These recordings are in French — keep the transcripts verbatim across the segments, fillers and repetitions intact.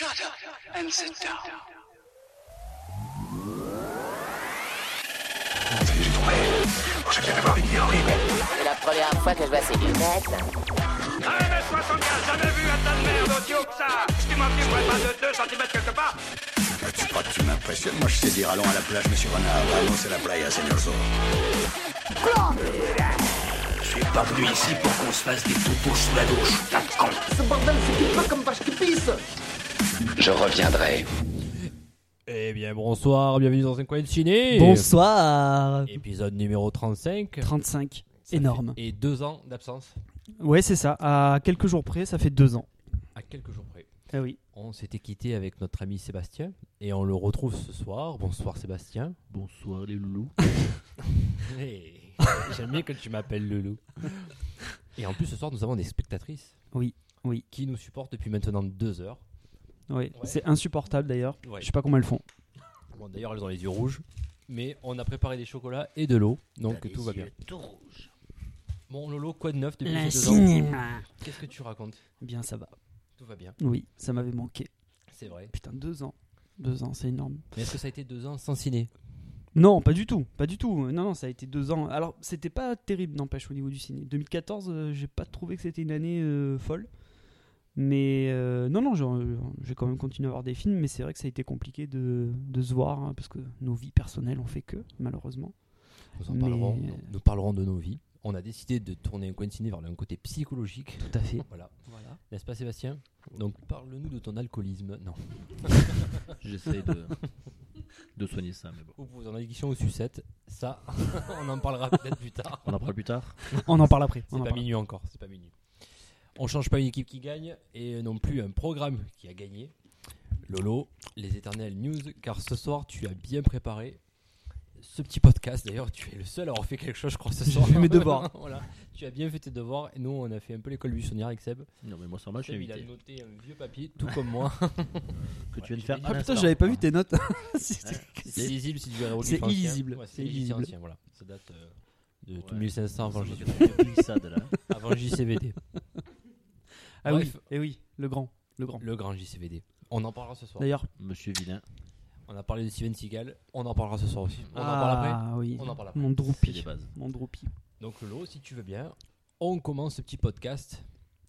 Shut up and sit down. J'ai trouvé. J'ai bien avoir une idée horrible. C'est la première fois que je vois ces lunettes. un mètre soixante-quinze, jamais vu un tas de merde aussi haut que ça. Tu m'en dis, pas de deux centimètres quelque part. Tu crois que tu m'impressionnes? Moi, je sais dire allons à la plage, monsieur Renard. Allons, c'est la playa, señor Zorro. Je suis pas venu ici pour qu'on se fasse des toutous sous la douche, tas de con. Ce bordel, c'est qui pas comme vache qui pisse. Je reviendrai. Eh bien bonsoir, bienvenue dans un coin de ciné. Bonsoir. Épisode numéro trente-cinq. trente-cinq, Ça énorme. fait- Et deux ans d'absence. Ouais, c'est ça. À quelques jours près, ça fait deux ans. À quelques jours près. Eh oui. On s'était quitté avec notre ami Sébastien et on le retrouve ce soir. Bonsoir Sébastien. Bonsoir les loulous. Hey, j'aime bien quand tu m'appelles Loulou. Et en plus ce soir nous avons des spectatrices. Oui, oui. Qui nous supportent depuis maintenant deux heures. Oui. Ouais. C'est insupportable d'ailleurs. Ouais. Je sais pas comment elles font. Bon d'ailleurs elles ont les yeux rouges. Mais on a préparé des chocolats et de l'eau. Donc T'as tout les va bien. yeux tout rouges. Bon Lolo, quoi de neuf depuis Le ces deux ans? cinéma. Qu'est-ce que tu racontes? Eh bien, ça va. Tout va bien. Oui, ça m'avait manqué. C'est vrai. Putain, deux ans. Deux ans, c'est énorme. Mais est-ce que ça a été deux ans sans ciné? Non, pas du tout. Pas du tout. Non, non, ça a été deux ans. Alors, c'était pas terrible, n'empêche, au niveau du ciné. deux mille quatorze, euh, j'ai pas trouvé que c'était une année euh, folle. Mais euh, non, non, genre, euh, j'ai quand même continué à voir des films, mais c'est vrai que ça a été compliqué de, de se voir, hein, parce que nos vies personnelles ont fait que, malheureusement. Nous en Mais- parlerons. Nous parlerons de nos vies. On a décidé de tourner un coin de ciné vers un côté psychologique. Tout à fait. Voilà. Voilà. N'est-ce pas Sébastien? Donc parle-nous de ton alcoolisme. Non. J'essaie de, de soigner ça, mais bon. Ou pour ton addiction aux sucettes. Ça, on en parlera peut-être plus tard. On en parle plus tard. On en parle après. C'est on en pas parle. minuit encore. C'est pas minuit. On change pas une équipe qui gagne et non plus un programme qui a gagné. Lolo, les éternelles news, car ce soir tu as bien préparé ce petit podcast. D'ailleurs, tu es le seul à avoir fait quelque chose, je crois, ce J'ai soir. fait mes devoirs. Voilà. Tu as bien fait tes devoirs. Et nous, on a fait un peu l'école buissonnière avec Seb. Non, mais moi, sans mal, je suis Seb, il a invité. noté un vieux papier, tout comme moi. Que tu viens de je faire. l'ai à Ah dit. putain, l'instant. j'avais pas vu tes notes. C'est- Ouais. C'est illisible si tu veux un C'est ancien. illisible, Ouais, c'est c'est illisible. illisible. Ancien, voilà. Ça date euh, de Ouais. tout mille cinq cents avant, Ça J- doit être une glissade, là. avant J C V D. Ah Bref. oui, et oui, le grand. Le grand. Le grand J C V D. On en parlera ce soir. D'ailleurs. Monsieur Vilain. On a parlé de Steven Seagal. On en parlera ce soir aussi. On en parle après. Ah oui. On en parle après. Mon C'est droupi. les bases. Mon droupi. Donc Lolo, si tu veux bien, on commence ce petit podcast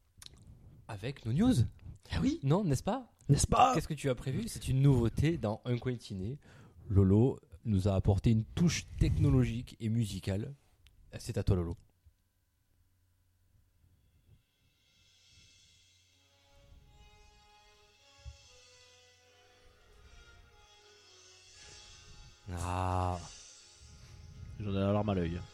avec nos news. Ah oui. Non, n'est-ce pas? N'est-ce pas? Qu'est-ce que tu as prévu? C'est une nouveauté dans Un coin de ciné. Lolo nous a apporté une touche technologique et musicale. C'est à toi Lolo. Ah, J'en ai la larme à l'œil.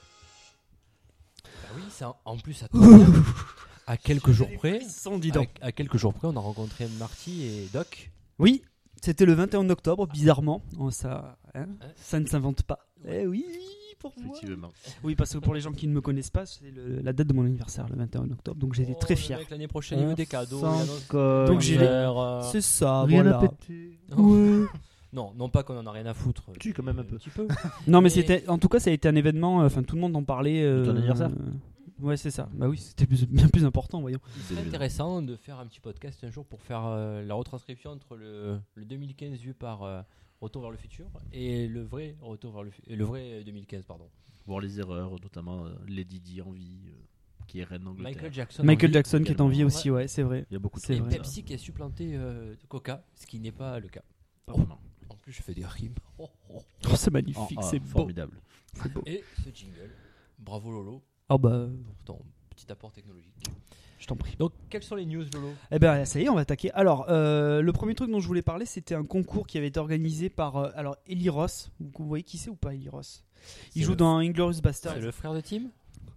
bah oui, ça, en plus à, toi, à quelques jours près, Sans dis donc. à, à quelques jours près, on a rencontré Marty et Doc. Oui, c'était le vingt et un octobre, bizarrement. Oh, ça, hein, Hein ça ne s'invente pas. Eh oui, pour moi. Effectivement. Oui, parce que pour les gens qui ne me connaissent pas, c'est le- la date de mon anniversaire, le vingt et un octobre. Donc j'étais Oh, très le fier. mec, l'année prochaine, il veut des cadeaux. s'en il annonce- colle. Donc Donc j'ai j'irai. euh... C'est ça, Rien voilà. à péter. Ouais. Non, non pas qu'on en a rien à foutre. Si, quand même un peu. petit peu. Non, mais Mais- c'était. En tout cas, ça a été un événement. Enfin, tout le monde en parlait. euh, ton anniversaire euh, Ouais, c'est ça. Bah oui, c'était plus- bien plus important, voyons. C'est intéressant de faire un petit podcast un jour pour faire euh, la retranscription entre le, le deux mille quinze vu par euh, Retour vers le futur et le vrai Retour vers le, fu- et le vrai deux mille quinze pardon. Voir les erreurs, notamment euh, Lady Di en vie, euh, qui est reine d'Angleterre. Michael Jackson. Michael en vie. Jackson qui est en vie également. aussi, ouais, c'est vrai. Il y a beaucoup de C'est trucs vrai. Et comme ça. Pepsi qui a supplanté euh, Coca, ce qui n'est pas le cas. Pas vraiment. En plus, je fais des rimes. Oh, oh. Oh, c'est magnifique, Oh, ah, c'est beau. formidable. C'est beau. Et ce jingle, bravo Lolo Oh bah, pour ton petit apport technologique. je t'en prie. Donc, quelles sont les news Lolo? Eh ben, ça y est, on va attaquer. Alors, euh, le premier truc dont je voulais parler, c'était un concours qui avait été organisé par euh, alors Eli Ross. Vous, vous voyez qui c'est ou pas, Eli Ross? Il C'est joue le- dans Inglourious Basterds. C'est le frère de Tim?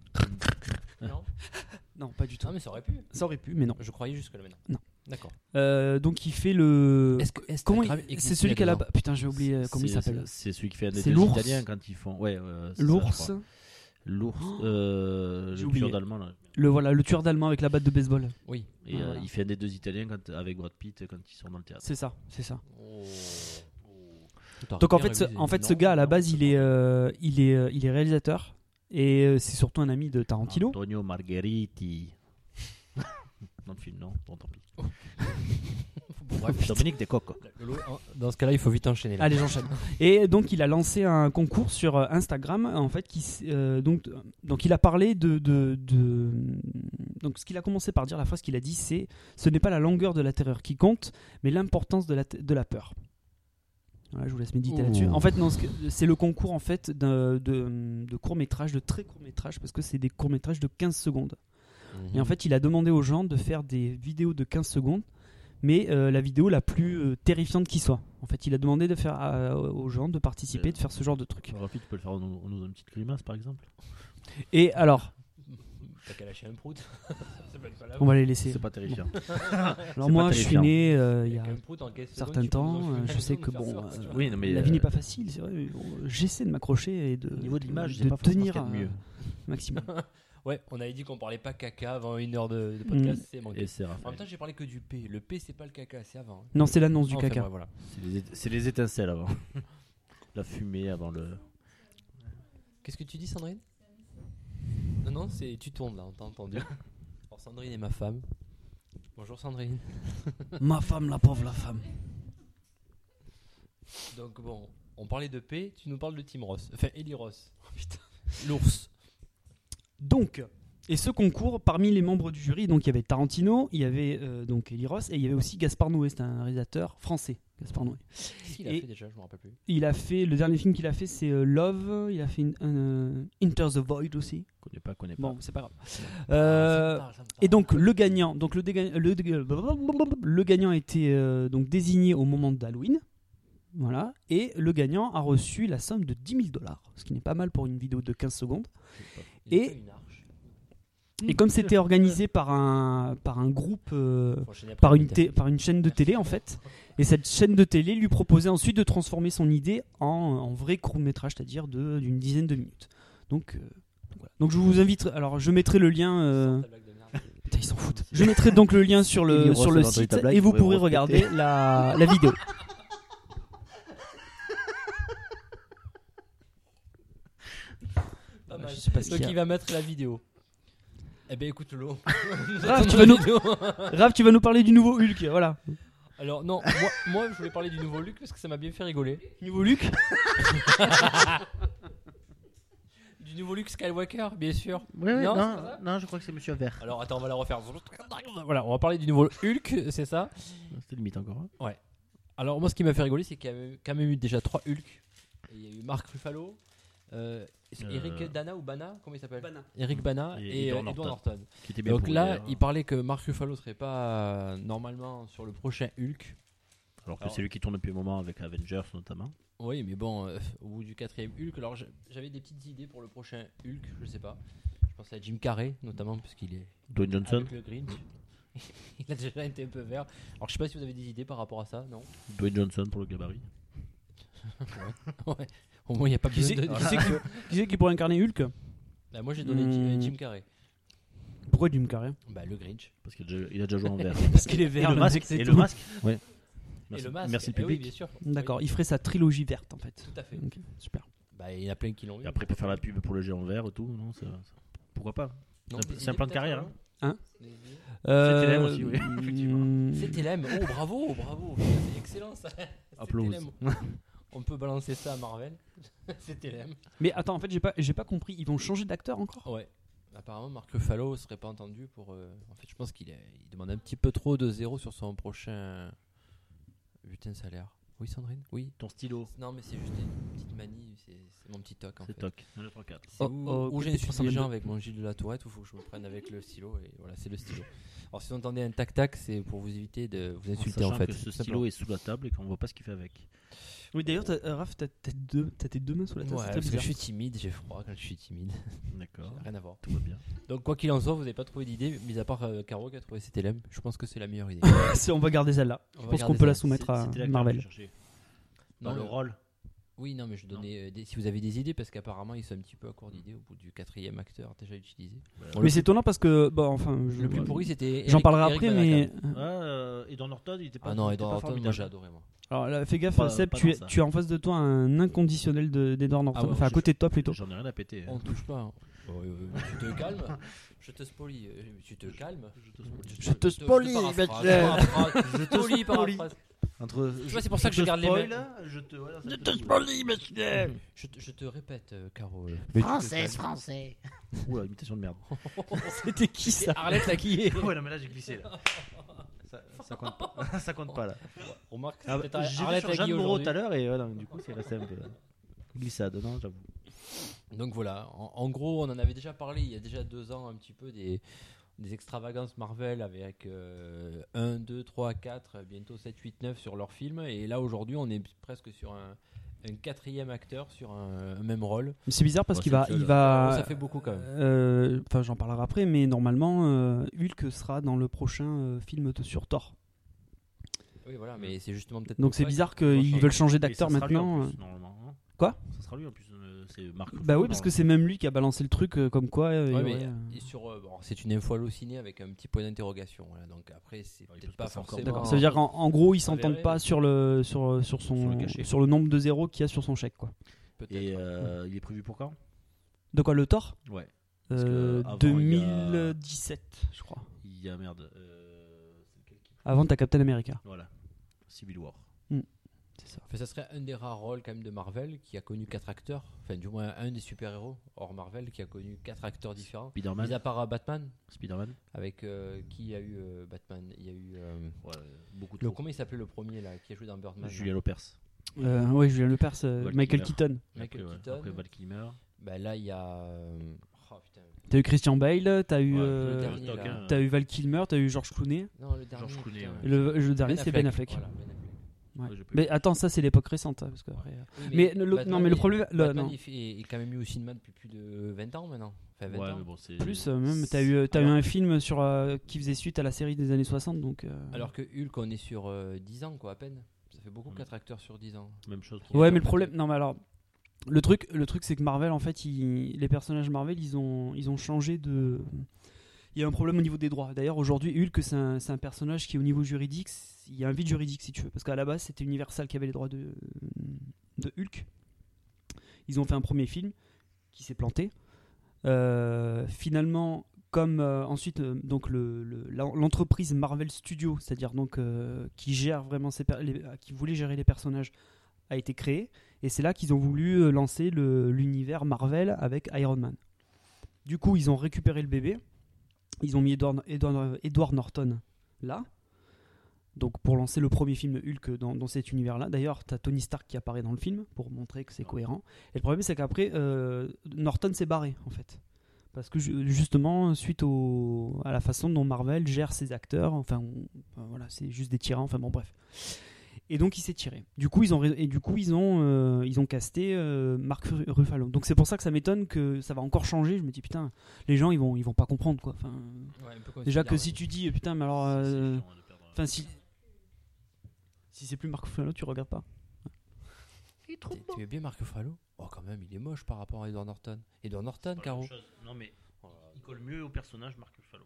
Non, Non, pas du tout. non, mais ça aurait pu. Ça aurait pu, mais non. Je croyais jusque là maintenant. Non. D'accord. Euh, donc, il fait le. Est-ce que est-ce Comment qu'Instagram il- existe C'est celui il y qui a la. deux ans Putain, j'ai oublié euh, comment il C'est- s'appelle. C'est celui qui fait un des C'est deux l'ours. italiens quand ils font. Ouais, euh, c'est ça, je L'ours. crois. L'ours. euh, J'ai le oublié. tueur d'allemand, là. Le voilà, le tueur d'allemand avec la batte de baseball. Oui. Et euh, Voilà. il fait un des deux italiens quand, avec Brad Pitt quand ils sont dans le théâtre. C'est ça, c'est ça. Oh. Donc en fait, ce, en fait, ce gars à la base, il est, euh, il est, euh, il est réalisateur et euh, c'est surtout un ami de Tarantino. Antonio Margheriti. Dans le film, non Bon, tant pis. Faut Bref, Dominique Descoques. Lolo, hein, dans ce cas-là, il faut vite enchaîner. Là. Allez, j'enchaîne. Et donc, il a lancé un concours sur euh, Instagram, en fait, qui, s- euh, donc, donc il a parlé de, de, de- donc ce qu'il a commencé par dire, la phrase qu'il a dit, c'est ce n'est pas la longueur de la terreur qui compte, mais l'importance de la, t- de la peur. Voilà, je vous laisse méditer Ouh. là-dessus. En fait, non, ce que- c'est le concours en fait d'un- de, de courts métrages, de très courts métrages, parce que c'est des courts métrages de quinze secondes. Mhm. Et en fait, il a demandé aux gens de faire des vidéos de quinze secondes, mais euh, la vidéo la plus euh, terrifiante qui soit. En fait, il a demandé de faire à- aux gens de participer, Euh, de faire ce genre de truc. Rafi, tu peux le faire en nous en nous donnant une petite grimace par exemple. Et alors, T'as qu'à lâcher un prout. Ça peut être pas la on va les laisser. C'est pas terrifiant. Alors c'est moi, pas je suis terrifiant. né euh, il y a Avec un prout en quinze secondes, certains tu peux nous temps. en euh, faire Je sais une que de faire bon, peur, si tu euh, veux. Oui, non, mais la euh, vie n'est pas facile, c'est vrai. mais bon, j'essaie de m'accrocher et de, Au niveau de l'image, de c'est pas forcément tenir ce qu'il y a de euh, mieux. maximum. Ouais, on avait dit qu'on parlait pas caca avant une heure de, de podcast, Mm. c'est manqué. Et c'est En Raphaël. même temps, j'ai parlé que du P. Le P, c'est pas le caca, c'est avant. hein. Non, c'est l'annonce du Enfin, caca. ouais, voilà. C'est les, é- c'est les étincelles avant. La fumée avant le. Qu'est-ce que tu dis, Sandrine? Non, non, c'est tu tournes là, on t'a entendu. Alors, Sandrine est ma femme. Bonjour, Sandrine. Ma femme, la pauvre, la femme. Donc, bon, on parlait de P, tu nous parles de Tim Ross. Enfin, Eli Ross. Oh, putain. L'ours. Donc, et ce concours, parmi les membres du jury, donc il y avait Tarantino, il y avait euh, donc Eli Ross et il y avait aussi Gaspard Noé, c'est un réalisateur français, Gaspard Noé. Qu'est-ce qu'il a Et- fait déjà? Je me rappelle plus. Il a fait le dernier film qu'il a fait, c'est euh, Love. Il a fait une- un, euh, Into the Void aussi. Connais pas, connais pas. Bon, c'est pas grave. Ah, ça Euh, me parle, ça me parle. et donc le gagnant, donc le, déga- le, dé- le gagnant a été euh, donc désigné au moment d'Halloween. Voilà. Et le gagnant a reçu la somme de dix mille dollars, ce qui n'est pas mal pour une vidéo de quinze secondes. Il a et- fait une arche. Et comme c'était organisé par un, par un groupe, euh, Faut enchaîner après par, la une météo. té- par une chaîne de télé en fait, et cette chaîne de télé lui proposait ensuite de transformer son idée en, en vrai court-métrage, c'est-à-dire de- d'une dizaine de minutes. Donc, euh, donc voilà. Donc je vous invite, alors je mettrai le lien... euh, Ta blague de merde. Putain, ils s'en foutent. Je mettrai donc le lien sur Eli le, Ross sur a le entendu site ta blague, et vous vous pourrez pouvez regarder répéter. la, la vidéo. Pas mal. Je sais pas ce Donc qu'il y a. il va mettre la vidéo. Eh ben écoute Lolo. Raph, tu vas nous- Raph, tu vas nous parler du nouveau Hulk, voilà. Alors non, moi, moi je voulais parler du nouveau Luc parce que ça m'a bien fait rigoler. Nouveau Hulk. Du nouveau Luke Skywalker, bien sûr. Oui, oui, Non, non, c'est pas ça non, je crois que c'est Monsieur Vert. Alors attends, on va la refaire. Voilà, on va parler du nouveau Hulk, c'est ça. C'était limite encore. hein. Alors moi ce qui m'a fait rigoler c'est qu'il y a quand même eu déjà trois Hulk. Et il y a eu Mark Ruffalo, euh, Euh, Eric Dana ou Bana, comment il s'appelle Bana. Eric Bana Et et, Edward euh, Edward Norton. Norton. Qui était bien Donc pour là, d'ailleurs. il parlait que Mark Ruffalo serait pas euh, normalement sur le prochain Hulk. Alors que Alors- c'est lui qui tourne depuis un moment avec Avengers notamment. Oui, mais bon, euh, au bout du quatrième Hulk, alors je- j'avais des petites idées pour le prochain Hulk, je sais pas. Je pensais à Jim Carrey, notamment, parce qu'il est Dwayne Johnson. avec le Grinch. Il a déjà été un peu vert. Alors je sais pas si vous avez des idées par rapport à ça, non? Dwayne Johnson pour le gabarit. Ouais. Au moins, il n'y a pas Qui besoin c'est de... qui c'est qui, qui c'est qui pourrait incarner Hulk? Bah, moi, j'ai donné Hmm. Jim, Jim Carrey. Pourquoi Jim Carrey? Bah, le Grinch. Parce qu'il a déjà, il a déjà joué en vert. Parce qu'il est Et vert. le le masque. mec, c'est Et tout. le masque. Ouais. Et Merci, le masque. merci le Eh oui, public. bien sûr. D'accord, Oui, il ferait sa trilogie verte en fait. tout à fait. Ok, super. Bah, il y en a plein qui l'ont eu. Et après, il peut faire la pub pour le géant vert et tout. Non, ça- ça- pourquoi pas? Non, c'est un- des c'est un idées, plan de peut-être, carrière, Laurent Hein Des idées Euh, T L M aussi, oui, effectivement. hmm, C'est T L M. Oh, bravo, bravo. C'est excellent, ça. C'est Applause. T L M. On peut balancer ça à Marvel. C'est T L M. Mais attends, en fait, j'ai pas, j'ai pas compris. Ils vont changer d'acteur encore? Ouais. Apparemment, Mark Ruffalo serait pas entendu pour. euh, En fait, je pense qu'il est... il demande un petit peu trop de zéro sur son prochain bulletin de salaire. Oui, Sandrine? Oui. Ton stylo. Non, mais c'est juste une petite manie. C'est c'est mon petit toc en C'est fait. toc. un, deux, trois, quatre. C'est Oh, où, oh, où ok, j'insulte trois cent les gens vingt-deux. avec mon Gilles de la Tourette, ou faut que je me prenne avec le stylo. Et voilà, c'est le stylo. Alors, si vous entendez un tac-tac, c'est pour vous éviter de vous En insulter en, sachant fait. que ce tout stylo simplement. est sous la table et qu'on voit pas ce qu'il fait avec. Oui, d'ailleurs, t'as- euh, Raph, t'as t'as deux, t'as tes deux mains sous la tête. Ouais, c'est très parce que je bizarre. suis timide, j'ai froid quand je suis timide. D'accord. Rien à voir. Tout va bien. Donc, quoi qu'il en soit, vous n'avez pas trouvé d'idée, mis à part euh, Caro qui a trouvé C T L M. Je pense que c'est la meilleure idée. C'est- on va garder celle-là. On Je va pense garder qu'on peut la ça. soumettre à C'était la carte Marvel. que je cherchais. Dans Non, le le- rôle. Oui, non, mais je donnais euh, des- si vous avez des idées, parce qu'apparemment ils sont un petit peu à court d'idées au bout du quatrième acteur déjà utilisé. Bon, Mais c'est étonnant parce que, bon, enfin, je- le plus pourri c'était. j'en Eric- parlerai Eric après, Bana, mais quand même. Ah, euh, et dans Norton, il était pas. Ah non, il et était dans pas Norton, moi formidable. j'ai adoré moi. alors là, fais gaffe, Pas- Seb, pas tu, dans es, ça. tu as en face de toi un inconditionnel de- d'Edward Norton. Ah ouais, enfin, à je- côté de toi plutôt. J'en ai rien à péter. hein. On touche pas. hein. Oh, euh, tu te calmes. Je te spolie. euh, Tu te calmes. Je te spolie, paraphrase, mec. paraphrase, Je te spolie, spolie. paraphrase. Entre, Tu vois, c'est pour ça que je garde les spoil, mains. Je te, voilà, ça Je te te spoil. spolie, monsieur. Je te, je te répète, euh, Caro. euh, Française, français. Oula, imitation de merde. C'était qui C'est ça? Arlette là qui est. Ouais, non, mais là j'ai glissé là. Ça, ça compte pas. Ça compte pas là. Remarque, Ah, c'est bah, peut-être j'ai vu Arlette sur là Jeanne qui est Moreau aujourd'hui. tout à l'heure et voilà, du coup c'est resté un peu glissade, non, j'avoue. Donc voilà, en, en gros, on en avait déjà parlé il y a déjà deux ans un petit peu des, des extravagances Marvel avec euh, un, deux, trois, quatre, bientôt sept, huit, neuf sur leurs films. Et là aujourd'hui, on est presque sur un, un quatrième acteur sur un, un même rôle. Mais c'est bizarre parce Ouais, qu'il c'est va, le il seul. va. Ça fait beaucoup quand même. euh, Enfin, j'en parlerai après, mais normalement, euh, Hulk sera dans le prochain euh, film de- sur Thor. Oui, voilà, mais c'est justement peut-être. Donc pour c'est ça bizarre qu'ils vont qu'ils changer. veulent changer Et d'acteur ça sera lui, en maintenant. plus, normalement, hein. Quoi ? Ça sera lui en plus, euh, c'est Marc. Bah oui, parce que c'est même lui qui a balancé le truc euh, comme quoi. euh, il y Ouais, mais aurait, euh, et sur, euh, bon, c'est une info hallucinée avec un petit point d'interrogation. Voilà, donc après, c'est Ouais, il peut peut-être se pas passer encore forcément. D'accord. Ça veut dire qu'en en gros, ils Ça s'entendent verrait. pas sur le sur sur son Sur le cachet. sur le nombre de zéros qu'il y a sur son chèque, quoi. Peut-être, Et ouais. euh, il est prévu pour quand? De quoi, le Thor? Ouais. Parce que Euh, avant, deux il y mille a- dix-sept, je crois. Il y a merde. Euh, c'est lequel qui- Avant ta Captain America. Voilà. Civil War. C'est ça. Enfin, ça serait un des rares rôles quand même de Marvel qui a connu quatre acteurs, enfin du moins un des super-héros hors Marvel qui a connu quatre acteurs différents. Spider-Man. Mis à part euh, Batman, Spider-Man. avec euh, qui il y a eu euh, Batman, il y a eu euh, Ouais, beaucoup le trop. comment il s'appelait le premier là qui a joué dans Birdman. Julien Lepers. Euh, ouais, Julien Lepers, euh, Val Michael Kilmer. Keaton. Michael Après, ouais. Keaton. Après Val Kilmer. Bah là il y a euh, oh putain. T'as eu Christian Bale, t'as eu Ouais, euh, le dernier, Stock, là. hein. t'as eu Val Kilmer, t'as eu George Clooney. Non, le dernier. George Clooney, putain. ouais. Et le, le dernier, c'est Ben Affleck. Voilà, Ben Affleck. Ouais. Ouais, j'ai pas Mais eu. attends, ça c'est l'époque récente, hein, parce que après, euh, Oui, Mais le- Batman, non, mais le il- problème- le- Batman, non. il, fait- il est quand même eu au cinéma depuis plus de vingt ans maintenant. Enfin vingt Ouais, ans. mais bon, c'est. plus euh, même, t'as eu, t'as eu Alors- un film sur euh, qui faisait suite à la série des années soixante, donc. euh, Alors que Hulk on est sur euh, dix ans quoi à peine. Ça fait beaucoup Mm. quatre acteurs sur dix ans. Même chose pour. Ouais, mais le problème, non, mais alors, le truc, le truc, c'est que Marvel, en fait, ils- les personnages Marvel, ils ont, ils ont changé de. Il y a un problème au niveau des droits. D'ailleurs, aujourd'hui, Hulk, c'est un, c'est un personnage qui, au niveau juridique, c'est- il y a un vide juridique, si tu veux, parce qu'à la base, c'était Universal qui avait les droits de, de Hulk. Ils ont fait un premier film qui s'est planté. Euh, finalement, comme euh, ensuite, euh, donc le, le- l'en- l'entreprise Marvel Studios, c'est-à-dire donc euh, qui gère vraiment ces per- les- qui voulait gérer les personnages, a été créée, et c'est là qu'ils ont voulu euh, lancer le- l'univers Marvel avec Iron Man. Du coup, ils ont récupéré le bébé, ils ont mis Edward, Edward- Edward Norton là, donc pour lancer le premier film Hulk dans, dans cet univers-là. D'ailleurs, tu as Tony Stark qui apparaît dans le film pour montrer que c'est cohérent. Et le problème, c'est qu'après, euh, Norton s'est barré en fait. Parce que ju- justement, suite au, à la façon dont Marvel gère ses acteurs, enfin, on- enfin, voilà, c'est juste des tyrans, enfin bon, bref. Et donc il s'est tiré. Du coup, ils ont, ré- et du coup, ils ont, euh, ils ont casté euh, Mark Ru- Ruffalo. Donc c'est pour ça que ça m'étonne que ça va encore changer. Je me dis putain, les gens ils vont, ils vont pas comprendre quoi. Enfin, Ouais, un peu comme déjà que Spider-Man. si tu dis putain, mais alors, C'est- c'est euh, chiant, de perdre un- enfin si, si c'est plus Mark Ruffalo, tu regardes pas. T'es- Tu es bien Marc Ruffalo? Oh quand même, il est moche par rapport à Edward Norton. Edward Norton, C'est pas la Caro. même chose. Non, mais il colle mieux au personnage Mark Ruffalo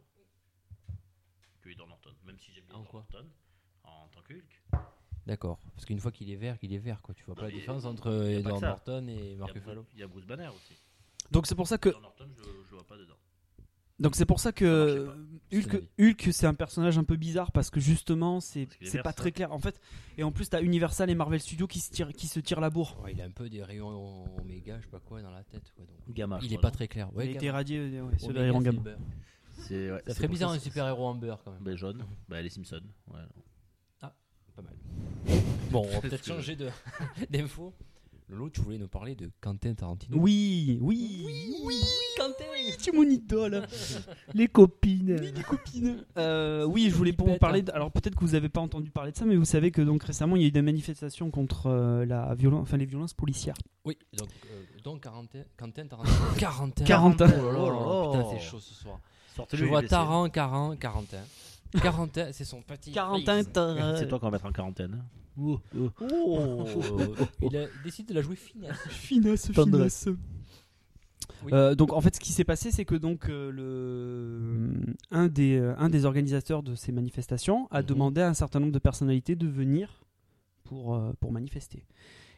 que Edward Norton. Même si j'aime bien En Edward quoi Norton en tant que Hulk. D'accord. Parce qu'une fois qu'il est vert, qu'il est vert quoi. Tu vois pas Non, la mais différence entre y a pas Edward que ça. Norton et Il y a Marc Bruce- Ruffalo. Il y a Bruce Banner aussi. Donc c'est pour ça que, Edward Norton, je, je le vois pas dedans. donc c'est pour ça Ça que marchait C'est Hulk, la vie. Hulk, c'est un personnage un peu bizarre parce que justement, c'est, Parce qu'il est c'est vert, pas ça. très clair. En fait, et en plus, t'as Universal et Marvel Studios qui se tirent, qui se tirent la bourre. Ouais, il a un peu des rayons oméga, je sais pas quoi, dans la tête. Ouais, donc. Gamma. Il je est crois, pas très clair. Il Ouais, a été Gamma. irradié, euh, ouais, sur Oméga, l'Iron c'est Gamma. le beurre. non C'est, ouais, Ça c'est ferait pour bizarre un c'est- super-héros en beurre quand même. Ben, jaune. Bah, les Simpsons. Ouais. Pas mal. Bon, on va peut-être Parce que- changer de d'info. Lolo, tu voulais nous parler de Quentin Tarantino. Oui, oui, oui, Quentin. c'est mon idole. Les copines. les copines. Euh, oui, je voulais pour vous Pipette, parler. hein. de- alors peut-être que vous avez pas entendu parler de ça, mais vous savez que donc récemment il y a eu des manifestations contre euh, la violence, enfin les violences policières. Oui, donc, euh, donc Quentin, Quentin Tarantino. Quarantaine. Quarantaine. Oh là là, Oh là là. putain, c'est chaud ce soir. Sortez-le, Je il est vois blessé. Taran, Caran, Quarantin. Quarantin, c'est son petit. Quarantaine. fils. C'est toi qu'on va mettre en quarantaine. Oh, Euh, il, a, il décide de la jouer fine. finesse, Tendresse. finesse. Oui. Euh, donc en fait, ce qui s'est passé, c'est que donc euh, le un des euh, un des organisateurs de ces manifestations a Mhm. demandé à un certain nombre de personnalités de venir pour euh, pour manifester.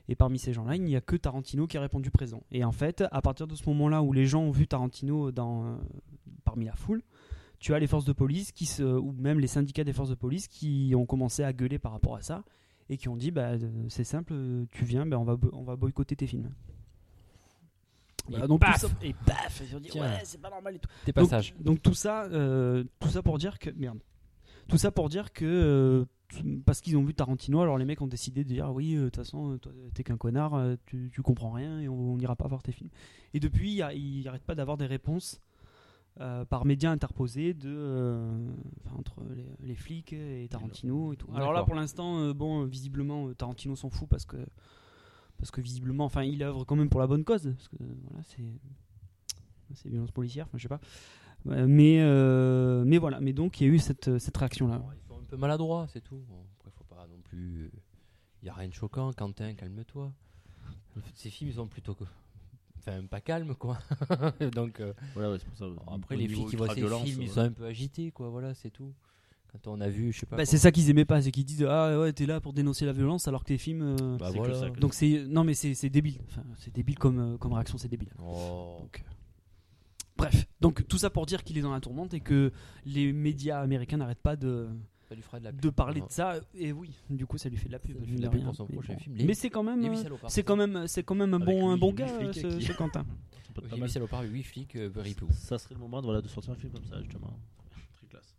Et parmi ces gens-là, il n'y a que Tarantino qui a répondu présent. Et en fait, à partir de ce moment-là où les gens ont vu Tarantino dans, euh, parmi la foule, tu as les forces de police qui se, ou même les syndicats des forces de police qui ont commencé à gueuler par rapport à ça et qui ont dit bah, c'est simple, tu viens, bah, on, va, on va boycotter tes films. Et Voilà, donc paf tout ça, et paf, ils ont dit Tiens. ouais, c'est pas normal et tout. Tes Donc, passages. donc tout ça, euh, tout ça pour dire que merde. Tout ça pour dire que euh, t- parce qu'ils ont vu Tarantino, alors les mecs ont décidé de dire oui, euh, de toute façon, toi, t'es qu'un connard, euh, tu, tu comprends rien et on n'ira pas voir tes films. Et depuis, y a- ils n'arrêtent pas d'avoir des réponses euh, par médias interposés de, euh, enfin, entre les, les flics et Tarantino et tout. Alors là, D'accord. pour l'instant, euh, bon, visiblement, euh, Tarantino s'en fout parce que parce que visiblement, enfin, il œuvre quand même pour la bonne cause. Parce que voilà, c'est c'est violence policière, enfin, je sais pas. Ouais, mais euh, mais voilà, mais donc il y a eu cette cette réaction là. Ils sont un peu maladroits, c'est tout. Bon, après, faut pas non plus. Il y a rien de choquant. Quentin, calme-toi. Ces films, ils sont plutôt. que- Enfin, pas calmes, quoi. Donc, euh, Voilà, ouais, c'est pour ça. bon, après, Au les niveau filles qui voient ces ultra-violence, films, ils ouais. sont un peu agités, quoi. Voilà, c'est tout. Quand on a vu, je sais pas. Bah, quoi. c'est ça qu'ils aimaient pas, c'est qu'ils disent ah ouais t'es là pour dénoncer la violence alors que tes films. euh, Bah, c'est que voilà. ça, que- Donc c'est non mais c'est c'est débile. Enfin c'est débile comme euh, comme réaction, c'est débile. Oh. Donc, euh, bref, donc tout ça pour dire qu'il est dans la tourmente et que les médias américains n'arrêtent pas de Ça lui fera de la pub. de parler Non. de ça. Et oui, du coup ça lui fait de la pub. Ça lui fait mine de la de pub rien. pour son Mais prochain bon. film. Les- Mais c'est quand même Les huit euh, salopards. c'est quand même c'est quand même un Avec bon un huit- bon huit gars flics ce, qui- ce Quentin. Ça peut être pas J'ai mal. mis salopard, huit flics, euh, very peu. Ça serait le moment de, voilà, de sortir un film comme ça, justement. Très classe.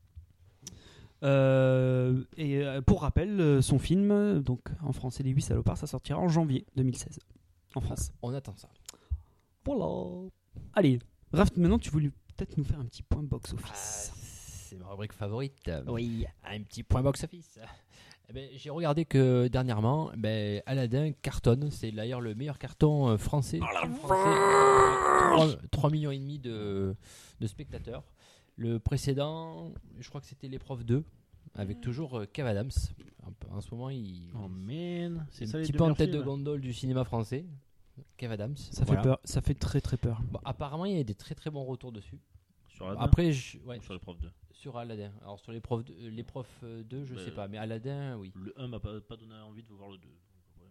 Euh, et euh, pour rappel, euh, son film, euh, donc en français Les huit salopards, ça sortira en janvier deux mille seize en France. On attend ça. Voilà. Allez, Raph, maintenant tu voulais peut-être nous faire un petit point Ah, box-office. c'est ma rubrique favorite. Oui. Un petit point box-office. Eh ben, j'ai regardé que dernièrement, ben, Aladdin cartonne. C'est d'ailleurs le meilleur carton euh, français. film français. trois millions et demi de, de spectateurs. Le précédent, je crois que c'était l'épreuve deux, avec toujours euh, Kev Adams. En, en ce moment, il Oh man, c'est c'est un ça les petit deux peu en meilleurs tête de films. gondole du cinéma français. Kev Adams. Ça voilà. fait peur, ça fait très très peur. Bon, apparemment, il y a des très très bons retours dessus. Sur Aladdin Après, je, ouais, ou sur l'épreuve deux. sur Aladdin. Alors sur l'épreuve deux, l'épreuve deux, je Ben, sais pas, mais Aladdin, oui. Le un m'a pas, pas donné envie de voir le deux.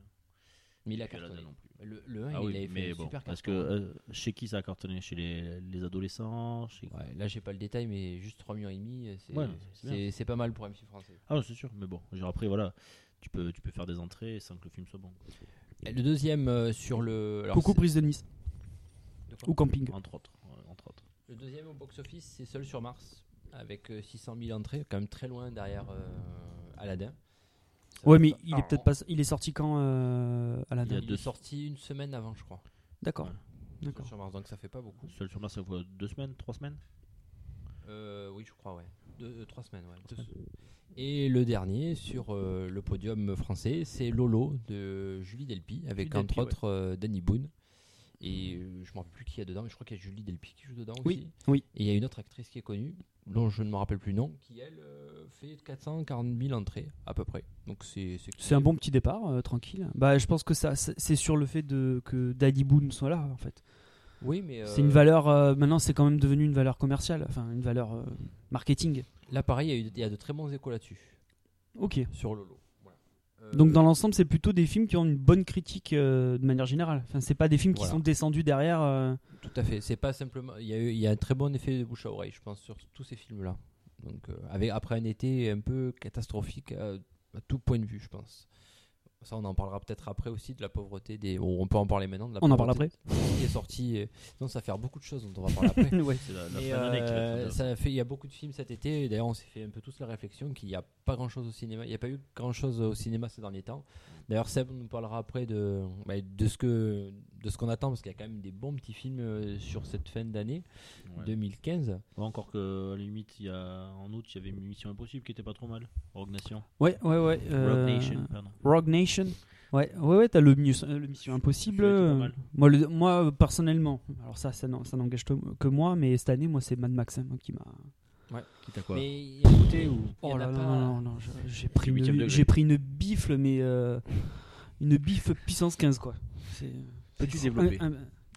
Mais il a Puis Aladdin cartonné. non plus. Le, le un, Ah il oui, avait fait mais un bon, super parce que carton. euh, chez qui ça a cartonné? Chez les, les adolescents chez... Ouais, là, j'ai pas le détail, mais juste trois millions et demi, c'est Ouais, c'est bien. c'est- c'est pas mal pour un film français. Ah, c'est sûr, mais bon, genre après, voilà, tu peux, tu peux faire des entrées sans que le film soit bon. Et le deuxième euh, sur le. alors, Coucou c'est- Prise de Nice de quoi ou Camping. Entre autres. ouais, entre autres. Le deuxième au box-office, c'est Seul sur Mars, avec euh, six cent mille entrées, quand même très loin derrière euh, Aladdin. Ça Ouais, va mais pas- il est alors, peut-être pas. Il est sorti quand euh, à la Il y a Il deux- est sorti une semaine avant, je crois. D'accord. Ouais. Seul D'accord. sur Mars, donc ça fait pas beaucoup. Seul sur Mars, ça vaut deux semaines, trois semaines Euh, oui, je crois, ouais. Deux, euh, trois semaines, ouais. Deux- Et le dernier sur euh, le podium français, c'est Lolo de Julie Delpy, avec Julie entre Delpy, autres euh, Danny Boone. Et euh, je me rappelle plus qui il y a dedans, mais je crois qu'il y a Julie Delpy qui joue dedans Oui, aussi. oui. Et il y a une autre actrice qui est connue, dont je ne me rappelle plus le nom, qui elle euh, fait quatre cent quarante mille entrées à peu près. Donc c'est c'est C'est un bon petit départ, euh, tranquille. Bah, je pense que ça, c'est c'est sur le fait de que Daddy Boone soit là, en fait. Oui, mais C'est euh, une valeur. euh, maintenant, c'est quand même devenu une valeur commerciale, enfin une valeur euh, marketing. là pareil, il y, a eu- il y a de très bons échos là-dessus Ok. sur Lolo. Voilà. Euh, Donc dans l'ensemble, c'est plutôt des films qui ont une bonne critique euh, de manière générale. Enfin, c'est pas des films qui Voilà. sont descendus derrière. euh, Tout à fait. C'est pas simplement. Il y a eu, il y a un très bon effet de bouche à oreille, je pense, sur tous ces films-là. Donc, euh, avec après un été un peu catastrophique à, à tout point de vue, je pense. Ça, on en parlera peut-être après aussi de la pauvreté des. Bon, on peut en parler maintenant. De la On en parle pauvreté Qui est sorti. euh, Sinon, ça va faire beaucoup de choses dont on va parler après. ouais. C'est la, la Mais, fin d'année qui va être euh, intéressante. ça a fait, il y a beaucoup de films cet été. Et d'ailleurs, on s'est fait un peu tous la réflexion qu'il n'y a pas grand chose au cinéma. Il n'y a pas eu grand chose au cinéma ces derniers temps. D'ailleurs, Seb nous parlera après de, bah, de ce que, de ce qu'on attend parce qu'il y a quand même des bons petits films euh, sur cette fin d'année Ouais. deux mille quinze. Ouais, encore que, à la limite, il y a, en août, il y avait une Mission Impossible qui était pas trop mal. Rogue Nation. Ouais, ouais, ouais. euh, Rogue Nation, pardon. Rogue Nation. Ouais, ouais, ouais. T'as le, Mission- euh, le Mission Impossible. Celui-là était pas euh, mal. moi, le- moi, euh, personnellement, alors ça, ça, n'en- ça n'engage to- que moi, mais cette année, moi, c'est Mad Max hein, moi, qui m'a. Quitte à quoi Mais il y a écouté ou Oh là là, non, non, non, je- j'ai pris, huitième une, degré. j'ai pris une bifle, mais euh, une bifle puissance quinze, quoi. C'est Peux-tu développer un- un-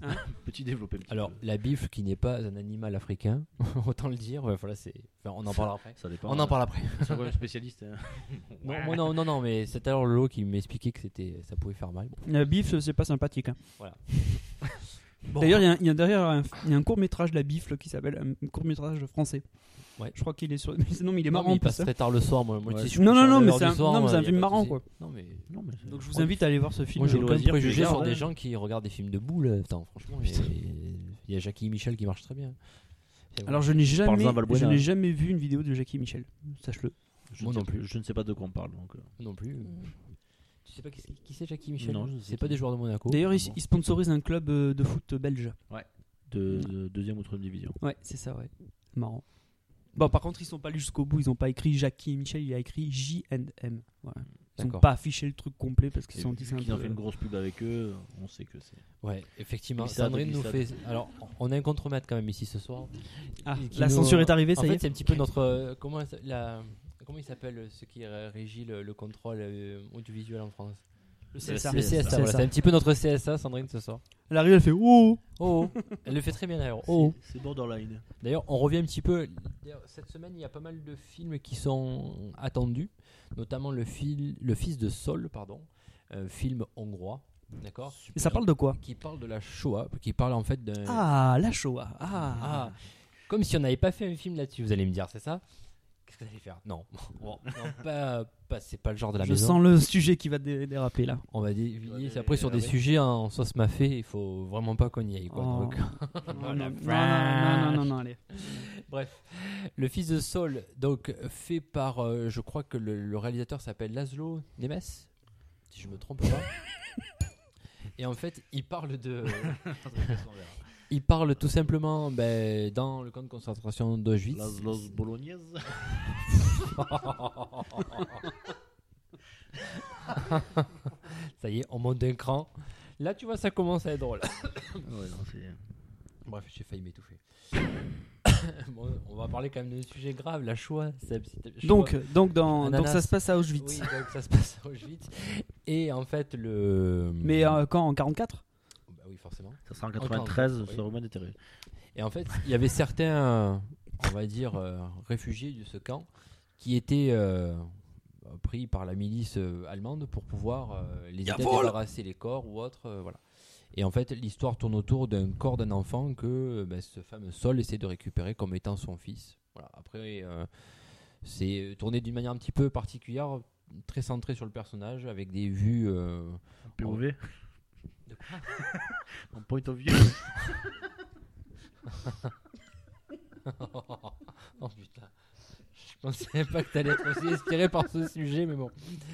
Petit développé. un petit Alors, peu. la bifle qui n'est pas un animal africain, autant le dire, ouais, voilà, c'est... Enfin, on en parlera après. Ça dépend. On en parle après. C'est quoi le spécialiste hein. Non, moi, non, non, non, mais c'est alors Lolo qui m'expliquait que c'était, ça pouvait faire mal. Bon. La bifle, c'est pas sympathique. Hein. Voilà. D'ailleurs, il y a, il y a derrière un, il y a un court métrage de la bifle qui s'appelle un court métrage français. Ouais. Je crois qu'il est sur. Non, mais il est Non, marrant. mais il pour passe ça. très tard le soir. Moi, moi Ouais. tu sais, je Non, couche non, à non, mais neuf heures c'est du un- soir, non, mais c'est un y a film pas de marrant, souci. quoi. Non, mais Non, mais c'est- Donc je vous Ouais. invite à aller voir ce film. moi j'ai de aucun loisirs. préjugé regarde, sur des ouais. gens qui regardent des films de boules. Attends, franchement, il y a- il y a Jackie et Michel qui marchent très bien. C'est Alors je n'ai jamais, Parle-en à Valbuena. je n'ai jamais vu une vidéo de Jackie et Michel. Sache-le. Je Moi ne non sais- plus. Je ne sais pas de quoi on parle. Donc, euh. non plus. Tu sais pas qui c'est, qui c'est Jackie et Michel? Non, je sais C'est pas pas. des joueurs de Monaco. D'ailleurs, Ah il, bon. il sponsorise un club euh, de foot belge. de, de deuxième ou troisième division. Ouais, c'est ça, ouais. Marrant. Bon, par contre, ils sont pas allés jusqu'au bout. Ils ont pas écrit Jackie et Michel. Il a écrit J and M. Voilà. Ils ont D'accord. pas affiché le truc complet parce qu'ils Et sont vu dit c'est un qu'ils ont peu- fait une grosse pub avec eux, on sait que c'est. Ouais, effectivement. Glissade, Sandrine nous glissade. fait. Alors, on a un contremaître quand même ici ce soir. Ah, Qui la nous- censure est arrivée, En ça y fait, est. c'est un petit peu notre. euh, comment, elle s'a- la, comment il s'appelle ce qui euh, régit le, le contrôle euh, audiovisuel en France? Le C S A. C S A. Le C S A, C S A. voilà, c'est un petit peu notre C S A, Sandrine, ce soir. Elle arrive, elle fait oh. Oh, oh. Elle le fait très bien d'ailleurs. Oh. C'est c'est borderline. D'ailleurs, on revient un petit peu. D'ailleurs, cette semaine, il y a pas mal de films qui sont attendus, notamment le, fil, le fils de Saul, pardon, un film hongrois, d'accord. Et ça parle de quoi? Qui parle de la Shoah, qui parle en fait d'un. Ah, la Shoah. Ah. Ah, comme si on n'avait pas fait un film là-dessus, vous allez me dire, c'est ça? Qu'est-ce que vous allez faire? Non, bon, non, pas, pas, c'est pas le genre de la Je maison. sens le sujet qui va dé- déraper là. On va dévier. Ouais, Après, sur des ouais. sujets en sauce mafé, il faut vraiment pas qu'on y aille. Quoi, Oh. donc. non, non, Voilà. non, non, non, non, allez. Bref, le fils de Saul, donc fait par, euh, je crois que le, le réalisateur s'appelle Laszlo Nemes, si je me trompe pas. Et en fait, il parle de, il parle tout simplement ben, dans le camp de concentration d'Auschwitz. Las Los Bolognaises. Ça y est, on monte d'un cran. Là, tu vois, ça commence à être drôle. Ouais, non, c'est. Bref, j'ai failli m'étouffer. Bon, on va parler quand même d'un sujet grave, la Shoah. c'est- c'est- Shoah. Donc, donc, dans, Ananas. donc ça se passe à Auschwitz. Oui, donc ça se passe à Auschwitz. Et en fait, le. Mais euh, quand en quarante-quatre? Bah oui, forcément. Ça sera en quatre-vingt-treize, oui. ça aurait moins d'intérêt. Et en fait, il y avait certains, euh, on va dire, euh, réfugiés de ce camp qui étaient euh, pris par la milice euh, allemande pour pouvoir euh, les aider à débarrasser les corps ou autre. euh, voilà. Et en fait, l'histoire tourne autour d'un corps d'un enfant que euh, ben, ce fameux Saul essaie de récupérer comme étant son fils. Voilà. Après, euh, c'est tourné d'une manière un petit peu particulière, très centré sur le personnage, avec des vues. euh, P O V. De quoi? En point of view. Oh putain. Je pensais pas que t'allais être aussi inspiré par ce sujet, mais bon.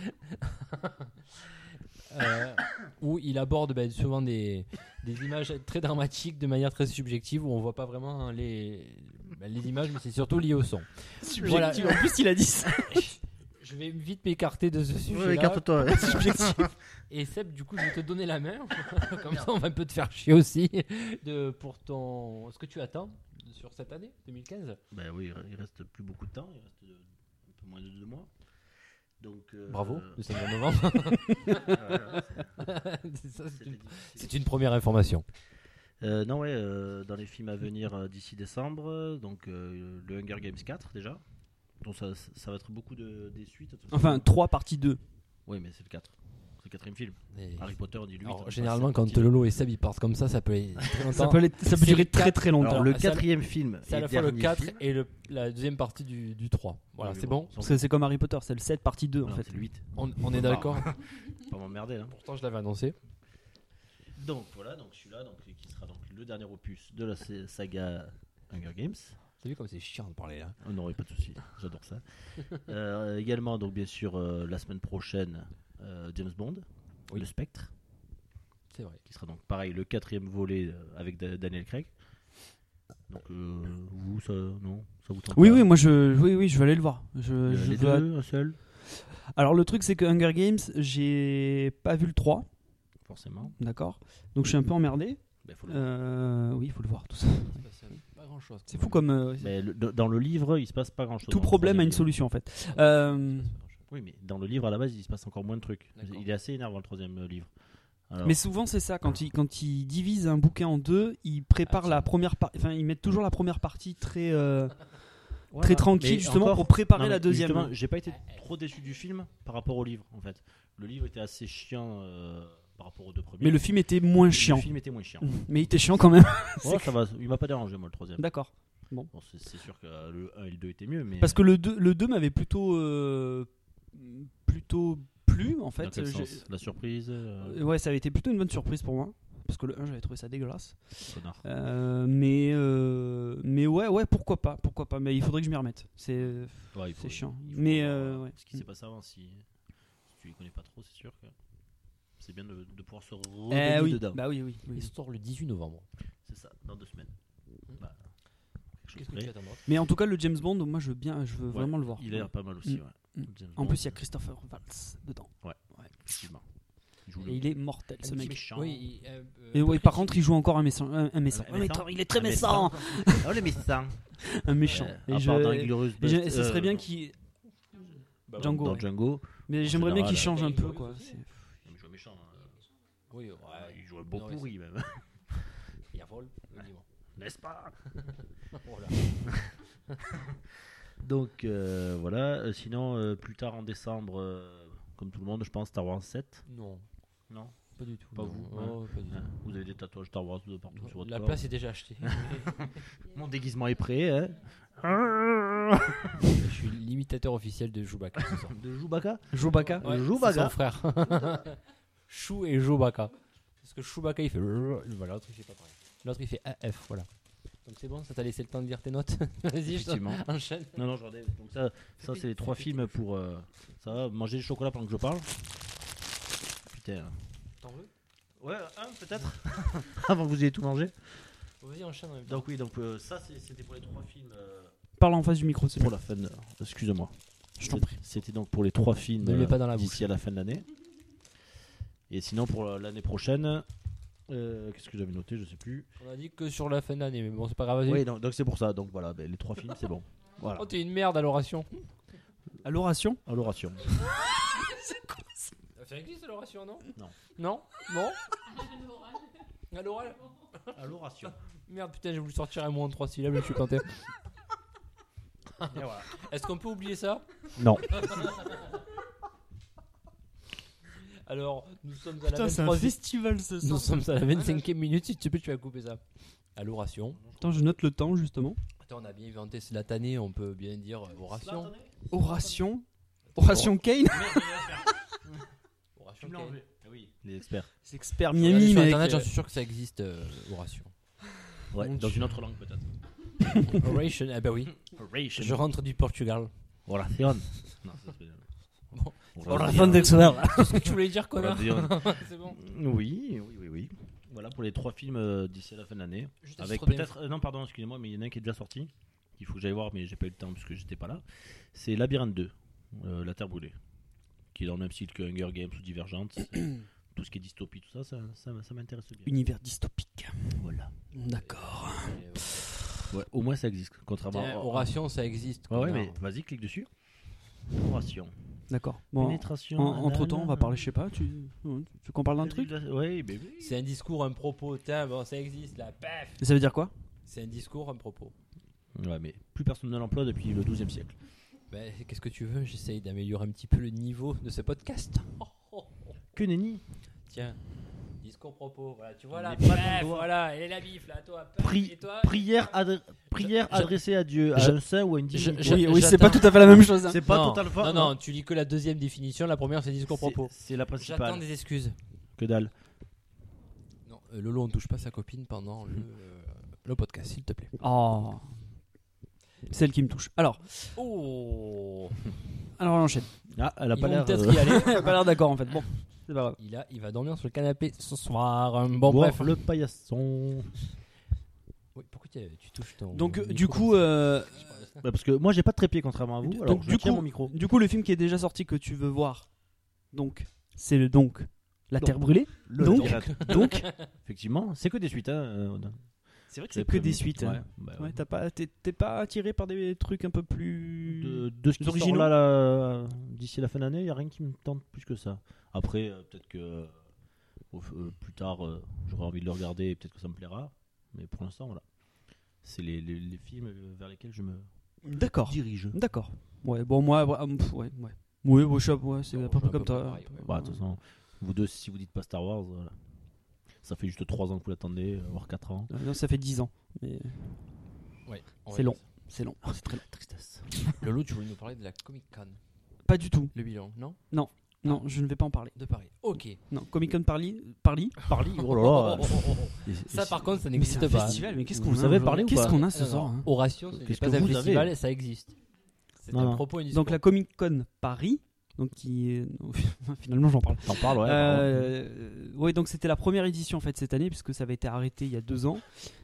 Euh, où il aborde ben, souvent des, des images très dramatiques de manière très subjective, où on voit pas vraiment les, ben, les images, mais c'est surtout lié au son. Voilà. En plus, il a dit ça. Je vais vite m'écarter de ce sujet. écarte-toi. Et Seb, du coup, je vais te donner la main. Comme ça, on va un peu te faire chier aussi de, pour ton. Ce que tu attends sur cette année deux mille quinze. Ben oui, il reste plus beaucoup de temps, il reste euh, un peu moins de deux mois. Donc, euh, Bravo, le cinq novembre. voilà, C'est ça, c'est c'était une, difficile. c'est une première information. Euh, non, ouais, euh, dans les films à venir euh, d'ici décembre, euh, donc euh, le Hunger Games quatre déjà. Donc ça, ça va être beaucoup de, des suites. de toute Enfin, façon. trois parties deux. Oui, mais c'est le quatre. C'est le quatrième film. Et- Harry Potter, on dit lui. Alors, généralement, quand Lolo et Seb ils partent comme ça, ça peut aller très longtemps. Ça peut, aller- ça peut C'est durer le très quatre. très longtemps. Alors, le Ah, ça, quatrième film. C'est à et la fois le dernier quatre film. et le, la deuxième partie du, du trois. Voilà, Oui, c'est bon, bon. Parce que c'est comme Harry Potter, c'est le sept partie deux en Non, fait. c'est le huit. On, on est d'accord. Pas m'emmerder, hein. Pourtant, je l'avais annoncé. Donc voilà, donc celui-là, donc, qui sera donc le dernier opus de la sa- saga Hunger Games. T'as vu comme c'est chiant de parler là. Oh non, pas de souci, j'adore ça. Euh, également, donc bien sûr, euh, la semaine prochaine, euh, James Bond, Oui. le Spectre, C'est vrai. qui sera donc pareil le quatrième volet euh, avec Da- Daniel Craig. Donc euh, vous, ça, non, ça vous tente Oui, pas oui, moi je, oui, oui, je vais aller le voir. Je, Euh, je les dois- deux, un seul, Alors le truc c'est que Hunger Games, j'ai pas vu le trois, forcément. d'accord. Donc je suis un peu emmerdé. Ben, faut le voir. Euh, oui, il faut le voir tout ça. Pas grand chose. C'est fou comme euh, Mais le- dans le livre, il se passe pas grand-chose. tout dans le problème a une troisième solution en fait. Euh, livre. Oui, mais dans le livre à la base, il se passe encore moins de trucs. D'accord. Il est assez énervant le troisième euh, livre. Alors, Mais souvent c'est ça, quand ils quand ils divisent un bouquin en deux, ils préparent Ah, la première partie, enfin ils mettent toujours la première partie très euh, voilà. très tranquille Mais justement encore- pour préparer non, la mais deuxième. justement, j'ai pas été trop déçu du film par rapport au livre en fait. Le livre était assez chiant euh, par rapport aux deux premiers. Mais le film était moins Le chiant. film était moins chiant. Mais il était chiant quand même. Ouais, ça va, il m'a pas dérangé moi le troisième. D'accord. Bon, c'est, c'est sûr que euh, le un et le deux étaient mieux, mais Parce que le deux, le deux m'avait plutôt euh, plutôt plu en dans fait. quel J'ai- sens La surprise, euh, Euh, Ouais, ça avait été plutôt une bonne surprise pour moi. Parce que le un, j'avais trouvé ça dégueulasse. connard. Euh, mais, euh, mais ouais, ouais, pourquoi pas, pourquoi pas. Mais il faudrait que je m'y remette. C'est, Ouais, il faut- c'est chiant. il faut Mais voir, euh, ouais. ce qui s'est passé avant, si, si tu les connais pas trop, c'est sûr que c'est bien de, de pouvoir se Eh rebaigner oui, dedans. bah oui, oui. oui. Il sort le dix-huit novembre. C'est ça, dans deux semaines. Bah, quelque Qu'est-ce chose que tu près. attends d'autre? Mais en tout cas, le James Bond, moi, je veux bien, je veux Ouais, vraiment le voir. Il a l'air pas mal aussi. Mm. Ouais. Mm. James En Bond, plus, il y a Christopher Waltz dedans. effectivement. Il joue le- Et il est mortel, ce un petit mec. méchant. Oui, il- euh, euh, Et ouais, Patrick, par contre, il joue encore un méchant. Un, un méchant. Un Un méchant. méchant, il est très Un méchant. Oh le méchant. Un méchant. Euh, Et à je- part dans Inglourious et je- et Bast- ce serait euh, bien qu'il. dans- Django. Dans ouais. Django. Mais en j'aimerais bien général, qu'il change un euh, peu, quoi. C'est- Il joue un méchant. hein. Oui, ouais. Il joue un bon Non, mais pourri même. Il y a vol, dis-moi. N'est-ce pas? Voilà. Donc euh, voilà. Euh, Sinon, euh, plus tard en décembre, euh, comme tout le monde, je pense Star Wars sept. Non, Non. pas du tout. Pas non. vous, Oh, pas du Hein, tout. vous avez des tatouages Star Wars de partout sur votre La corps. place est déjà achetée. Mon déguisement est prêt. Hein. Je suis l'imitateur officiel de Chewbacca. ce soir. De Chewbacca. Chewbacca. Ouais, Chewbacca. c'est son frère. Chou et Chewbacca. Parce que Chewbacca il fait. Voilà, l'autre il fait pas pareil. L'autre il fait A F, voilà. Donc c'est bon, ça t'a laissé le temps de lire tes notes. Vas-y, je Effectivement. enchaîne. Non, non, regardez. Donc ça, ça c'est les trois films pour. euh, ça va, manger du chocolat pendant que je parle. Putain. T'en veux? Ouais, un peut-être. Avant que vous ayez tout mangé. Vas-y, enchaîne en même temps. Donc oui, donc euh, ça c'est- c'était pour les trois films. euh, Parle en face du micro, c'est pour bon. la fin. de- Excusez-moi. Je t'en C'est- prie. C'était donc pour les trois films Ne le mets euh, pas dans la d'ici à la fin de l'année. Et sinon pour la- l'année prochaine, euh, qu'est-ce que j'avais noté, je sais plus. On a dit que sur la fin de l'année, mais bon, c'est pas grave. Vas-y. Oui, donc donc c'est pour ça. Donc voilà, ben, les trois films, c'est bon. Voilà. Oh, t'es une merde à l'oration. À l'oration. À l'oration. Ça existe l'oration, non? Non. Non? Non? À l'oral? À l'oration. Merde, putain, j'ai voulu sortir un mot en trois syllabes, je suis planté. Est-ce qu'on peut oublier ça? Non. Alors, nous sommes à la Putain, c'est un vingt-troisième festival ce Nous soir. sommes à la vingt-cinquième minute, si tu peux, tu vas couper ça. À l'oration. Attends, je note le temps justement. Attends, on a bien inventé Slatané, on peut bien dire euh, oration. Oration. Oration Kane. Oration. Tu me l'as ok. enlevé. Ah oui, les experts. C'est expert Regardez Miami, sur mec. internet, j'en suis sûr que ça existe, euh, oration. Ouais, Mon dans Dieu. une autre langue peut-être. Oration, eh ben oui. Oration. Je rentre du Portugal. Oration. Non, ça c'est. Bon. Oration. Qu'est-ce que tu voulais dire, connard? Oration. C'est bon. Oui, oui, oui, oui. Voilà pour les trois films euh, d'ici à la fin de l'année. Juste Avec titre peut-être. euh, non, pardon, excusez-moi, mais il y en a un qui est déjà sorti. Il faut que j'aille voir, mais j'ai pas eu le temps parce que j'étais pas là. C'est Labyrinthe deux, euh, La Terre brûlée. Qui est dans le même style que Hunger Games ou Divergente. Tout ce qui est dystopie, tout ça, ça, ça, ça m'intéresse bien. Univers dystopique. Voilà. D'accord. Et, Ouais, au moins ça existe. euh, Contrairement tiens, à. oration, ça existe. Ouais, ouais, connard. mais vas-y, clique dessus. Oration. D'accord. Bon. Pénétration. Entre temps, on va parler, je sais pas. Tu, tu veux qu'on parle d'un truc? Oui, mais oui. C'est un discours, un propos. Tiens, bon, ça existe là. Paf. Ça veut dire quoi? C'est un discours, un propos. Ouais, mais plus personne ne l'emploie depuis le douzième siècle. Ben, qu'est-ce que tu veux? J'essaye d'améliorer un petit peu le niveau de ce podcast. Que nenni. Tiens, discours propos. Voilà, tu vois là. Mais pas Paf, ton doigt. voilà, elle est la bif là, toi. Paf, Pri- et toi prière adre- prière je- adressée à Dieu, à je- un saint ou à une divinité. je- Oui, oui, c'est j'attends- pas tout à fait la même chose. hein. C'est pas non, totalement. Non, non, tu lis que la deuxième définition. La première, c'est discours C'est- propos. C'est la J'attends principale. des excuses. Que dalle. Non, euh, Lolo, on touche pas sa copine pendant le, euh, le podcast, s'il te plaît. Oh. Celle qui me touche. Alors, Oh, alors on enchaîne. Ah, elle a ils pas vont l'air. peut-être euh, y aller. Elle a pas l'air d'accord en fait. Bon, c'est pas grave. Il, a, il va dormir sur le canapé ce soir. Bon, voir bref. le paillasson. Oui, pourquoi tu, tu touches ton. Donc, micro du coup, comme ça euh, Bah, parce que moi j'ai pas de trépied contrairement à vous. donc, Alors je du tiens coup, mon micro. du coup, le film qui est déjà sorti que tu veux voir, donc, c'est le donc La Donc. Terre brûlée. Le donc, labyrinthe. donc, Effectivement, c'est que des suites. Hein. euh, c'est vrai que j'avais c'est que prévenu. des suites. Ouais, hein. bah, Ouais, t'as pas, t'es, t'es pas attiré par des trucs un peu plus. de, de ce qui sort originaux. là, là, d'ici la fin d'année, il n'y a rien qui me tente plus que ça. Après, euh, peut-être que Au- euh, plus tard, euh, j'aurai envie de le regarder et peut-être que ça me plaira. Mais pour l'instant, voilà. C'est les, les, les films vers lesquels je me D'accord. dirige. D'accord. Ouais, bon, moi, ouais, pff, ouais, ouais. Oui, bon, je- ouais, c'est Non, à peu je suis près un comme peu toi. pareil, ouais. Bah, de toute façon, vous deux, si vous dites pas Star Wars, voilà. Ça fait juste trois ans que vous l'attendez, euh, voire quatre ans. Euh, Non, ça fait dix ans. Mais Ouais, on va c'est dire long. C'est long. C'est très long. Tristesse. ça. Lolo, tu voulais nous parler de la Comic Con, Pas du tout. le bilan, non? Non, je ne vais pas en parler. De Paris. Ok. Non, Comic Con Parly. Parly. Parly, oh là là. Ça, par contre, ça Mais c'est n'existe un pas. festival, mais qu'est-ce Vous qu'on a savez aujourd'hui parler ou Qu'est-ce pas qu'on a ce Non, non, soir hein Oration, ce n'est Qu'est-ce pas que un vous festival, avez ça existe. C'est Non, un non. propos, une Donc la Comic Con Paris, donc qui est... finalement j'en parle. T'en parles, ouais. Euh, ouais, donc c'était la première édition en fait cette année puisque ça avait été arrêté il y a deux ans.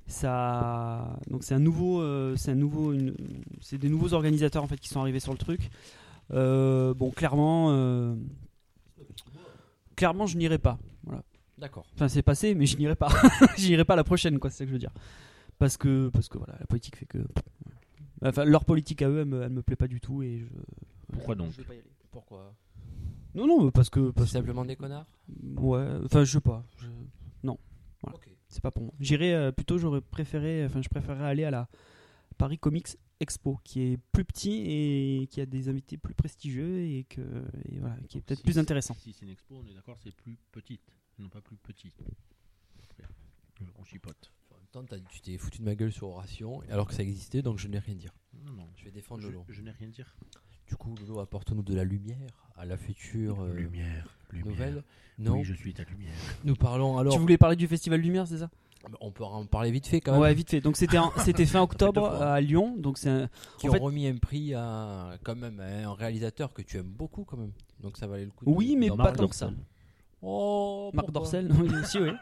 Ça, donc c'est un nouveau, euh, c'est un nouveau, une... c'est des nouveaux organisateurs en fait qui sont arrivés sur le truc. Euh, bon, clairement, euh... clairement, je n'irai pas. Voilà. D'accord. Enfin, c'est passé, mais je n'irai pas. Je n'irai pas la prochaine, quoi. C'est ça que je veux dire. Parce que, parce que voilà, la politique fait que. Enfin, leur politique à eux, elle me, elle me plaît pas du tout et je. Pourquoi donc je vais pas y aller. Pourquoi? Non, non, parce que. C'est Parce... simplement des connards? Ouais, enfin, je sais pas. Je... Voilà. Ok. C'est pas pour moi. J'irais euh, plutôt, j'aurais préféré, enfin, je préférerais aller à la Paris Comics Expo, qui est plus petit et qui a des invités plus prestigieux et que, et voilà, qui est peut-être Si plus c'est- intéressant. Si c'est une expo, on est d'accord, c'est plus petite, non pas plus petit. Ouais, on chipote. En même temps, t'as- tu t'es foutu de ma gueule sur Oration, alors que ça existait, donc je n'ai rien dire. Non, non, Je vais défendre je, Lolo. je n'ai rien à dire. Du coup, Lolo, apporte-nous de la lumière à la future euh, lumière, lumière. nouvelle. Non, Oui, je suis ta lumière. nous parlons alors. Tu voulais parler du Festival Lumière, c'est ça? On peut en parler vite fait quand même. Ouais, vite fait. Donc c'était en- c'était fin octobre deux fois. à Lyon. Donc c'est un- Qui en ont fait- remis un prix à quand même à un réalisateur que tu aimes beaucoup quand même. Donc ça valait le coup. de- Oui, mais d'en pas parler. tant que ça. Oh, Marc pourquoi Dorcel, oui aussi, oui.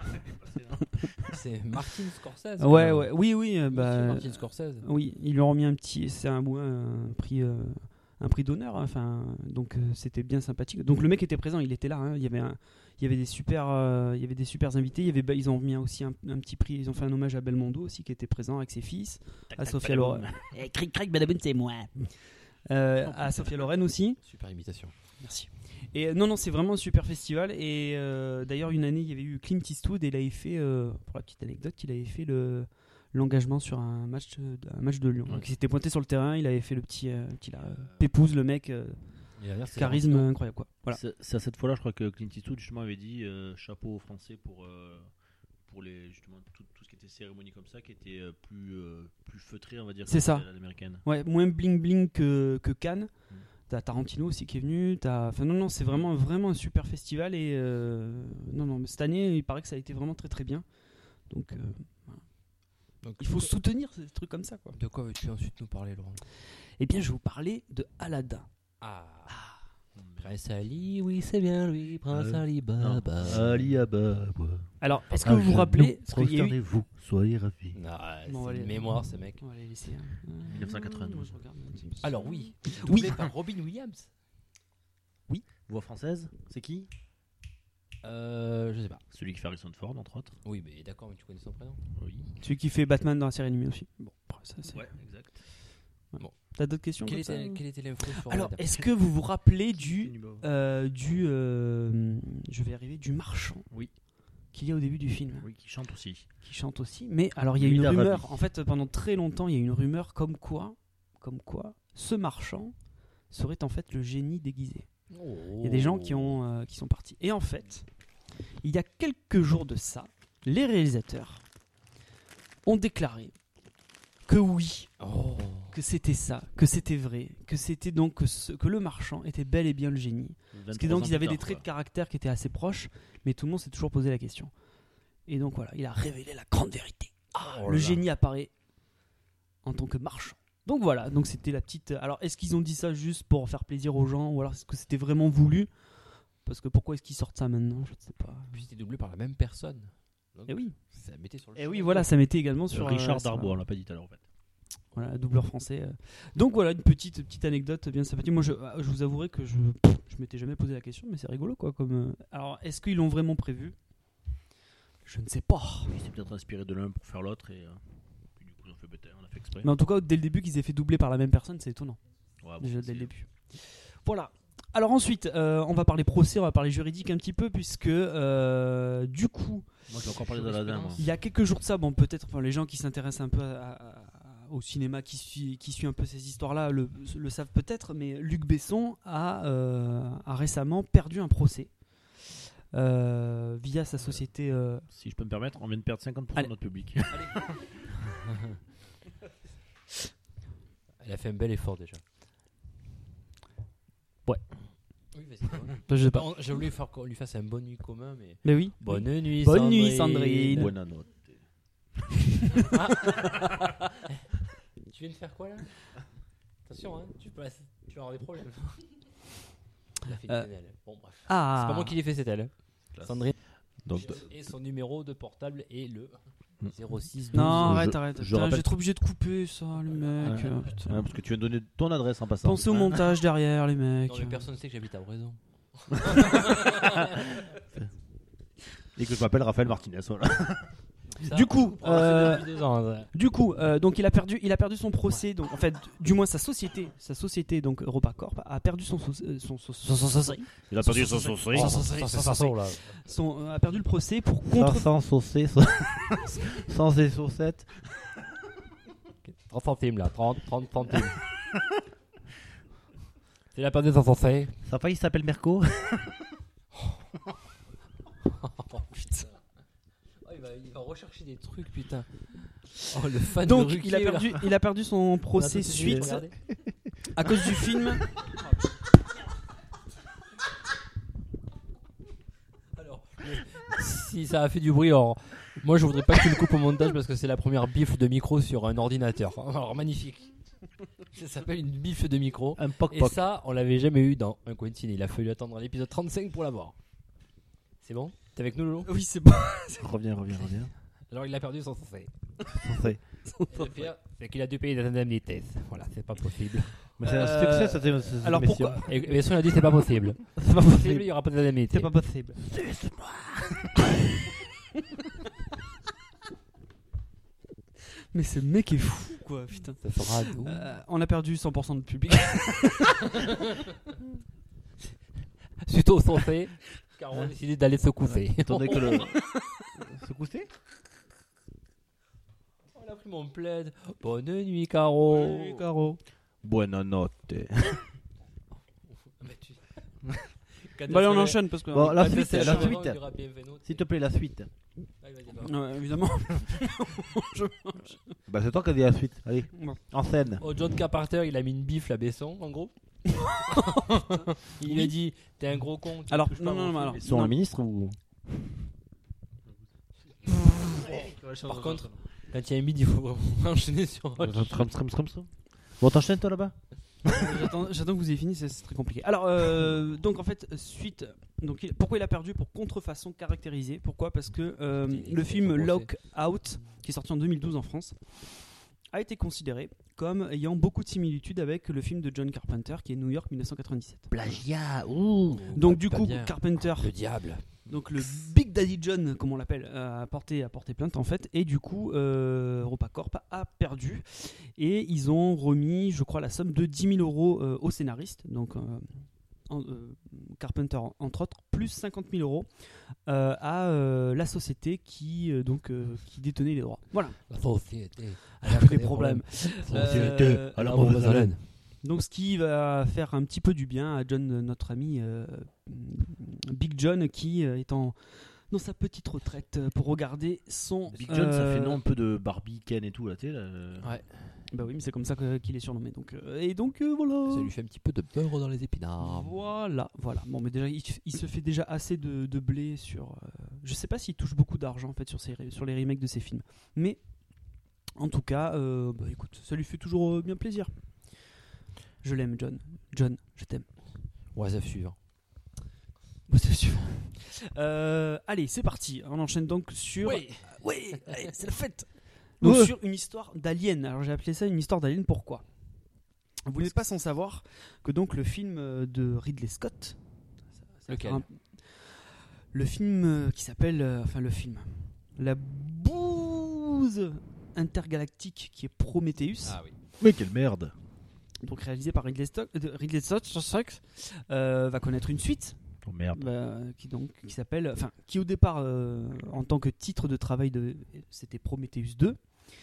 C'est Martin Scorsese. Ouais, quand même. ouais, oui, oui, euh, Monsieur bah, Martin Scorsese. oui, ils lui ont remis un petit, c'est un, ouais, un prix, euh, un prix d'honneur. hein, Enfin, donc euh, c'était bien sympathique. Donc le mec était présent, il était là. hein, Il y avait, un, il y avait des super, euh, il y avait des super invités. Il y avait, bah, ils ont remis aussi un, un petit prix. Ils ont fait un hommage à Belmondo aussi, qui était présent avec ses fils, à Sophia Loren. Eh, cric crac badaboun, c'est moi. Euh, à Sophia Loren aussi. Super imitation. Merci. Et euh, non, non, c'est vraiment un super festival. Et euh, d'ailleurs, une année, il y avait eu Clint Eastwood et il avait fait, euh, pour la petite anecdote, il avait fait le l'engagement sur un match, euh, un match de Lyon. Ouais. Donc, il s'était pointé sur le terrain, il avait fait le petit, euh, petit là, pépouze, le mec, euh, Et derrière, c'est charisme Tarantino. incroyable quoi. Voilà. C'est c'est à cette fois-là, je crois que Clint Eastwood justement avait dit euh, chapeau aux Français pour euh, pour les justement tout, tout ce qui était cérémonie comme ça, qui était euh, plus euh, plus feutré, on va dire. C'est que ça. l'américaine. Ouais, moins bling bling que, que Cannes. Mm. T'as Tarantino aussi qui est venu. T'as... Enfin, non, non, c'est vraiment, vraiment un super festival. Et euh, non, non, mais cette année, il paraît que ça a été vraiment très très bien. Donc, euh, Donc, il faut soutenir ces trucs comme ça quoi. De quoi veux-tu ensuite nous parler, Laurent? Eh bien, je vais vous parler de Aladdin. Ah. Prince Ali, oui, c'est bien lui. Prince Euh, Ali non. Baba. Ali Ababa. Alors, est-ce que vous vous rappelez parce qu'il y a eu- Prosternez-vous, soyez ravis. Non, Bon, c'est allez. une mémoire, ce mec. On va les laisser. hein. dix-neuf cent quatre-vingt-douze. Moi, je regarde un petit peu. Alors, oui. Oui. Doublé par Robin Williams. Voix française, c'est qui? Euh, je sais pas. Celui qui fait Harrison Ford, entre autres. Oui, mais d'accord, mais tu connais son prénom. Oui. Celui qui fait Batman dans la série animée aussi. Bon, après, ça, c'est... Ouais, exact. T'as d'autres questions Quelle comme ça était, quelle était l'info sur Alors, Aladdin est-ce que vous vous rappelez du, Numéro. euh, du, euh, je vais arriver, du marchand Oui. qu'il y a au début du film, Oui, qui chante aussi. qui chante aussi. Mais alors, il y a Lui une d'Arabie. rumeur. En fait, pendant très longtemps, il y a une rumeur comme quoi, comme quoi, ce marchand serait en fait le génie déguisé. Il y a des gens qui, ont, euh, qui sont partis. Et en fait, il y a quelques jours de ça, les réalisateurs ont déclaré que oui, Oh. que c'était ça, que c'était vrai, que c'était donc que, ce- que le marchand était bel et bien le génie. Parce que donc ils avaient des traits de caractère qui étaient assez proches, mais tout le monde s'est toujours posé la question. Et donc voilà, il a révélé la grande vérité. Ah, Oh le là. génie apparaît en tant que marchand. Donc voilà, donc c'était la petite. Alors est-ce qu'ils ont dit ça juste pour faire plaisir aux gens, ou alors est-ce que c'était vraiment voulu? Parce que pourquoi est-ce qu'ils sortent ça maintenant? Je ne sais pas. Puis c'était doublé par la même personne. Donc, Et oui, ça mettait sur le et chemin. oui, voilà, ça mettait également sur Richard euh, sur- Darbois, on l'a pas dit tout à l'heure en fait. Voilà, doubleur français. euh. Donc voilà, une petite petite anecdote bien sympathique. Moi, je, je vous avouerai que je je m'étais jamais posé la question, mais c'est rigolo quoi. Comme euh, alors, est-ce qu'ils l'ont vraiment prévu? Je ne sais pas. Il s'est peut-être inspiré de l'un pour faire l'autre et euh, puis du coup on a fait bêter, on a fait exprès. Mais en tout cas, dès le début qu'ils aient fait doubler par la même personne, c'est étonnant. Ouais, bon, Déjà c'est- dès le début. Voilà. Alors ensuite, euh, on va parler procès, on va parler juridique un petit peu, puisque euh, du coup, Moi, je vais encore parler d'Aladin. moi. il y a quelques jours de ça, bon peut-être, enfin, les gens qui s'intéressent un peu à, à- au cinéma, qui suit, qui suit un peu ces histoires-là, le, le savent peut-être, mais Luc Besson a, euh, a récemment perdu un procès euh, via sa société. euh, Si je peux me permettre, on vient de perdre cinquante pour cent Allez. de notre public. Elle a fait un bel effort déjà. Ouais. Oui, vas-y. je sais pas. On- J'ai voulu faire qu'on lui fasse un bonne nuit commun, mais. Mais oui. Bonne nuit, Bonne Sandrine. nuit, Sandrine. Buona notte. Tu viens de faire quoi là? Attention, hein, tu, peux, tu vas avoir des problèmes. Elle a fait une Euh. tannelle. Bon, bref. Ah. C'est pas moi qui l'ai fait, c'est elle. Sandrine. Donc, Et son numéro de portable est le zéro six douze. Non, Je- arrête, arrête. je Putain, rappelle- je vais être obligé de couper ça, les mecs. Ouais. euh, putain. hein, parce que tu viens de donner ton adresse en passant. Pensez au Hein. montage derrière, les mecs. Non, mais personne ne sait que j'habite à Bréson. Et que je m'appelle Raphaël Martinez. Voilà. Ça, Du coup, on l'a fait euh, depuis deux ans, ça. Du coup, euh, donc il a perdu, il a perdu son procès. Donc en fait, du moins sa société, sa société donc EuropaCorp a perdu son so- euh, son so- son- son- son- Il a perdu son saucé. Ça, ça, ça, ça, ça, ça, là. son- euh, a perdu le procès pour contre. Sans saucé. Sans et saucettes. trente centimes là, trente, trente centimes. C'est la perdu son forfait. Sa faille s'appelle Merco. Oh putain. Oh, il, va, il va rechercher des trucs, putain. Oh, le fan Donc de Ruquier, il a là. perdu, il a perdu son procès Attends, suite regardez. à cause du film. Alors, si ça a fait du bruit, alors, moi je voudrais pas que tu le coupes au montage parce que c'est la première bifle de micro sur un ordinateur. Alors magnifique. Ça s'appelle une bifle de micro. Un poc Et poc. ça, on l'avait jamais eu dans un coin ciné. Il a fallu attendre l'épisode trente-cinq pour l'avoir. C'est bon? T'es avec nous, Lolo? Oui, c'est bon. Reviens, reviens, reviens. Alors il a perdu son forfait. Saucé. Le pire, c'est qu'il a dû payer des indemnités. Voilà, c'est pas possible. Mais c'est un Euh, succès, cette cette alors émission. pourquoi- Et bien sûr, il a dit c'est pas possible. C'est pas Possible, il possible. y aura pas d'indemnité. C'est pas possible. Mais ce mec est fou, quoi, putain. Ça fera d'où? Euh, on a perdu cent pour cent de public. Suite au forfait, car on a décidé d'aller se coucher. Attendez que le. Se coucher? On a pris mon plaid. Bonne nuit, Caro. Caro. Buona notte. Mais tu- Bah allez, on enchaîne parce que. Bon, la Quand suite, c'est la le suite. moment, il y aura bienvenue. S'il te plaît, la suite. Allez, vas-y, va. Ouais, évidemment. Je- Bah, c'est toi qui as dit la suite. Allez, Bon. en scène. Oh, John Carpenter, il a mis une bifle à Besson, en gros. Il lui a dit t'es un gros con. tu Alors, touches pas non, à mon non, non, film. alors. Ils sont non. un ministre ou. Par contre, quand il y a un mid, il faut vraiment enchaîner sur autre chose. Strum, strum, strum, strum. Bon, t'enchaînes toi là-bas? J'attends, j'attends que vous ayez fini, c'est, c'est très compliqué. Alors, euh, donc en fait, suite. Donc, il- pourquoi il a perdu? Pour contrefaçon caractérisée. Pourquoi? Parce que euh, Il- le il film faut penser. Lock Out, qui est sorti en deux mille douze en France, a été considéré comme ayant beaucoup de similitudes avec le film de John Carpenter qui est New York mille neuf cent quatre-vingt-dix-sept. Plagiat, ouh. Donc, du pas coup, bien. Carpenter, Le diable. donc le Big Daddy John, comme on l'appelle, a porté, a porté plainte en fait, et du coup, euh, EuropaCorp a perdu, et ils ont remis, je crois, la somme de dix mille euros euh, au scénariste, donc euh, en- euh, Carpenter entre autres, plus cinquante mille euros euh, à euh, la société qui, euh, donc, euh, qui détenait les droits. Voilà, La société. elle a eu des problèmes. Euh, à la La mauvaise mauvaise haleine. haleine. Donc ce qui va faire un petit peu du bien à John, notre ami euh, Big John, qui euh, est en, dans sa petite retraite euh, pour regarder son... Big John, ça euh, fait nom un peu de Barbie, Ken et tout là, tu sais. Là. Ouais. Bah oui, mais c'est comme ça que- qu'il est surnommé. Donc, euh, et donc euh, voilà. Ça lui fait un petit peu de beurre dans les épinards. Voilà, voilà. Bon, mais déjà, il, il se fait déjà assez de, de blé sur. euh, je sais pas s'il touche beaucoup d'argent en fait sur, ses, sur les remakes de ses films, mais en tout cas, euh, bah écoute, ça lui fait toujours euh, bien plaisir. Je l'aime, John. John, je t'aime. Oiseau suivant. Bah, c'est sûr. Euh, allez, c'est parti. On enchaîne donc sur. Oui. Oui, allez, c'est la fête. Donc Ouais. sur une histoire d'alien. Alors j'ai appelé ça une histoire d'alien. Pourquoi? Vous n'êtes pas sans savoir que donc le film euh, de Ridley Scott. ça- ça va Lequel faire un- Le film euh, qui s'appelle, euh, enfin le film, la bouse intergalactique qui est Prometheus. Ah oui. Mais quelle merde. donc réalisé par Ridley Scott, euh, Ridley Scott euh, va connaître une suite. Oh merde. Bah, qui donc qui s'appelle, enfin, qui au départ euh, en tant que titre de travail de, c'était Prometheus deux.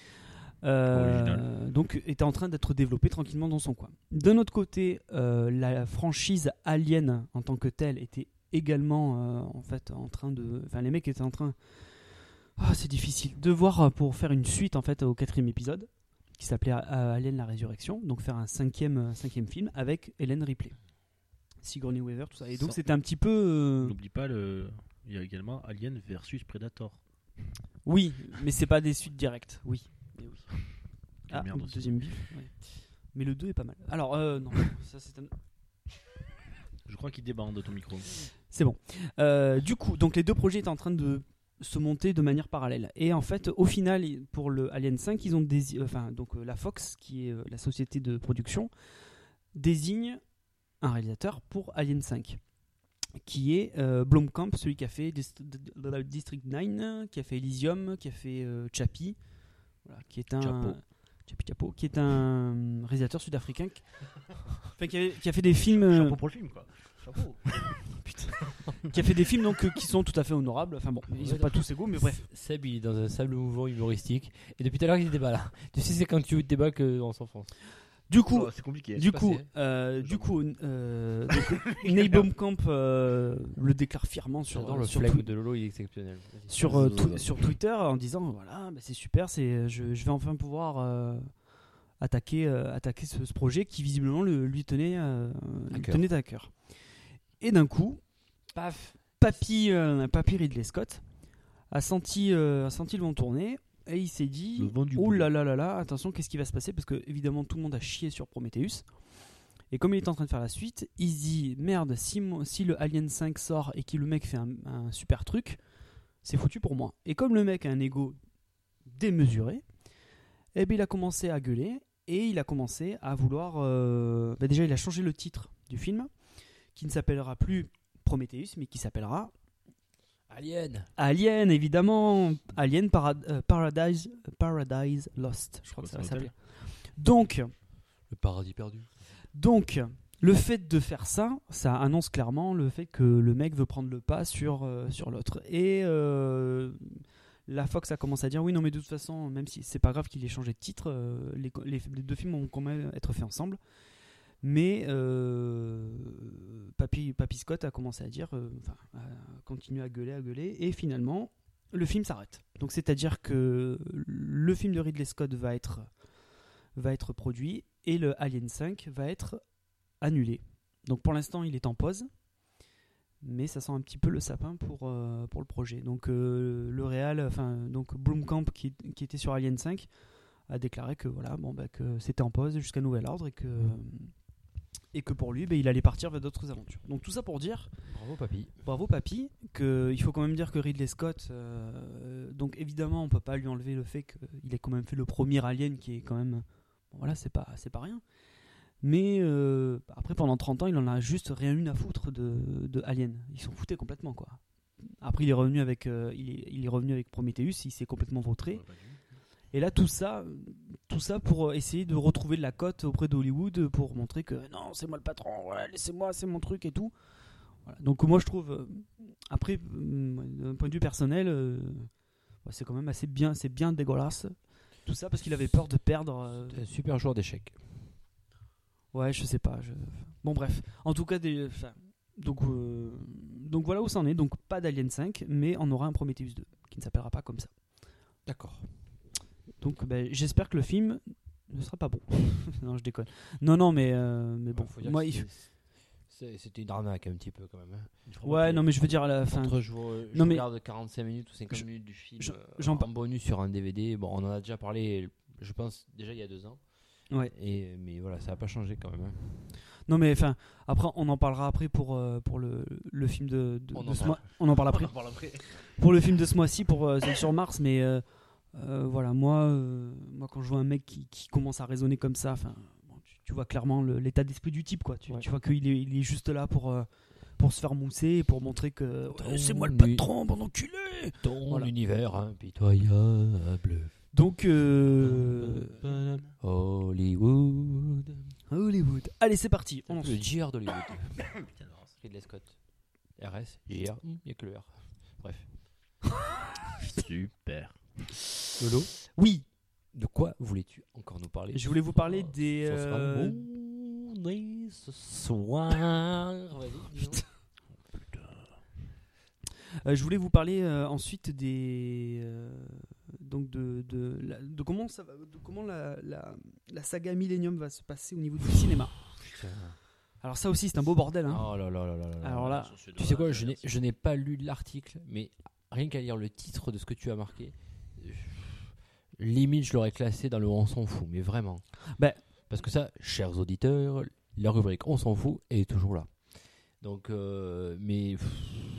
Euh, donc était en train d'être développé tranquillement dans son coin. D'un autre côté, euh, la franchise Alien en tant que telle était également euh, en fait en train de, enfin les mecs étaient en train, ah, c'est difficile de voir pour faire une suite en fait au quatrième épisode qui s'appelait euh, Alien la Résurrection, donc faire un cinquième un cinquième film avec Ellen Ripley, Sigourney Weaver, tout ça. Et donc Ça, c'était un petit peu euh... N'oublie pas le, il y a également Alien versus Predator. oui, mais c'est pas des suites directes, oui. Et oui. Quelle Ah, merde le aussi. deuxième bif. Ouais. Mais le deux est pas mal. Alors, euh, non, ça c'est un... Je crois qu'il débande ton micro. C'est bon. Euh, du coup, donc les deux projets étaient en train de se monter de manière parallèle. Et en fait, au final, pour le Alien cinq, ils ont dési- enfin donc euh, la Fox, qui est euh, la société de production, désigne un réalisateur pour Alien cinq, qui est euh, Blomkamp, celui qui a fait Dist- District neuf, qui a fait Elysium, qui a fait euh, Chappie, voilà, qui est un Chapeau. Chappie Chapeau, qui est un réalisateur sud-africain, qui... enfin, qui, a, qui a fait des films, euh, Chapeau pour le film, quoi. Chapeau. qui a fait des films donc euh, qui sont tout à fait honorables. Enfin bon, ils ont pas tous égaux, mais bref. Seb, il est dans un sable mouvant humoristique. Et depuis tout à l'heure, il débat là. Tu sais, c'est quand tu débats qu'on s'enfonce. Du coup, Oh, c'est compliqué. du pas coup, passé. euh, du coup, euh, donc, Neil Blomkamp euh, le déclare fièrement sur J'adore le sur, flegme twi- de Lolo, il est exceptionnel. sur, euh, tw- sur Twitter en disant voilà, bah, c'est super, c'est je, je vais enfin pouvoir euh, attaquer euh, attaquer ce, ce projet qui visiblement le, lui tenait euh, lui cœur. tenait à cœur. Et d'un coup, paf, papy euh, papy Ridley Scott a senti euh, a senti le vent tourner. Et il s'est dit, Le vent du oh boulot. là là là là, attention, qu'est-ce qui va se passer? Parce que évidemment tout le monde a chié sur Prometheus. Et comme il est en train de faire la suite, il se dit, merde, si, mo- si le Alien cinq sort et que le mec fait un, un super truc, c'est foutu pour moi. Et comme le mec a un ego démesuré, eh bien il a commencé à gueuler et il a commencé à vouloir... euh, bah déjà il a changé le titre du film, qui ne s'appellera plus Prometheus, mais qui s'appellera... Alien. Alien, évidemment. Alien Para- euh, Paradise, Paradise Lost, je crois que ça va Ça s'appeler. Donc, Le paradis perdu. donc, le fait de faire ça, ça annonce clairement le fait que le mec veut prendre le pas sur, euh, sur l'autre. Et euh, la Fox a commencé à dire oui, non, mais de toute façon, même si c'est pas grave qu'il ait changé de titre, euh, les, les, les deux films vont quand même être faits ensemble. Mais euh, Papy, Papy Scott a commencé à dire, euh, enfin, à continuer à gueuler, à gueuler, et finalement, le film s'arrête. Donc, c'est-à-dire que le film de Ridley Scott va être, va être produit et le Alien cinq va être annulé. Donc, pour l'instant, il est en pause, mais ça sent un petit peu le sapin pour, euh, pour le projet. Donc, euh, le réal, enfin, donc Blomkamp qui, qui était sur Alien cinq a déclaré que voilà, bon, bah, que c'était en pause jusqu'à nouvel ordre et que et que pour lui, bah, il allait partir vers d'autres aventures. Donc tout ça pour dire, Bravo, papy. bravo papy, que il faut quand même dire que Ridley Scott, euh, donc évidemment on peut pas lui enlever le fait qu'il ait quand même fait le premier Alien qui est quand même, bon, voilà, c'est pas c'est pas rien. Mais euh, après pendant trente ans, il en a juste rien eu à foutre de, de Alien. Ils s'en foutaient complètement quoi. Après il est revenu avec euh, il est il est revenu avec Prometheus, il s'est complètement vautré. Et là, tout ça, tout ça pour essayer de retrouver de la cote auprès d'Hollywood pour montrer que non, c'est moi le patron, voilà, laissez-moi, c'est mon truc et tout. Voilà. Donc moi, je trouve, euh, après, euh, d'un point de vue personnel, euh, ouais, c'est quand même assez bien, c'est bien dégueulasse. Tout ça parce qu'il avait peur de perdre. euh, T'es un super joueur d'échecs. Ouais, je sais pas. Je... Bon, bref. En tout cas, des... enfin, donc, euh, donc voilà où ça en est. Donc pas d'Alien cinq, mais on aura un Prometheus deux qui ne s'appellera pas comme ça. D'accord. Donc ben, j'espère que le film ne sera pas bon. Non, je déconne. Non, non, mais, euh, mais bon. Bon, faut dire Moi, que il- c'est- c'est- c'était une arnaque un petit peu quand même. hein. Ouais, non, mais je veux dire à la fin. Entre je, je Non, mais- regarde quarante-cinq minutes ou cinquante Je- minutes du film je- euh, j'en en par- bonus sur un D V D. Bon, on en a déjà parlé, je pense, déjà il y a deux ans. Ouais. Et, mais voilà, ça n'a pas changé quand même. hein. Non, mais enfin, après, on en parlera après pour, euh, pour le, le film de, de, On de en ce parle. mois. On en parle après. On en parle après. Pour le film de ce mois-ci, pour euh, celui sur Mars, mais euh, euh, voilà, moi, euh, moi, quand je vois un mec qui, qui commence à raisonner comme ça, enfin, bon, tu, tu vois clairement le- l'état d'esprit du type, quoi. Tu, Ouais. tu vois qu'il est, il est juste là pour, euh, pour se faire mousser et pour montrer que Ton ouais, c'est moi le nu- patron, bon enculé. Ton Voilà. univers impitoyable. Donc, euh, Hollywood. Hollywood. Allez, c'est parti. On Le lance. J R d'Hollywood. Ridley Scott. R S, J R, il n'y a que le R. Bref. Super. Lolo, Oui, de quoi voulais-tu encore nous parler? je voulais vous parler Oh, des. Ça sera euh, mon nez ce soir. Vas-y, dis-nous. euh, je voulais vous parler euh, ensuite des. euh, donc de, de, la- de comment, ça va, de comment la, la, la saga Millennium va se passer au niveau du cinéma. Putain. Alors, ça aussi, c'est un beau bordel. Hein. Oh là là là là là là. Alors là, Tu sais quoi, je n'ai, je n'ai pas lu l'article, mais rien qu'à lire le titre de ce que tu as marqué, euh, limite je l'aurais classé dans le on s'en fout, mais vraiment. Ben- Parce que ça, chers auditeurs, la rubrique on s'en fout est toujours là. Donc, euh, mais pff,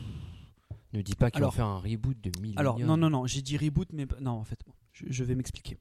ne dis pas qu'ils vont Alors- faire un reboot de Millennium. Alors, non, non, non, j'ai dit reboot, mais non, en fait, je, je vais m'expliquer.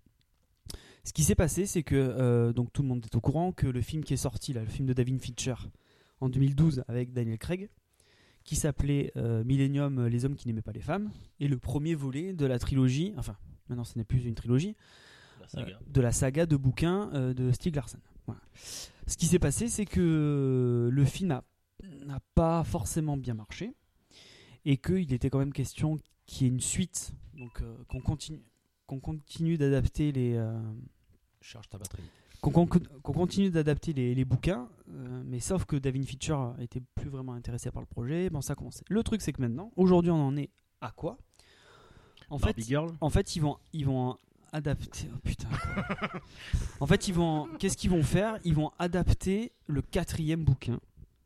Ce qui s'est passé, c'est que euh, donc tout le monde est au courant que le film qui est sorti, là, le film de David Fincher en deux mille douze avec Daniel Craig, qui s'appelait euh, Millennium, les hommes qui n'aimaient pas les femmes, est le premier volet de la trilogie, enfin, maintenant ce n'est plus une trilogie, La saga. euh, de la saga de bouquins euh, de Stieg Larsson. Voilà. Ce qui s'est passé, c'est que le film n'a, n'a pas forcément bien marché et qu'il était quand même question qu'il y ait une suite, donc euh, qu'on continue, qu'on continue d'adapter les, euh, Charge ta batterie. qu'on, qu'on- qu'on continue d'adapter les, les bouquins, euh, mais sauf que David Fincher était plus vraiment intéressé par le projet. Bon, ça a commencé. Le truc, c'est que maintenant, aujourd'hui, on en est à quoi? En fait, Barbie Girl. en fait, ils vont, ils vont adapter. Oh, putain. quoi. en fait, ils vont. Qu'est-ce qu'ils vont faire? Ils vont adapter le quatrième bouquin,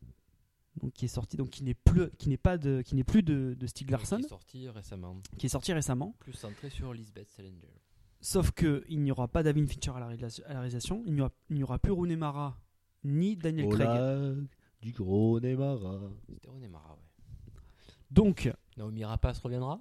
donc qui est sorti, donc qui n'est plus, qui n'est pas de, qui n'est plus de, de Stieg Larsson, Qui est sorti récemment. qui est sorti récemment. Plus centré sur Lisbeth Salander. Sauf que il n'y aura pas David Fincher à la, réalisa- à la réalisation. Il n'y aura, il n'y aura plus Rooney Mara ni Daniel Au Craig. lac du gros Nemara. C'était René Mara, ouais. Donc Naomi Rapace reviendra?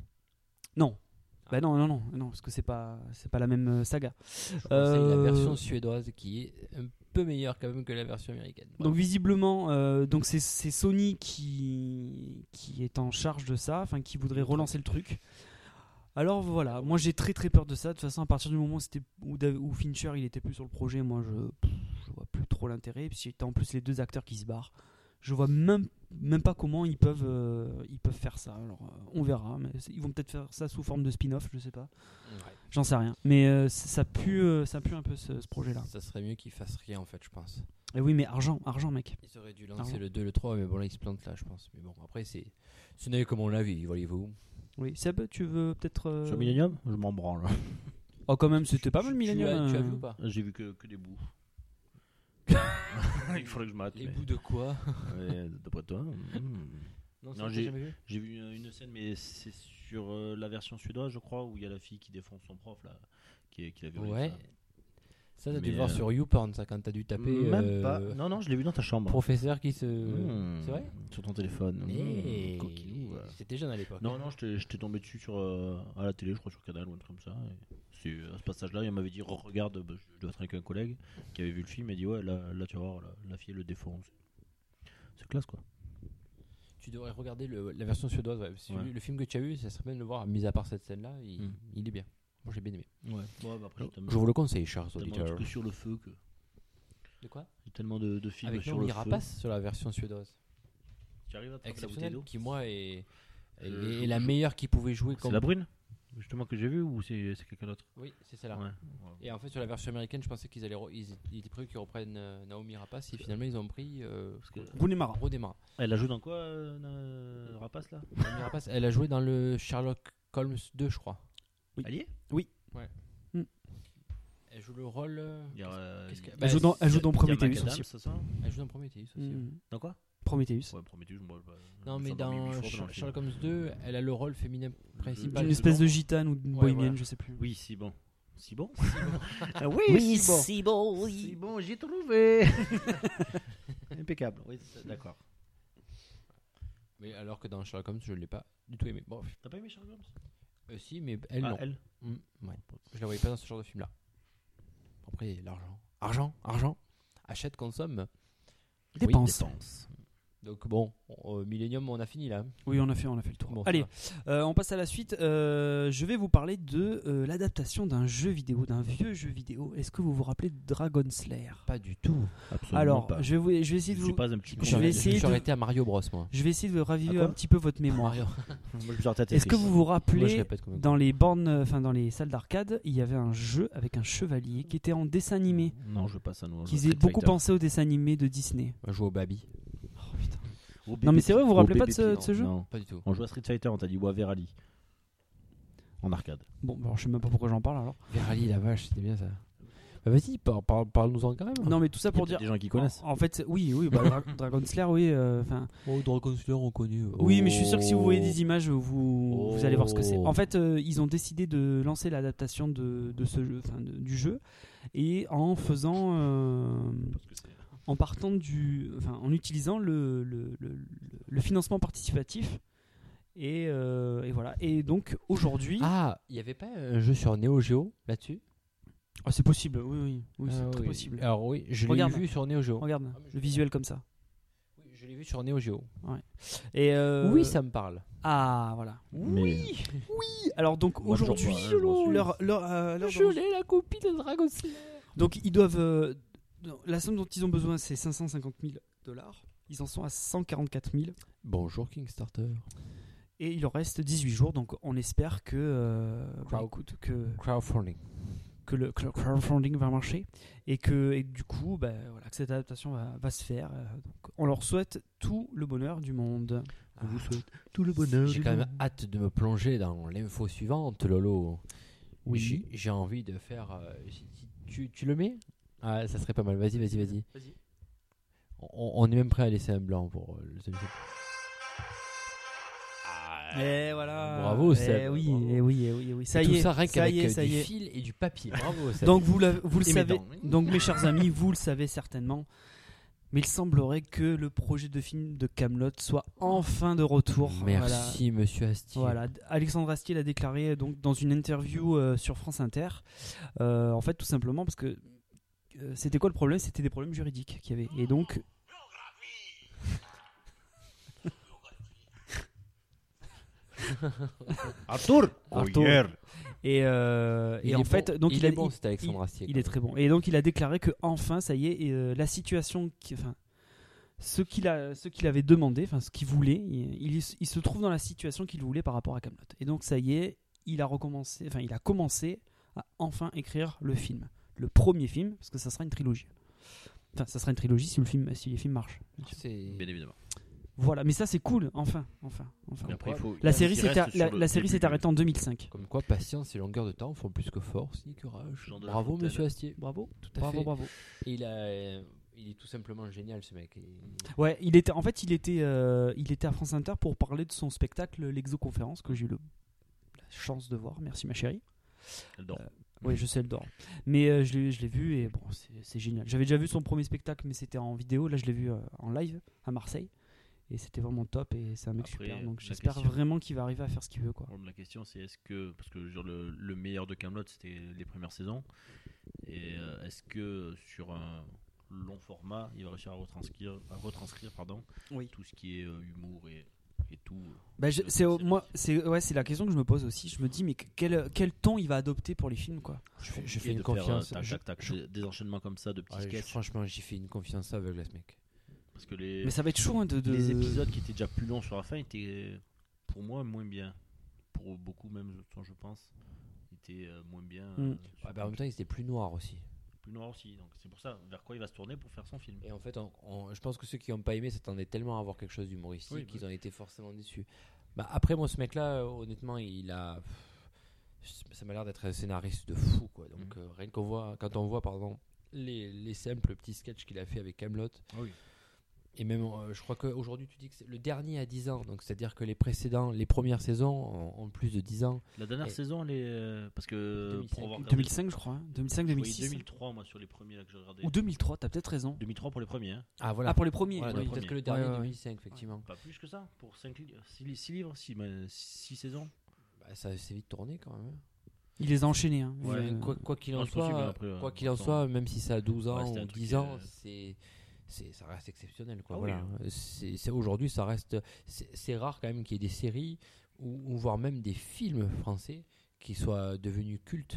non. Bah non, non, non, non, parce que c'est pas, c'est pas la même euh, saga. Je vous conseille la Euh, version suédoise qui est un peu meilleure quand même que la version américaine. Donc visiblement, euh, donc c'est, c'est Sony qui, qui est en charge de ça, enfin qui voudrait relancer le truc. Alors voilà, moi j'ai très très peur de ça. De toute façon, à partir du moment où, c'était, où, Dav- où Fincher il était plus sur le projet, moi je, pff, je vois plus trop l'intérêt. Puis si t'as en plus les deux acteurs qui se barrent, je vois même, même pas comment ils peuvent, euh, ils peuvent faire ça. Alors euh, on verra, mais c'est- ils vont peut-être faire ça sous forme de spin-off, je sais pas. Ouais. J'en sais rien. Mais euh, c- ça pue, euh, ça pue un peu ce, ce projet-là. Ça serait mieux qu'ils fassent rien en fait, je pense. Et oui, mais argent, argent mec. Ils auraient dû lancer Argent. le deux, le trois, mais bon là ils se plantent là, je pense. Mais bon, après c'est. Ce n'est comme on l'a vu, voyez-vous. Oui, Seb, tu veux peut-être. euh, Sur Millennium, je m'en branle. Oh, quand même, c'était pas mal Tu- Millennium. Tu as, tu as euh. vu ou pas? J'ai vu que, que des bouts. Il faudrait que je m'arrête. Les mais- bouts de quoi? Ouais, d'après toi. hmm. Non, Non, ça, j'ai- t'as jamais vu? J'ai vu une, une scène, mais c'est sur euh, la version suédoise, je crois, où il y a la fille qui défonce son prof, là, qui, qui l'a violé. Ouais. ça. Ça, t'as dû Mais, le voir euh, sur YouPorn, ça, quand t'as dû taper. Même euh, pas. Non, non, je l'ai vu dans ta chambre. Professeur qui se. Hmm. C'est vrai? Sur ton téléphone. Hmm, Eh, coquinou, ouais. C'était jeune à l'époque. Non, non, j'étais j'étais tombé dessus sur, euh, à la télé, je crois, sur Canal ou un truc comme ça. Et c'est à ce passage-là, il m'avait dit oh, regarde, bah, je dois être avec un collègue qui avait vu le film et dit ouais, là, là tu vas voir, la, la fille elle le défonce. C'est classe quoi. Tu devrais regarder le- la version suédoise. Ouais. Parce que Ouais. Le film que tu as vu, ça serait bien de le voir. Mis à part cette scène-là, il, Hmm. il est bien. Moi j'ai bien aimé. Ouais, ouais bah après, j'ai tellement, Je vous le conseille, chers tellement de auditeurs. trucs sur le feu que. De quoi? J'ai tellement de, de films Avec sur Naomi le feu. Rapace sur la version suédoise. Tu arrives à attraper la bouteille Exceptionnelle, d'eau qui moi est, est, Euh, est la meilleure qui pouvait jouer C'est comme. la brune justement que j'ai vu ou c'est c'est quelqu'un d'autre? Oui, c'est celle-là. Ouais. Et en fait, sur la version américaine, je pensais qu'ils allaient, re- ils, ils étaient prévus qu'ils reprennent euh, Naomi Rapace et finalement ils ont pris euh, Parce que Rooney Mara. Rooney Mara. elle a joué dans quoi, euh, euh, Rapace là? Naomi Rapace, elle a joué dans le Sherlock Holmes deux, je crois. Oui. Elle y est? Elle joue le rôle. euh, Il y a, euh, qu'est-ce il y que- a- Elle joue dans, elle joue dans il y a Prometheus McAdams, aussi. c'est ça? Elle joue dans Prometheus aussi. ouais. Mm. Dans quoi? Prometheus. Ouais, Prometheus, moi, bah, Non, je mais me suis endormi dans huit fois Sh- pendant le film. Sherlock Holmes deux, elle a le rôle féminin principal. Une espèce de dedans. gitane ou de Ouais, bohémienne, voilà. je sais plus. Oui, si bon. Si bon? Ah oui, Oui, si bon. si bon, Si oui. bon, j'ai trouvé. Impeccable. Oui, c'est- d'accord. Mais alors que dans Sherlock Holmes, je ne l'ai pas du tout aimé. Bon, T'as pas aimé Sherlock Holmes? euh, si, mais elle, Ah, non. elle. Mm, ouais. Je la voyais pas dans ce genre de film-là. Après, l'argent. Argent, argent. Achète, consomme. Dépense. Oui, dépense. Donc bon, euh, Millennium, on a fini là. Oui, on a fait, on a fait le tour. Bon, Allez, euh, on passe à la suite. Euh, je vais vous parler de euh, l'adaptation d'un jeu vidéo, d'un vieux jeu vidéo. Est-ce que vous vous rappelez de Dragon Slayer? Pas du tout. Absolument Alors, pas. je vais, vous- je vais essayer Je de suis vous, pas un petit con. Je vais essayer J'aurais de- été à Mario Bros moi. je vais essayer de raviver À quoi un petit peu votre mémoire. Mario. Moi, je me suis retenu à Est-ce que Tetris. vous vous Moi, je rappelez répète comme dans les bornes, enfin dans les salles d'arcade, il y avait un jeu avec un chevalier qui était en dessin animé, Non, je veux pas ça. Nous, qui faisait beaucoup penser aux dessins animés de Disney. On joue au Babi. Oh putain. Non, mais c'est vrai, vous vous rappelez pas de ce- de ce jeu? Non. Pas du tout. On joue à Street Fighter, on t'a dit ou à Verali. En arcade. Bon, bon, je sais même pas pourquoi j'en parle alors. Verali, la vache, c'était bien ça. Bah, vas-y, par- par- parle-nous-en quand même. Non, mais tout ça Il y a pour peut-être dire. des gens qui connaissent. En, en fait, oui, oui, bah, Dra- Dragon Slayer, oui. euh, Enfin, Oh, Dragon Slayer, on connaît. oui, mais je suis sûr que si vous voyez des images, vous, Oh. vous allez voir ce que c'est. En fait, euh, ils ont décidé de lancer l'adaptation de, de ce jeu, enfin, de- du jeu, et en faisant, euh, Parce que c'est- en partant du, enfin, en utilisant le, le, le, le financement participatif. Et, euh, et voilà. Et donc aujourd'hui, Ah, il y avait pas un jeu sur Neo Geo là-dessus? ah, c'est possible. Oui, oui, oui, c'est Ah, très oui. possible. Alors oui, je l'ai Regarde. vu sur Neo Geo. Regarde Ah, mais je le sais visuel comme ça. Oui, je l'ai vu sur Neo Geo. Et euh, Oui, ça me parle. Ah, voilà. Mais- Oui, alors donc Moi, je aujourd'hui, vois, hein, je m'en suis. leur, leur, euh, leur- Je l'ai, la copie de Dragon Slayer. donc ils doivent, euh, la somme dont ils ont besoin, c'est cinq cent cinquante mille dollars. Ils en sont à cent quarante-quatre mille Bonjour Kickstarter. et il leur reste dix-huit jours. Donc on espère que, euh, bah, Crowd- écoute, que Crowdfunding. que le que le crowdfunding va marcher et que, et que du coup, bah, voilà, que cette adaptation va, va se faire. Euh, donc on leur souhaite tout le bonheur du monde. On vous souhaite tout le bonheur. J'ai du quand même monde. hâte de me plonger dans l'info suivante, Lolo. Oui. J'ai- J'ai envie de faire. euh, si- si- tu, tu le mets? Ah, ça serait pas mal. Vas-y, vas-y, vas-y. Vas-y. On, on est même prêt à laisser un blanc pour euh, le téléphone. Et voilà. Bravo, Eh Seb. oui, Bravo. eh oui, eh oui, eh oui. Ça Et y tout est, ça rien ça qu'avec y est, euh, ça du y est. fil et du papier. Bravo, Seb. Donc vous, l'avez- vous le Et mes savez, dents. donc mes chers amis, vous le savez certainement, mais il semblerait que le projet de film de Kaamelott soit enfin de retour. Merci, monsieur Astier. Voilà. Voilà. Alexandre Astier l'a déclaré donc dans une interview euh, sur France Inter. Euh, en fait, tout simplement parce que euh, c'était quoi le problème? C'était des problèmes juridiques qu'il y avait. Et donc. Arthur Arthur. Hier. Et, euh, Il et est en bon. fait, donc il, il, est a, bon, il- c'est Alexandre il- Astier. il quand est très bon. Et donc il a déclaré que enfin, ça y est, et, euh, la situation, qui, enfin, ce qu'il a, ce qu'il avait demandé, enfin ce qu'il voulait, il, il- il se trouve dans la situation qu'il voulait par rapport à Kaamelott. Et donc ça y est, il a recommencé, enfin il a commencé à enfin écrire le film, le premier film, parce que ça sera une trilogie. Enfin, ça sera une trilogie si le film, si les films marchent. bien sûr. C'est Bien évidemment. Voilà, mais ça c'est cool, enfin, enfin, enfin. Et après, il faut- La il faut série qu'il s'est reste ar- sur la, le la série début s'est du- arrêtée en deux mille cinq. comme quoi patience et longueur de temps font plus que force ni courage. Jean de la Bravo, Fontaine. monsieur Astier. Bravo, Tout à bravo, fait. bravo. Et il, a, euh, il est tout simplement génial, ce mec. Et- Ouais, il était, en fait, il était, euh, il était à France Inter pour parler de son spectacle L'Exoconférence que j'ai eu le- la chance de voir. Merci ma chérie. Elle dort. Oui, je sais, elle dort. Mais euh, je l'ai, je l'ai vu et bon, c'est, c'est génial. J'avais déjà vu son premier spectacle, mais c'était en vidéo. Là, je l'ai vu euh, en live à Marseille et c'était vraiment top. Et c'est un mec Après, super. Donc la j'espère question- vraiment qu'il va arriver à faire ce qu'il veut, quoi. Bon, la question c'est est-ce que parce que genre, le, le meilleur de Kaamelott c'était les premières saisons et euh, est-ce que sur un long format il va réussir à retranscrire à retranscrire pardon Oui. tout ce qui est euh, humour et, et tout euh, Bah, je- de c'est cette au- série. moi, c'est ouais, c'est la question que je me pose aussi. Je me dis, mais quel, quel ton il va adopter pour les films, quoi. Je fais, je Et fais de une faire, euh, confiance. tac, je- tac, tac, je- des, des enchaînements comme ça de petits Ouais, je- sketchs franchement, j'ai fait une confiance aveugle à ce mec. parce que les, Mais ça va être chaud hein, de, de... les épisodes qui étaient déjà plus longs sur la fin étaient pour moi moins bien pour beaucoup même je, je pense étaient euh, moins bien Mm. euh, sur- Ouais, bah, en même temps, il était plus noir aussi. plus noir aussi donc c'est pour ça vers quoi il va se tourner pour faire son film. Et en fait, on- on- je pense que ceux qui n'ont pas aimé s'attendaient tellement à avoir quelque chose d'humoristique Oui, qu'ils bah. ont été forcément déçus. Bah, après, moi, ce mec-là, euh, honnêtement, il a. pff, Ça m'a l'air d'être un scénariste de fou, quoi. Donc, Mhm. euh, rien qu'on voit, quand on voit, pardon, les, les simples petits sketchs qu'il a fait avec Kaamelott. Oui. Et même, euh, je crois qu'aujourd'hui, tu dis que c'est le dernier à dix ans. Donc, c'est-à-dire que les précédents, les premières saisons ont, ont plus de dix ans. La dernière Et- saison, elle est. euh, parce que. deux mille cinq. Pour avoir regardé- deux mille cinq, je crois. hein. deux mille cinq, je voyais deux mille six. deux mille trois, moi, sur les premiers là, que j'ai regardé. Ou deux mille trois, t'as peut-être raison. deux mille trois pour les premiers. Hein. Ah, voilà. Ah, pour les premiers. Voilà, oui. donc peut-être premier. que le dernier, Ouais, ouais, ouais. deux mille cinq, effectivement. Pas plus que ça. Pour six livres, six saisons. Bah, ça s'est vite tourné quand même. Il les a enchaînés. Hein. Ouais. Euh, Quoi quoi qu'il Non, en c'est possible, soit, mais après, euh, quoi qu'il en attends. soit, même si ça a douze Ouais, ans c'était un ou truc, dix ans, euh, c'est c'est, ça reste exceptionnel. Quoi. Ah voilà. oui. c'est, c'est, aujourd'hui, ça reste. C'est, c'est rare quand même qu'il y ait des séries ou, ou voire même des films français qui soient devenus cultes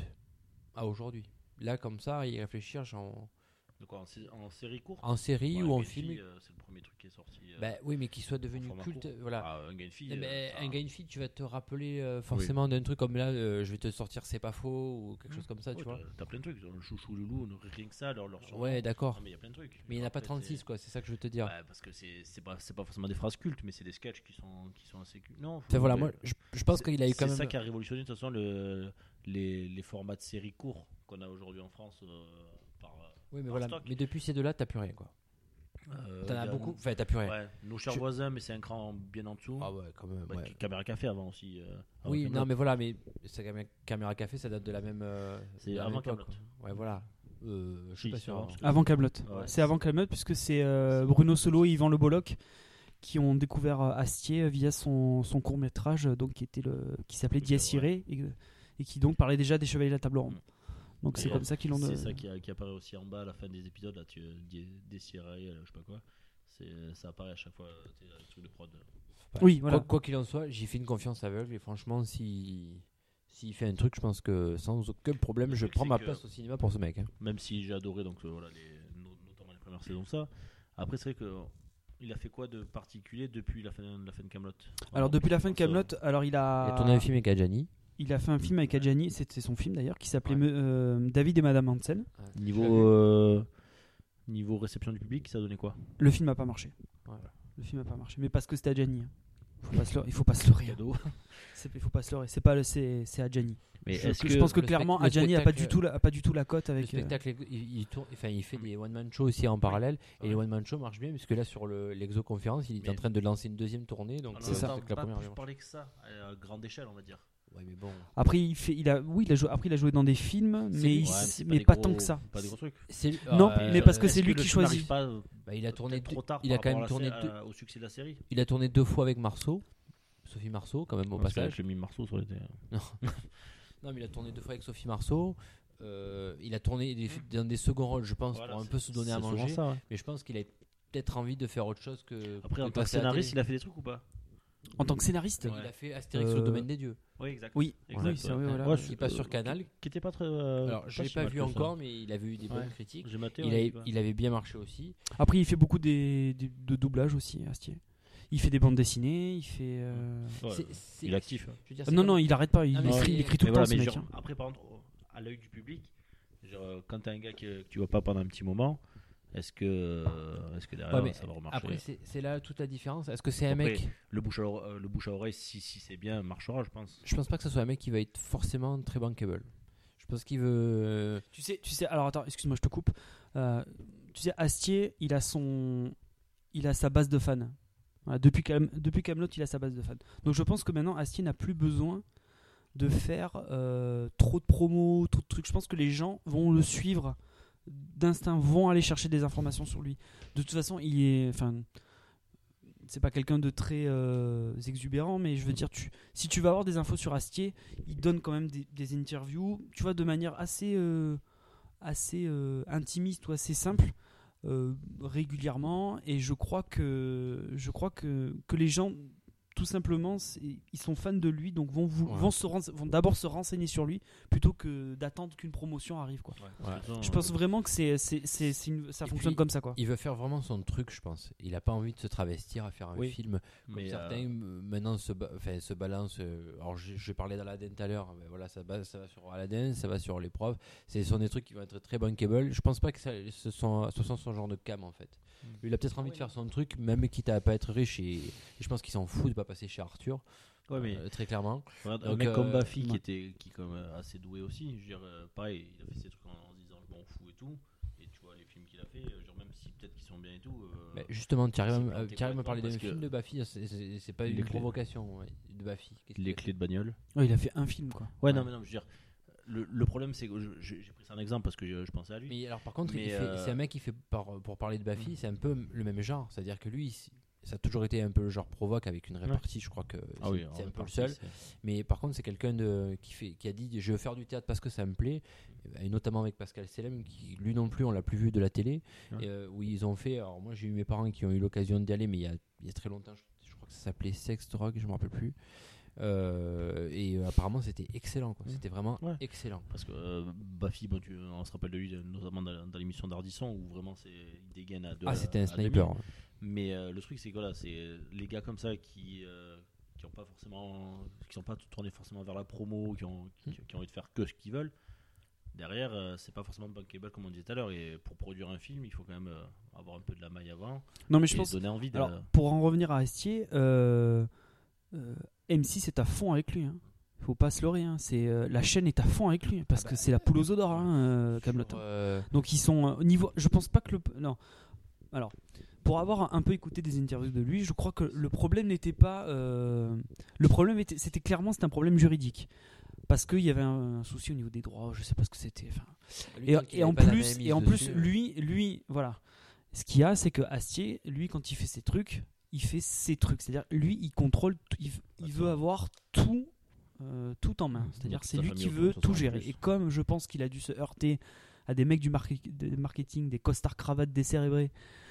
à aujourd'hui. Là, comme ça, y réfléchir, genre. De quoi, en, sé- en série courte En série Ouais, ou Un en gars et film. fille, euh, c'est le premier truc qui est sorti. euh, Bah, oui, mais qui soit devenu format culte. court. Voilà. Ah, un gars et une fille. Eh ben, euh, ça- un gars et une fille, tu vas te rappeler euh, forcément d'un truc comme là, euh, je vais te sortir C'est pas faux ou quelque chose comme ça, Ouais, tu vois. t'as, t'as plein de trucs. Le chouchou loulou, rien que ça, leur, leur surnom. Ouais, d'accord. Ah, mais il y a plein de trucs. Mais il n'y en a pas Après, trente-six, c'est- quoi, c'est ça que je veux te dire. Ouais, parce que c'est, c'est, pas, c'est pas forcément des phrases cultes, mais c'est des sketchs qui sont, qui sont assez cultes. Non, faut- Enfin, voilà, ouais. moi, je, je pense C'est- qu'il a eu quand c'est même. ça qui a révolutionné de toute façon le, les, les formats de séries courts qu'on a aujourd'hui en France euh, par, Oui, mais par voilà. stock. Mais depuis ces deux-là, t'as plus rien, quoi. Euh, T'en il y as a- beaucoup. Enfin, t'as plus rien. Ouais, nos chers Je- voisins, mais c'est un cran bien en dessous. Ah ouais, quand même. Bah, ouais. Caméra Café avant aussi. euh, avant Oui, Kaamelott. non, mais voilà, mais ça, Camé- Caméra Café, ça date de la même. euh, C'est de la avant même époque, Kaamelott. quoi. Ouais, voilà. Euh, je suis Si, pas c'est sûr. avant, hein. parce que- Avant Camelot. Ouais. C'est avant Camelot puisque c'est euh, Bruno Solo et Yvan Le Bolloc qui ont découvert euh, Astier euh, via son, son court métrage donc qui était le qui s'appelait Oui, Dies c'est Irae et, et qui donc parlait déjà des Chevaliers de la Table Ronde. Donc Et c'est comme ça qu'ils l'ont. C'est de- ça qui, a- qui apparaît aussi en bas à la fin des épisodes. Là, tu décirais, je sais pas quoi. C'est, ça apparaît à chaque fois, tu sais, le truc de prod. Ouais. Oui, voilà. Quoi, quoi qu'il en soit, j'y fais une confiance aveugle et franchement, si s'il fait un truc, je pense que sans aucun problème, Le je truc, prends c'est ma que- place au cinéma pour ce mec. hein. Même si j'ai adoré, donc euh, voilà, les, no- notamment les premières saisons, ça. Après, c'est vrai que. Il a fait quoi de particulier depuis la fin, la fin de Kaamelott Alors depuis la fin de Je pense, Camelot, alors il a Il a tourné un film avec Adjani. il a fait un film avec Adjani, c'est c'est son film d'ailleurs qui s'appelait Ouais. Me- euh, David et Madame Hansen. euh, Niveau, euh, niveau réception du public, ça donnait quoi Le film a pas marché. Ouais. Le film a pas marché, mais parce que c'était Adjani. hein. Faut pas se leurrer- il faut pas se leurrer. hein. Cadeau. C'est- Il faut pas se leurrer. C'est pas le c'est c'est Adjani. Mais Je, est-ce que- que je pense que le clairement spect- le Adjani a pas spectacle- du tout la, a pas du tout la cote Le avec. euh, spectacle, il, il, tourne, enfin, il fait des one-man shows aussi en parallèle. Et les one-man shows marchent bien, puisque là, sur le, l'exoconférence, il est Mais- en train de lancer une deuxième tournée. Donc, Ah, c'est non, ça. attends, que la pas première plus vient. parler que ça, à grande échelle, on va dire. Ouais, mais bon. Après il fait il a oui il a joué après il a joué dans des films C'est mais lui. il- Ouais, mais, c'est pas, des tant gros- que ça. Pas des gros trucs. C'est, Non, euh, mais parce que Est-ce c'est lui le qui film choisit. n'arrive pas euh, bah, il a tourné peut-être deux- trop tard il a par quand même rapport à tourné la deux, sé- à- au succès de la série. il a tourné deux fois avec Marceau, Sophie Marceau, quand même au Parce passage. qu'avec le mime Marceau, ça aurait été. Non, mais il a tourné deux fois avec Sophie Marceau. Euh, il a tourné des- dans des seconds rôles, je pense, Voilà, pour un c'est- peu se donner c'est à souvent manger. ça, ouais. Mais je pense qu'il a peut-être envie de faire autre chose que. Après, de en tant que passer à la scénariste, il télé. a fait des trucs ou pas En tant que scénariste. Ouais. Il a fait Astérix, Euh, le domaine des dieux. Oui, exact. Oui, Exact, oui, c'est ouais. vrai, voilà. Ouais, Qui passe sur Canal. Qui était pas très. euh, Alors, je pas l'ai si pas mal vu que ça. encore, mais il avait eu des bonnes Ouais. critiques. J'ai maté. Il, ouais, avait, c'est pas- il avait bien marché aussi. Après il fait beaucoup des, des- de doublage aussi Astier. Il fait des bandes dessinées, il fait euh, Ouais, C'est- c'est- Il est actif. je veux dire, c'est non comme- non il arrête pas, il, Ah, mais écrit, c'est- il écrit tout Mais le voilà, temps ce mais mec. genre, hein. après, par contre, au- à l'œil du public, genre, euh, quand t'as un gars que, que tu vois pas pendant un petit moment, est-ce que, euh, est-ce que derrière Ouais, mais ça va remarcher Après, c'est c'est là toute la différence. Est-ce que c'est un Après, mec. le bouche à l'ore- euh, le bouche à oreille, si, si c'est bien, marchera, je pense. Je pense pas que ce soit un mec qui va être forcément très bankable. Je pense qu'il veut. Tu sais, tu sais, alors attends, excuse-moi, je te coupe. Euh, tu sais, Astier, il a son, il a sa base de fans. Voilà, depuis Cam- depuis Kaamelott, il a sa base de fans. Donc je pense que maintenant, Astier n'a plus besoin de faire euh, trop de promos, trop de trucs. Je pense que les gens vont le suivre d'instinct, vont aller chercher des informations sur lui. De toute façon, il est, enfin, c'est pas quelqu'un de très euh, exubérant, mais je veux dire, tu, si tu vas avoir des infos sur Astier, il donne quand même des, des interviews, tu vois, de manière assez, euh, assez euh, intimiste ou assez simple, euh, régulièrement. Et je crois que, je crois que, que les gens, tout simplement, c'est- ils sont fans de lui, donc vont, vous, Ouais. vont, se rense- vont d'abord se renseigner sur lui plutôt que d'attendre qu'une promotion arrive, quoi. Ouais. Je pense vraiment que c'est, c'est, c'est, c'est une- ça Et fonctionne puis, comme ça, quoi. Il veut faire vraiment son truc, je pense. Il a pas envie de se travestir à faire un Oui. film comme Mais, certains euh, maintenant se, ba- enfin, se balancent. euh, alors, je, je parlais d'Aladdin tout à l'heure. Ben voilà, ça, ba- ça va sur Aladdin, ça va sur l'épreuve. Ce sont des trucs qui vont être très bankable. Je pense pas que ça, ce, sont, ce soit son genre de cam en fait. Lui, il a peut-être envie de faire son truc, même quitte à pas être riche. Et, et je pense qu'il s'en fout de pas passer chez Arthur. Ouais, mais euh, très clairement. regarde, un donc, mec comme euh, Baffy qui ouais. était qui est quand même assez doué aussi, je veux dire, euh, pareil, il a fait ses trucs en, en se disant je m'en fous et tout. Et tu vois, les films qu'il a fait, euh, genre, même si peut-être qu'ils sont bien et tout. euh, Mais justement, tu arrives à c'est me- planté tu arrives à me parler d'un complètement film parce de Baffy. C'est- C'est c'est pas Les une clés. provocation ouais, de Baffy. Qu'est-ce les qu'il a clés de bagnole. Ouais, il a fait un film, quoi. Ouais, Ouais. non, mais non, je veux dire, le, le problème c'est que je- je- j'ai pris ça en exemple parce que je, je pensais à lui. Mais alors par contre, Mais, il fait- euh, c'est un mec qui fait par- pour parler de Baffy, c'est un peu le même genre, c'est-à-dire que lui, il- ça a toujours été un peu le genre provoque avec une répartie. Je crois que Ah oui, c'est alors, un peu le répartie, seul. c'est- Mais par contre, c'est quelqu'un de, qui, fait, qui a dit je veux faire du théâtre parce que ça me plaît. Et notamment avec Pascal Selem, qui lui non plus, on l'a plus vu de la télé. Ouais. Et, euh, où ils ont fait. Alors, moi, j'ai eu mes parents qui ont eu l'occasion d'y aller, mais il y a, il y a très longtemps. Je, je crois que ça s'appelait Sex Drogue, je me rappelle plus. Euh, et euh, apparemment, c'était excellent. Quoi. C'était vraiment Ouais. excellent. Parce que euh, Baffy, bon, tu, on se rappelle de lui notamment dans, dans l'émission d'Ardisson où vraiment c'est, il dégaine à deux. Ah, c'était un à sniper. demi. Mais euh, le truc, c'est que voilà, c'est les gars comme ça qui euh, qui ont pas forcément, qui sont pas tournés forcément vers la promo, qui ont, qui, qui ont envie de faire que ce qu'ils veulent. Derrière, euh, c'est pas forcément bankable comme on disait tout à l'heure. Et pour produire un film, il faut quand même euh, avoir un peu de la maille avant. Non, mais je et pense. donner envie de. Alors, pour en revenir à Astier, euh, euh, M six est à fond avec lui. Hein. Faut pas se leurrer. Hein. C'est, euh, la chaîne est à fond avec lui parce Ah bah, que c'est la poule aux œufs d'or, hein, euh, Kaamelott. Sur, euh, Donc ils sont euh, au niveau. Je pense pas que le. Non. Alors, pour avoir un peu écouté des interviews de lui, je crois que le problème n'était pas. Euh, le problème était, c'était clairement, c'était un problème juridique. Parce qu'il y avait un, un souci au niveau des droits, je sais pas ce que c'était. Enfin, lui, et, tant qu'il et en avait pas la plus, mainmise et en dessus, plus, euh, lui, lui, voilà. Ce qu'il y a, c'est que Astier, lui, quand il fait ses trucs, il fait ses trucs. C'est-à-dire, lui, il contrôle, tout, il, il veut avoir tout, euh, tout en main. C'est-à-dire, toute c'est sa lui famille qui autour, veut ça, tout ça, en gérer. plus. Et comme je pense qu'il a dû se heurter à des mecs du marque- de marketing, des costards cravates décérébrés,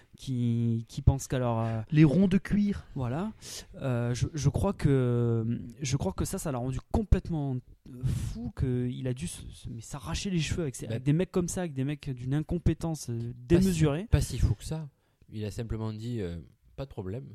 qui, qui pensent qu'à leur euh, les ronds de cuir. voilà, euh, je, je crois que je crois que ça, ça l'a rendu complètement fou, qu'il a dû se, se- mais s'arracher les cheveux avec, ces- Bah, avec des mecs comme ça, avec des mecs d'une incompétence euh, démesurée. Pas si fou que ça. Il a simplement dit euh, pas de problème.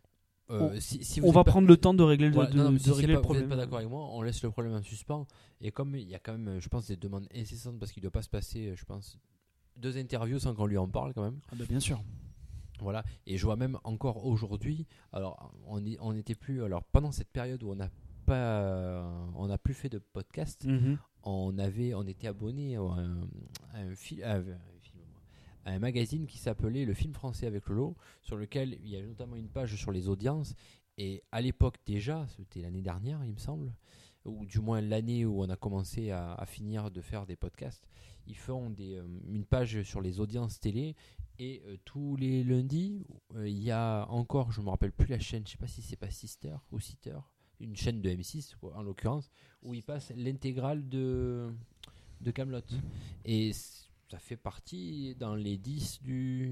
Euh, On- si, si vous On êtes va pas- prendre le temps de régler le, Voilà, de, non, non, mais de si c'est régler pas- le vous n'êtes problème. pas d'accord avec moi, on laisse le problème en suspens. Et comme il y a quand même, je pense, des demandes incessantes parce qu'il ne doit pas se passer, je pense, deux interviews sans qu'on lui en parle quand même. Ah bah, bien sûr. Voilà. Et je vois même encore aujourd'hui, alors on y- on n'était plus, alors pendant cette période où on n'a pas, on n'a plus fait de podcast, Mhm. on avait, on était abonné à un, à un, fi- à un film, à un magazine qui s'appelait Le Film Français avec Lolo, sur lequel il y avait notamment une page sur les audiences. Et à l'époque déjà, c'était l'année dernière, il me semble, ou du moins l'année où on a commencé à, à finir de faire des podcasts, ils font des, euh, une page sur les audiences télé. Et euh, tous les lundis, euh, il y a encore, je me rappelle plus la chaîne, je sais pas si c'est pas Sister ou Sister, une chaîne de M six quoi, en l'occurrence, où ils passent l'intégrale de de Kaamelott. Et c- ça fait partie dans les dix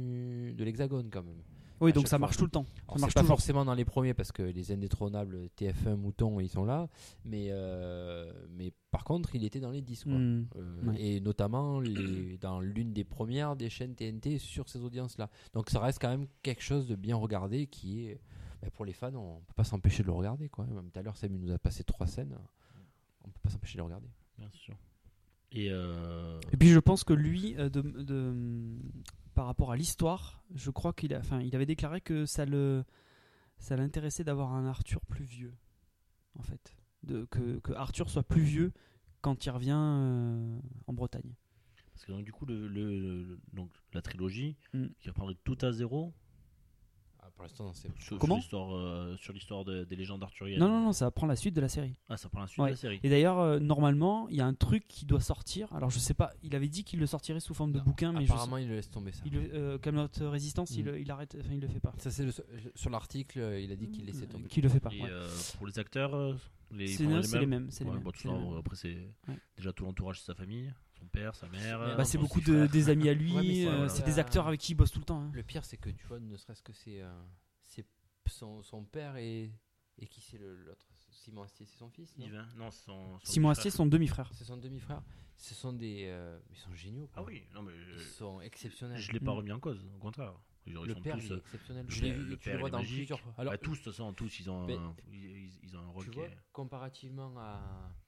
du de l'Hexagone quand même. Oui, À donc chaque ça fois. marche tout le temps. Alors, Ça c'est marche pas toujours. forcément dans les premiers parce que les indétrônables T F un Mouton ils sont là, mais euh, mais par contre il était dans les dix quoi. Mm. Euh, Ouais. Et notamment les, dans l'une des premières des chaînes T N T sur ces audiences là. Donc ça reste quand même quelque chose de bien regardé qui est bah, pour les fans, on peut pas s'empêcher de le regarder quoi. Même tout à l'heure Sam il nous a passé trois scènes, on peut pas s'empêcher de le regarder. Bien sûr. Et euh, Et puis je pense que lui, euh, de, de, par rapport à l'histoire, je crois qu'il a, enfin, il avait déclaré que ça le, ça l'intéressait d'avoir un Arthur plus vieux, en fait, de, que, que Arthur soit plus vieux quand il revient euh, en Bretagne. parce que donc, du coup le, le- le- donc la trilogie Mm. qui reprend de tout à zéro Ah, pour l'instant c'est sur, Comment sur l'histoire euh, sur l'histoire de- des légendes arthuriennes. Non, non, non, ça prend la suite de la série. Ah, ça prend la suite Ouais. de la série. Et d'ailleurs, euh, normalement, il y a un truc qui doit sortir. Alors, je sais pas, il avait dit qu'il le sortirait sous forme de Non, bouquin, mais je apparemment il le laisse tomber ça. sais, il le- euh, Kaamelott Résistance, il, Mm. il arrête, enfin, il le fait pas. Ça c'est le- sur l'article, euh, il a dit qu'il laissait tomber. Qu'il le fait pas. Et ouais. euh, pour les acteurs, euh, les, C'est ils font non, c'est les mêmes, c'est les Ouais, mêmes, bon, tout c'est ça, les mêmes. après c'est Ouais. déjà tout l'entourage de sa famille, son père, sa mère. Bah, Bah, euh, c'est ses beaucoup de, frères. des amis à lui, Ouais, mais c'est- euh, voilà. c'est des acteurs avec qui il bosse tout le temps. hein. Le pire, c'est que tu vois, ne serait-ce que c'est euh, c'est son, son père et, et qui c'est le- l'autre Simon Astier, c'est son fils non Yvain, non, son, son Simon petit Astier, frère. son demi-frère. C'est son demi-frère. Ce sont des. euh, ils sont géniaux. Ah quoi. oui, non mais Ils je, sont exceptionnels. je l'ai pas Mm. remis en cause, au contraire. Ils, ils Le sont père tous, il est euh, exceptionnel. le Je l'ai père- vu, le tu père le vois est dans magique. plusieurs. Alors, bah, tous, de toute façon, tous, ils ont, Mais- un- ils, ils- ils ont un rôle tu qui vois, est... comparativement à,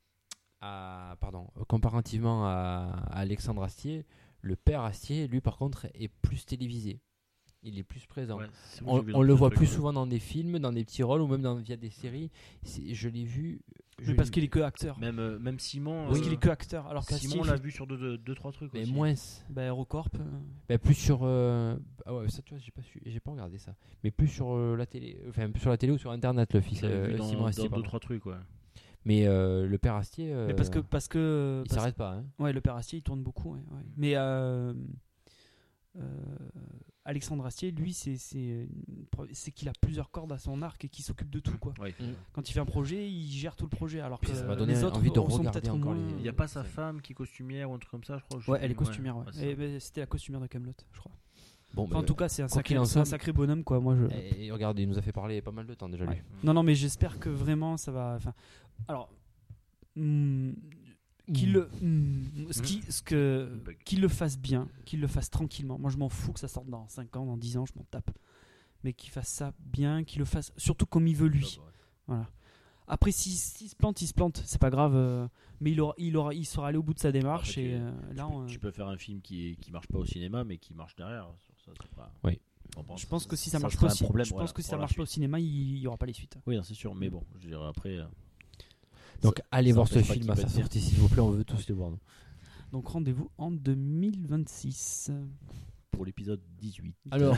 à pardon, euh, comparativement à, à Alexandre Astier, le père Astier, lui par contre, est plus télévisé. Il est plus présent. Ouais, c'est bon, On, j'ai vu dans on le plusieurs voit trucs, plus ouais. souvent dans des films, dans des petits rôles ou même dans, via des séries. C'est- je l'ai vu. je Mais parce l'ai- qu'il est que acteur. Même, euh, même Simon, Parce euh, qu'il est que acteur. Alors qu'Astier, Simon il l'a fait- vu sur deux, deux, deux, trois trucs Mais aussi. moins. bah, Aérocorp. euh, Bah, plus sur. euh, Ah ouais, ça tu vois, j'ai pas, su... j'ai pas regardé ça. Mais plus sur euh, la télé. Enfin, plus sur la télé ou sur internet, le fils. Je l'avais euh, vu dans, Simon Astier. dans deux, pardon. trois trucs, ouais. Mais euh, le père Astier. euh, Mais parce que. Parce que Il parce- s'arrête pas. Hein. Ouais, le père Astier, il tourne beaucoup. ouais, ouais. Mais. Euh, euh, Alexandre Astier, lui, c'est, c'est, c'est qu'il a plusieurs cordes à son arc et qu'il s'occupe de tout, quoi. Ouais. Mm. Quand il fait un projet, il gère tout le projet, alors Puis que ça m'a donné les autres envie de en sont regarder peut-être encore moins... les- Il n'y a pas sa femme qui est costumière ou un truc comme ça, je crois. je Ouais, sais elle est plus. costumière, ouais. Ouais, c'est Et, ça. ben, c'était la costumière de Kaamelott, je crois. Bon, Enfin, bah, en tout cas, c'est un quoi sacré, qu'il en c'est un soit- sacré bonhomme, quoi. Moi, je... Et, et regarde, il nous a fait parler pas mal de temps déjà lui. Ouais. Non, non, mais j'espère que vraiment ça va. Enfin, alors, hmm, qu'il le, hmm, ce qui, ce que, Bug. qu'il le fasse bien, qu'il le fasse tranquillement. Moi, je m'en fous que ça sorte dans cinq ans, dans dix ans, je m'en tape. Mais qu'il fasse ça bien, qu'il le fasse surtout comme il veut lui. Ah, bah, ouais. Voilà. Après, s'il si, se plante, il se plante, c'est pas grave. euh, mais il aura, il aura, il sera allé au bout de sa démarche Après, et tu- euh, là, on, Tu peux faire un film qui, qui marche pas au cinéma, mais qui marche derrière. Sur ça, c'est pas... Oui. On pense- je pense que si ça, ça marche sera pas, un aussi, problème, je pense voilà, que si pour ça la marche pas au suite. cinéma, il y aura pas les suites. Oui, non, c'est sûr. Mais bon, je dirais après. euh, Donc ça- allez ça voir ce empêche pas film qu'il à peut sa être bien. sortie s'il vous plaît, on veut tous le voir. nous. Donc rendez-vous en deux mille vingt-six. Pour l'épisode dix-huit. Alors,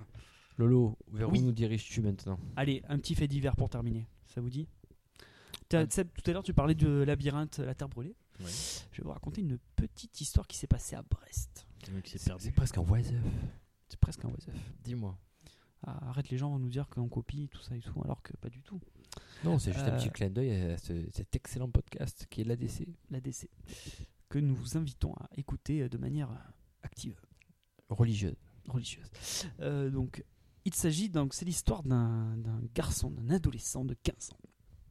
Lolo, vers Oui. où nous diriges-tu maintenant? Allez, un petit fait divers pour terminer. Ça vous dit? T'as- Ah. Seb, tout à l'heure, tu parlais de Labyrinthe, la Terre brûlée. Ouais. Je vais vous raconter une petite histoire qui s'est passée à Brest. Le mec s'est C'est perdu. c'est presque un was-up. C'est presque un was up. Dis-moi. Ah, arrête, les gens vont nous dire qu'on copie tout ça et tout, alors que pas du tout. Non, c'est juste un Euh, petit clin d'œil à ce- cet excellent podcast qui est l'A D C. L'A D C. Que nous vous invitons à écouter de manière active, Religieuse. religieuse. Euh, donc, il s'agit, donc, c'est l'histoire d'un, d'un garçon, d'un adolescent de quinze ans.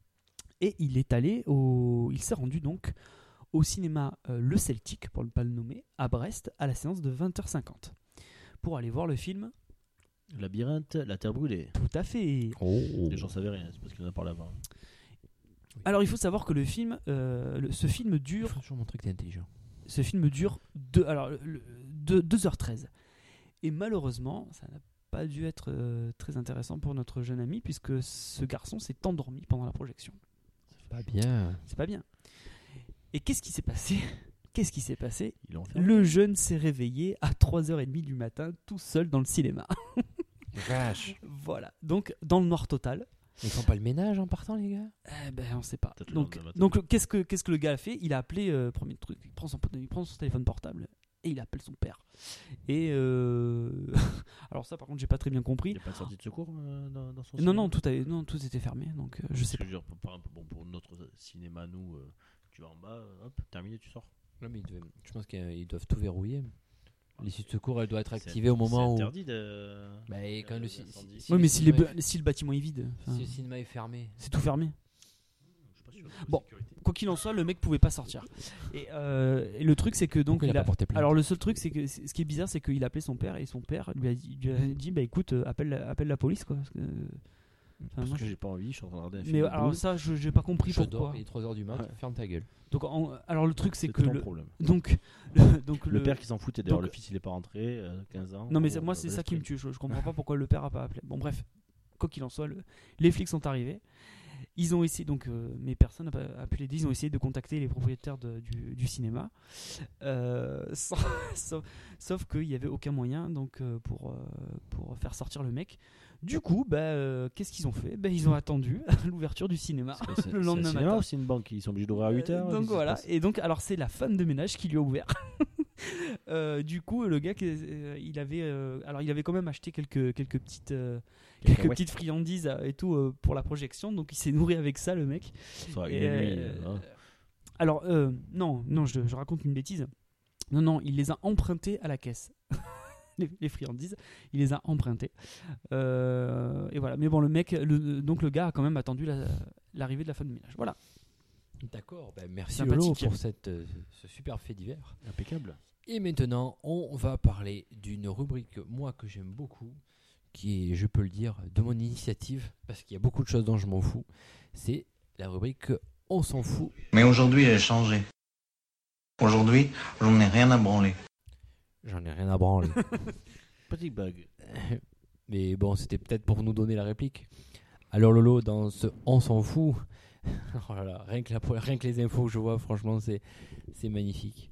Et il est allé au. Il s'est rendu donc au cinéma euh, Le Celtic, pour ne pas le nommer, à Brest, à la séance de vingt heures cinquante. Pour aller voir le film. Labyrinthe, la Terre brûlée. Tout à fait. Oh. Les gens savaient rien, c'est parce qu'il en a parlé avant. Alors il faut savoir que le film, euh, le- ce film Il dure, faut toujours montrer que t'es intelligent. ce film dure deux, alors, le- le- deux- deux heures treize. Et malheureusement, ça n'a pas dû être euh, très intéressant pour notre jeune ami, puisque ce garçon s'est endormi pendant la projection. Pas bien. C'est pas bien. Et qu'est-ce qui s'est passé Qu'est-ce qui s'est passé Ils l'ont fait. Le jeune s'est réveillé à trois heures trente du matin, tout seul dans le cinéma. Vache. Voilà, donc dans le noir total. Ils font pas le ménage en partant, les gars? Eh ben, on sait pas. Peut-être le Donc, lendemain matin. donc qu'est-ce que qu'est-ce que le gars a fait? Il a appelé euh, premier truc. Il prend son il prend son téléphone portable et il appelle son père. Et euh... alors ça, par contre, j'ai pas très bien Il compris. n'y a pas de sortie de secours euh, dans, dans son Non, cinéma non, tout avait, non, tout était fermé. Donc, euh, je Parce sais que pas. je veux dire, par exemple, bon, pour notre cinéma, nous, euh, tu vas en bas, euh, hop, terminé, tu sors. Non, mais ils devaient- je pense qu'ils doivent tout verrouiller. L'issue de secours, elle doit être C'est- activée au moment où. C'est interdit de. Bah, et quand euh, le, d'incendie. si Oui, le mais si, les cinéma ba- si le bâtiment est vide, est- enfin, si le cinéma est fermé. c'est tout fermé. Je suis pas sûr. Bon. Sécurité. Quoi qu'il en soit, le mec pouvait pas sortir. Et, euh, et le truc, c'est que donc Pourquoi il a il a- pas porté plainte? alors le seul truc, c'est que c'est- ce qui est bizarre, c'est qu'il a appelé son père et son père lui a dit, lui a dit bah écoute, euh, appelle, la- appelle la police quoi. Parce que, enfin, Parce moi, que je- j'ai pas envie, je suis en train de regarder un film. mais de alors boule. ça, je j'ai pas compris Je dors, pourquoi. il est trois heures du mat, Ouais. ferme ta gueule. Donc, en- alors le truc, c'est C'est que ton le, problème. donc le, donc Le, le- père qui s'en foutait, d'ailleurs, donc- le fils il est pas rentré, euh, quinze ans. Non mais Bon, c'est- moi bah, c'est laisse ça qui me tranquille. tue. Je, je comprends pas pourquoi le père a pas appelé. Bon bref, quoi qu'il en soit, le- les flics sont arrivés. Ils ont essayé donc, euh, mais personne n'a pas appelé. Ils ont essayé de contacter les propriétaires de- du, du cinéma, euh, sans- sauf, sauf qu'il y avait aucun moyen donc euh, pour euh, pour faire sortir le mec. Du coup, bah, euh, qu'est-ce qu'ils ont fait? Bah, ils ont attendu l'ouverture du cinéma C'est- c'est- le c'est lendemain un cinéma matin. ou c'est une banque? Ils sont obligés d'ouvrir à huit heures. Euh, donc voilà, et donc alors c'est la femme de ménage qui lui a ouvert. Euh, du coup, le gars, qui- euh, il avait, euh, alors il avait quand même acheté quelques quelques petites euh, quelques Cacahuètes. petites friandises euh, et tout euh, pour la projection, donc il s'est nourri avec ça, le mec. Soit Et, une nuit, euh, euh, hein. Alors euh, non, non, je, je raconte une bêtise. Non, non, il les a empruntés à la caisse. les, les friandises, il les a empruntées. Euh, et voilà. Mais bon, le mec, le, donc le gars a quand même attendu la- l'arrivée de la femme de ménage. Voilà. D'accord, ben merci Sympathique. Lolo pour cette, euh, ce super fait divers. Impeccable. Et maintenant, on va parler d'une rubrique, moi, que j'aime beaucoup, qui est, je peux le dire, de mon initiative, parce qu'il y a beaucoup de choses dont je m'en fous. C'est la rubrique On s'en fout. Mais aujourd'hui, elle a changé. Aujourd'hui, j'en ai rien à branler. J'en ai rien à branler. Petit bug. Mais bon, c'était peut-être pour nous donner la réplique. Alors Lolo, dans ce On s'en fout, oh là là, rien, que la, rien que les infos que je vois, franchement, c'est, c'est magnifique.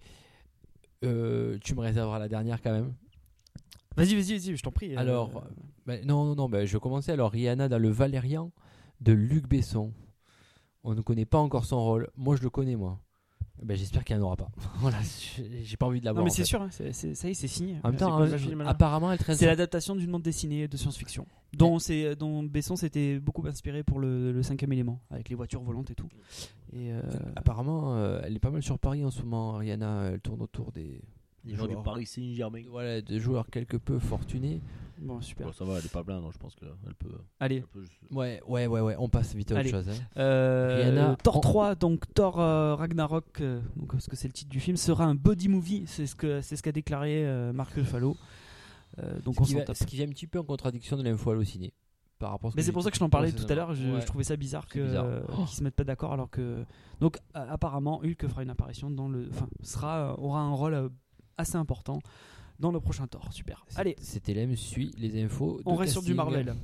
Euh, tu me réserveras la dernière quand même. Vas-y, vas-y, vas-y, je t'en prie. euh, Alors, ben, non, non, non, ben, je vais commencer. Alors, Rihanna dans le Valérian de Luc Besson. On ne connaît pas encore son rôle. Moi, je le connais, moi. Ben, j'espère qu'il n'y en aura pas. Voilà, j'ai j'ai pas envie de l'avoir. Non, mais en c'est fait. sûr, hein, c'est, c'est- ça y est, c'est signé. En même temps, quoi, euh, ce film, là apparemment, elle traîne. C'est l'adaptation d'une bande dessinée de science-fiction, dont, c'est, dont Besson s'était beaucoup inspiré pour le, le cinquième élément, avec les voitures volantes et tout. Et euh, Apparemment, euh, elle est pas mal sur Paris en ce moment. Rihanna, elle tourne autour des, Les gens du Paris Saint-Germain. voilà, de joueurs quelque peu fortunés. bon, super. Bon, ça va, elle est pas pleine, donc je pense qu'elle peut. Allez, elle peut juste- Ouais, ouais, ouais, ouais. On passe vite à autre Allez. chose. hein. euh, Rihanna, Thor on- trois, donc Thor euh, Ragnarok, euh, donc, parce que c'est le titre du film, sera un body movie. C'est ce, que, c'est ce qu'a déclaré euh, Mark Ruffalo. Euh, donc Ce on qui, s'en va- tape. ce qui vient un petit peu en contradiction de l'info Allociné. Par rapport à ce Mais que c'est j'ai pour ça dit que je t'en parlais tout à précédemment. l'heure. Je, Ouais. je trouvais ça bizarre C'est que bizarre. euh, Oh. qu'ils se mettent pas d'accord alors que donc euh, apparemment Hulk fera une apparition dans le, enfin sera euh, aura un rôle euh, assez important dans le prochain Thor. Super. C'est- Allez, C'était l'M suit les infos. on de reste sur du casting. Marvel.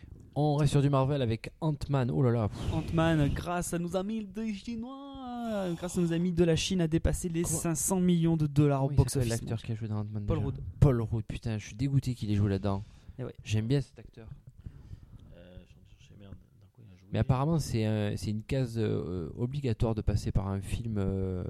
On reste sur du Marvel avec Ant-Man. Oh là là. pff, Ant-Man, grâce à nos amis des Chinois, grâce à nos amis de la Chine, a dépassé les Comment- cinq cents millions de dollars au comment il box s'appelle office. l'acteur qui a joué dans Ant-Man Paul déjà Rudd. Paul Rudd, putain, je suis dégoûté qu'il ait joué là-dedans. Eh ouais. J'aime bien cet acteur. Euh, je suis en train de chercher, merde, dans quoi il a joué. Mais apparemment, c'est un- c'est une case euh, obligatoire de passer par un film euh,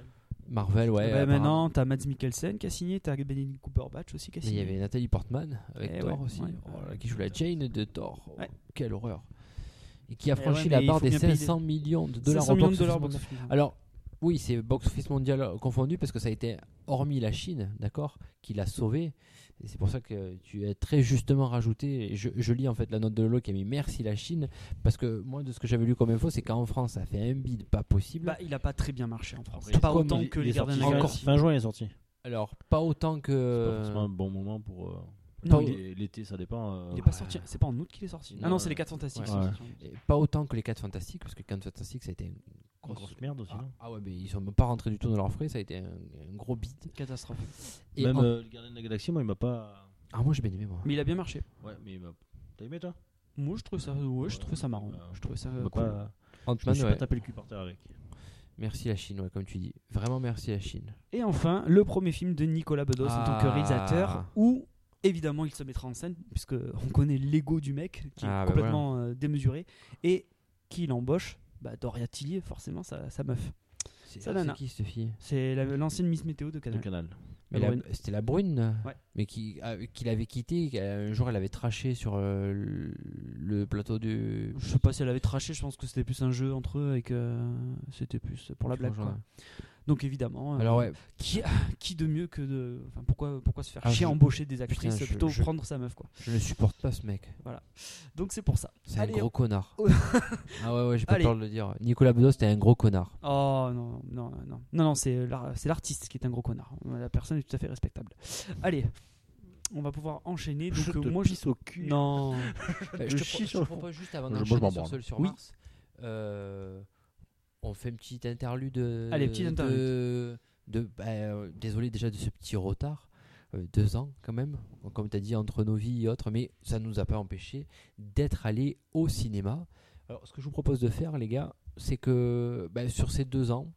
Marvel. Ouais, Eh ben, apparemment. maintenant, t'as Mads Mikkelsen qui a signé, t'as Benedict Cumberbatch aussi qui a Mais il signé. y avait Nathalie Portman avec Eh Thor ouais, aussi, ouais, oh là, ouais. qui joue la Jane de Thor. Oh, Ouais. quelle horreur. Et qui a Eh franchi ouais, la mais il barre faut des bien payer cinq cents millions de dollars cinq cents au millions box de dollars office box mondial. office. Alors, oui, c'est box office mondial confondu parce que ça a été, hormis la Chine, d'accord, qui l'a sauvé. Et c'est pour ça que tu as très justement rajouté, et je, je lis en fait la note de Lolo qui a mis merci la Chine, parce que moi de ce que j'avais lu comme info, c'est qu'en France ça a fait un bid pas possible. Bah, il a pas très bien marché en France. Après, Pas comme autant il- que il les est Gardiens de la sorti fin- Galaxie. Fin juin, il est sorti. Alors, pas autant C'est pas que. forcément un bon moment pour. euh, Non, pour il les- l'été, ça dépend. euh, Il est pas sorti. C'est pas en août qu'il est sorti. Ah Non, non, c'est ouais. les quatre Fantastiques. Ouais. qui sont Ouais. sortis en août. Et pas autant que les quatre Fantastiques, parce que les quatre Fantastiques ça a été une Grosse, grosse merde aussi. Ah, non ah ouais, mais ils sont même pas rentrés du tout dans leurs frais, ça a été un, un gros bid. Catastrophe. Et Même en- euh, le Gardien de la Galaxie, moi, il m'a pas. Ah, moi j'ai bien aimé moi. Mais il a bien marché. Ouais, mais il m'a. T'as aimé toi Moi, je trouve ça, ouais, je trouvais ça marrant. Ouais. Je trouvais ça Il m'a cool. pas. Je me Ant-Man, suis ouais. pas tapé le cul par terre avec. Merci la Chine, ouais, comme tu dis. Vraiment merci la Chine. Et enfin, le premier film de Nicolas Bedos en tant que Ah. réalisateur, où évidemment il se mettra en scène, puisque on connaît l'ego du mec qui est Ah, bah complètement euh, démesuré, et qui il embauche, bah, Doria Tillier, forcément sa, sa meuf. C'est Ça, c'est nana. qui cette fille C'est la- l'ancienne Miss Météo de Le Canal. canal. Mais La la- brune. C'était la brune, Ouais. mais qui, ah, qui l'avait quitté. Un jour, elle avait traché sur euh, le, le plateau du. Je sais pas si elle avait traché, je pense que c'était plus un jeu entre eux et que c'était plus pour la Du blague. Bonjour. Quoi. Donc évidemment, euh, Alors, ouais, qui, qui de mieux que de. Enfin, pourquoi, pourquoi se faire Ah, chier à je- embaucher des actrices, putain, je- plutôt je- prendre sa meuf quoi. je ne supporte pas ce mec. Donc c'est pour ça. C'est Allez, un gros connard. Oh. Ah ouais, ouais, j'ai pas Allez. peur de le dire. Nicolas Bedos, c'était un gros connard. Oh non, non, non, non, non, c'est l'ar- c'est l'artiste qui est un gros connard. La personne est tout à fait respectable. Allez, on va pouvoir enchaîner. Donc Je euh, te moi, je pisse au cul. non. Euh, je te, chie pro- je sur te le fond. propose juste avant Je- moi, je d'enchaîner m'en sur branle. Seul sur Oui. Mars, euh, on fait une petite interlude. euh, Allez, petite interlude. De, de- bah, euh, désolé déjà de ce petit retard. Euh, deux ans quand même, comme tu as dit, entre nos vies et autres, mais ça ne nous a pas empêché d'être allés au cinéma. Alors, ce que je vous propose de faire, les gars, c'est que bah, sur ces deux ans,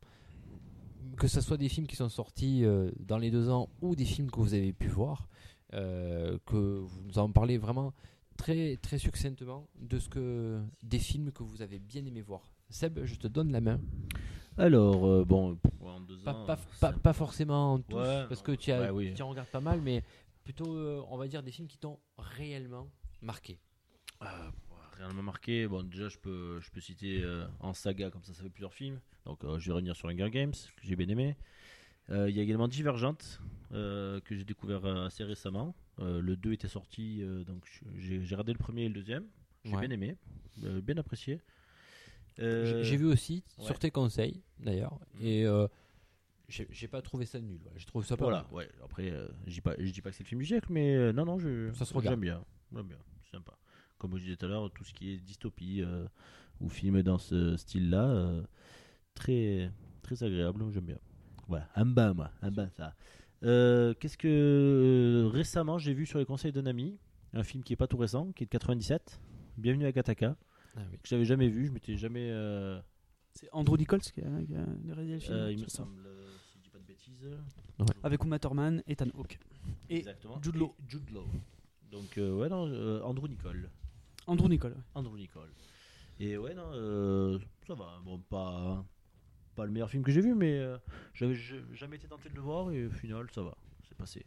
que ce soit des films qui sont sortis euh, dans les deux ans ou des films que vous avez pu voir, euh, que vous nous en parlez vraiment très, très succinctement de ce que, des films que vous avez bien aimé voir. Seb, je te donne la main. Alors, euh, bon, en deux Pas, ans. pas, euh, pas, c'est- pas forcément tous, Ouais, parce non, que tu, as, ouais, oui. tu en regardes pas mal, mais plutôt, euh, on va dire, des films qui t'ont réellement marqué. Euh, réellement marqué. Bon, déjà, je peux, je peux citer euh, en saga, comme ça, ça fait plusieurs films. Donc, euh, je vais revenir sur Hunger Games, que j'ai bien aimé. Euh, Il y a également Divergente, euh, que j'ai découvert euh, assez récemment. Euh, le deux était sorti, euh, donc je- j'ai j'ai regardé le premier et le deuxième. J'ai Ouais. bien aimé, euh, bien apprécié. J'ai- Euh, J'ai vu aussi, ouais. sur tes conseils, d'ailleurs, Mhm. et euh, j'ai j'ai pas trouvé ça nul. Voilà. J'ai trouvé ça pas Voilà, mal. ouais. Après, euh, je dis pas, je dis pas que c'est le film du siècle, mais euh, non, non, je, Ça se regarde. j'aime bien, j'aime bien, c'est sympa. Comme je disais tout à l'heure, tout ce qui est dystopie euh, ou film dans ce style-là, euh, très, très agréable, j'aime bien. Voilà, un bas, moi, un bas ça. Euh, Qu'est-ce que euh, récemment j'ai vu sur les conseils d'un ami, un film qui est pas tout récent, qui est de quatre-vingt-dix-sept, Bienvenue à Gattaca, Ah oui. que j'avais jamais vu, je m'étais jamais. euh, C'est Andrew Nichols qui a, qui a réalisé le film. euh, il me c'est ça. semble, euh, si je dis pas de bêtises. Avec Uma Thurman, Ethan Hawke. Et Exactement. Jude Law. Et Jude Law. Donc, euh, ouais, non, euh, Andrew Nicole. Andrew Nichols. Andrew Nicole. Et ouais, non, euh, ça va. Bon, pas, pas le meilleur film que j'ai vu, mais euh, j'avais j- jamais été tenté de le voir et au final, ça va, c'est passé.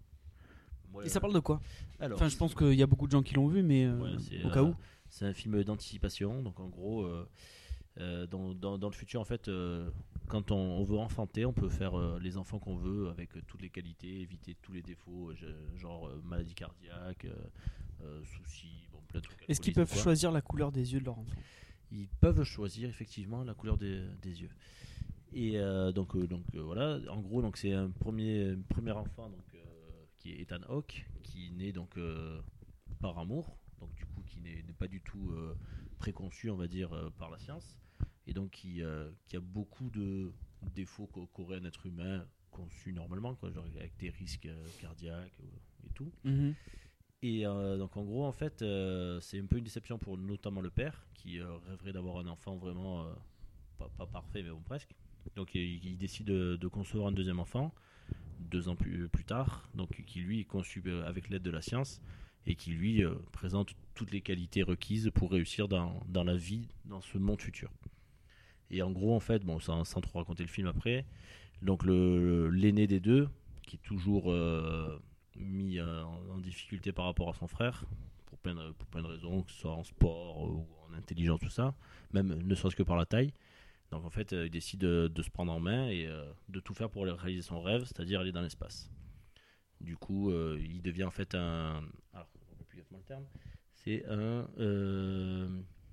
Ouais, Et ça parle de quoi? alors, Enfin, je pense qu'il y a beaucoup de gens qui l'ont vu, mais euh, ouais, c'est, au euh, cas où. c'est un film d'anticipation, donc en gros, euh, euh, dans, dans, dans le futur, en fait, euh, quand on, on veut enfanter, on peut faire euh, les enfants qu'on veut avec euh, toutes les qualités, éviter tous les défauts, euh, je- genre euh, maladie cardiaque, euh, euh, soucis, bon, plein de trucs. Est-ce qu'ils alcoolisme, peuvent quoi. choisir la couleur des yeux de leur enfant? Ils peuvent choisir effectivement la couleur des, des yeux. Et euh, donc, euh, donc euh, voilà, en gros, donc c'est un premier, un premier enfant donc, euh, qui est Ethan Hawke, qui naît donc euh, par amour, donc du coup qui n'est, n'est pas du tout euh, préconçu, on va dire, euh, par la science, et donc qui, euh, qui a beaucoup de défauts qu'au- qu'aurait un être humain conçu normalement, quoi, genre avec des risques euh, cardiaques euh, et tout. Mhm. Et euh, donc en gros en fait euh, c'est un peu une déception pour notamment le père qui euh, rêverait d'avoir un enfant vraiment euh, pas, pas parfait mais bon presque. Donc il, il décide de, de concevoir un deuxième enfant deux ans plus, plus tard, donc qui lui est conçu euh, avec l'aide de la science et qui lui euh, présente toutes les qualités requises pour réussir dans, dans la vie dans ce monde futur. Et en gros en fait bon sans, sans trop raconter le film après, donc le, l'aîné des deux qui est toujours euh, mis euh, en, en difficulté par rapport à son frère pour plein de, pour plein de raisons, que ce soit en sport ou en intelligence, tout ça, même ne serait-ce que par la taille. Donc en fait, euh, il décide de, de se prendre en main et euh, de tout faire pour réaliser son rêve, c'est-à-dire aller dans l'espace. Du coup, euh, il devient en fait un. Alors, je ne sais plus exactement le terme. C'est un. Euh,